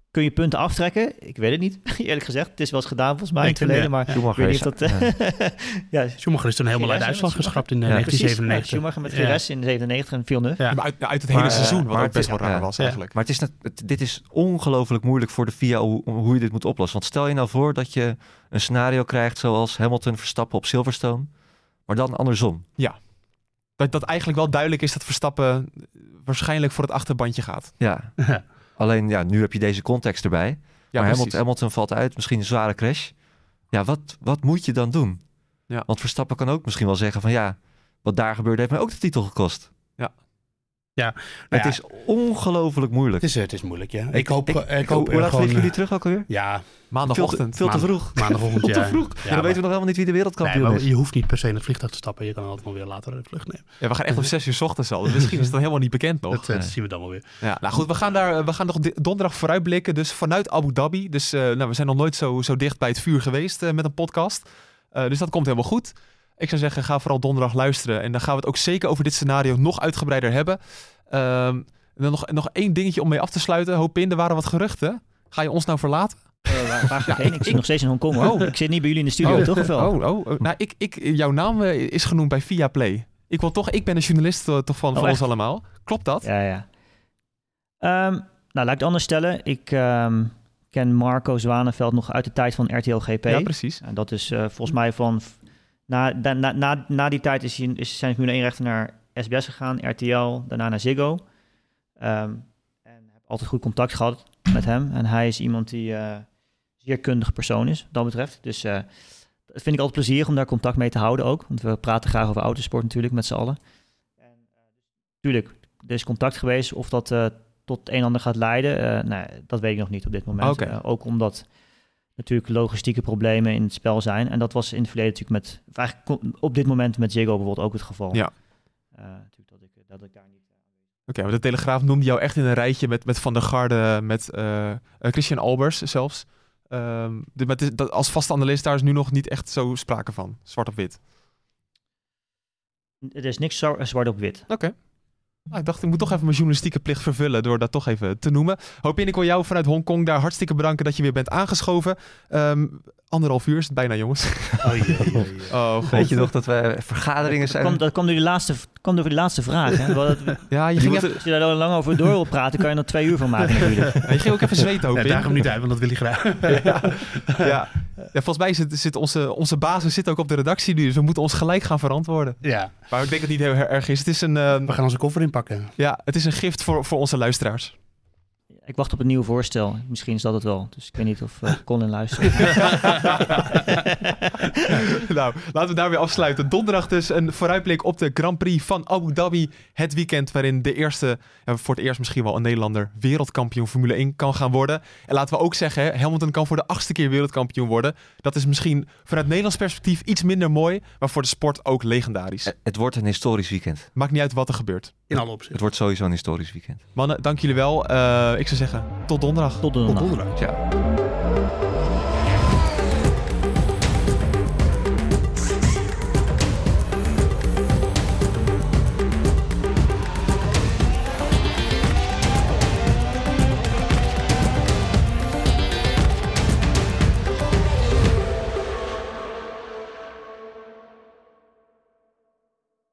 kun je punten aftrekken? Ik weet het niet, eerlijk gezegd. Het is wel eens gedaan volgens mij in het Ik vind, verleden, ja. maar Schumacher ik is- weet niet of dat... ja, Schumacher is toen helemaal uit Gires, Duitsland hè, geschrapt in eh, Ja. negentien precies. zevenennegentig. Ja, Schumacher met Ja. Gires in zevenennegentig en Villeneuve. Ja. Maar uit, uit het Maar, hele eh, seizoen, wat maar ook best wel het- raar ja. was Ja. eigenlijk. Maar het is net, het- dit is ongelooflijk moeilijk voor de F I A hoe, hoe je dit moet oplossen. Want stel je nou voor dat je een scenario krijgt zoals Hamilton Verstappen op Silverstone, maar dan andersom. Dat, dat eigenlijk wel duidelijk is dat Verstappen waarschijnlijk voor het achterbandje gaat. Ja. Alleen ja, nu heb je deze context erbij. Ja, maar precies. Hamilton, Hamilton valt uit, misschien een zware crash. Ja, wat, wat moet je dan doen? Ja. Want Verstappen kan ook misschien wel zeggen van ja, wat daar gebeurde heeft mij ook de titel gekost. Ja. Ja. Het Nou ja, is ongelooflijk moeilijk. Het is, het is moeilijk, ja. Ik hoop, ik, ik, hoop hoe er laat gewoon... vliegen jullie eh, terug ook alweer? Ja, Maandagochtend. Veel te, veel te Maandag. vroeg. maandagochtend, Veel te ja. vroeg. Ja, dan weten we maar- nog helemaal niet wie de Nee, wereldkampioen maar is. je hoeft niet per se in het vliegtuig te stappen. Je kan altijd wel weer later een vlucht nemen. Ja, we gaan echt om zes uur 's ochtends al. Dus misschien is het dan helemaal niet bekend nog. Dat, eh, dat Nee. zien we dan wel weer. Ja, nou goed, we gaan, daar, we gaan nog di- donderdag vooruitblikken. Dus vanuit Abu Dhabi. Dus eh, nou, we zijn nog nooit zo, zo dicht bij het vuur geweest eh, met een podcast. Uh, dus dat komt helemaal goed. Ik zou zeggen, ga vooral donderdag luisteren. En dan gaan we het ook zeker over dit scenario nog uitgebreider hebben. Um, en dan nog, nog één dingetje om mee af te sluiten. Hopin, er waren wat geruchten. Ga je ons nou verlaten? Uh, waar, waar ga ik heen? Ik zit ik- nog steeds in Hongkong, hoor. Oh. Ik zit niet bij jullie in de studio, oh, toch? Of wel? Oh, oh, oh. Nou, ik, ik, jouw naam uh, is genoemd bij Viaplay. Ik wil toch, ik ben een journalist uh, toch van, Oh, van ons echt? allemaal. Klopt dat? Ja, ja. Um, nou, laat ik het anders stellen. Ik um, ken Marco Zwanenveld nog uit de tijd van R T L G P. Ja, precies. En dat is uh, volgens mij van... Na, da, na, na, na die tijd is hij, is, zijn Formule één-rechten naar S B S gegaan, R T L, daarna naar Ziggo. Um, en heb altijd goed contact gehad met hem. En hij is iemand die uh, zeer kundig persoon is, wat dat betreft. Dus uh, dat vind ik altijd plezierig om daar contact mee te houden ook. Want we praten graag over autosport natuurlijk met z'n allen. En uh, tuurlijk, er is contact geweest. Of dat uh, tot het een en ander gaat leiden, uh, nee, dat weet ik nog niet op dit moment. Okay. Uh, ook omdat natuurlijk logistieke problemen in het spel zijn. En dat was in het verleden natuurlijk met... Eigenlijk op dit moment met Ziggo bijvoorbeeld ook het geval. Ja. Uh, natuurlijk dat ik, dat ik daar niet... Oké, okay, maar de Telegraaf noemde jou echt in een rijtje met, met Van der Garde, met uh, uh, Christian Albers zelfs. Um, de, met de, als vaste analist, daar is nu nog niet echt zo sprake van. Zwart op wit. Er is niks zwart op wit. Oké. Okay. Nou, ik dacht, ik moet toch even mijn journalistieke plicht vervullen door dat toch even te noemen. Hopin, ik wil jou vanuit Hongkong daar hartstikke bedanken dat je weer bent aangeschoven. Um, anderhalf uur is het bijna, jongens. Oh, jee, jee, jee. Oh, God. Weet je nog dat we vergaderingen zijn? Dat kwam, dat kwam door die laatste, kwam door die laatste vraag. Hè? Dat, ja, je ging moet, even... Als je daar lang over door wil praten, kan je er twee uur van maken natuurlijk. Ja, je ging ook even zweten, Hopin. Nee, daag hem niet uit, want dat wil ik graag. ja. Ja. Ja, volgens mij zit, zit onze, onze basis zit ook op de redactie nu, dus we moeten ons gelijk gaan verantwoorden. Ja. Maar ik denk dat het niet heel erg is. Het is een, uh, we gaan onze koffer inpakken. Ja, het is een gift voor, voor onze luisteraars. Ik wacht op een nieuw voorstel. Misschien is dat het wel. Dus ik weet niet of uh, Colin luistert. Nou, laten we daar weer afsluiten. Donderdag dus een vooruitblik op de Grand Prix van Abu Dhabi. Het weekend waarin de eerste, ja, voor het eerst misschien wel een Nederlander, wereldkampioen Formule één kan gaan worden. En laten we ook zeggen, hè, Hamilton kan voor de achtste keer wereldkampioen worden. Dat is misschien vanuit Nederlands perspectief iets minder mooi, maar voor de sport ook legendarisch. Het, het wordt een historisch weekend. Maakt niet uit wat er gebeurt. In alle Het opzichten. wordt sowieso een historisch weekend. Mannen, dank jullie wel. Uh, ik zou zeggen, tot donderdag. Tot donderdag. Tot donderdag. Ja.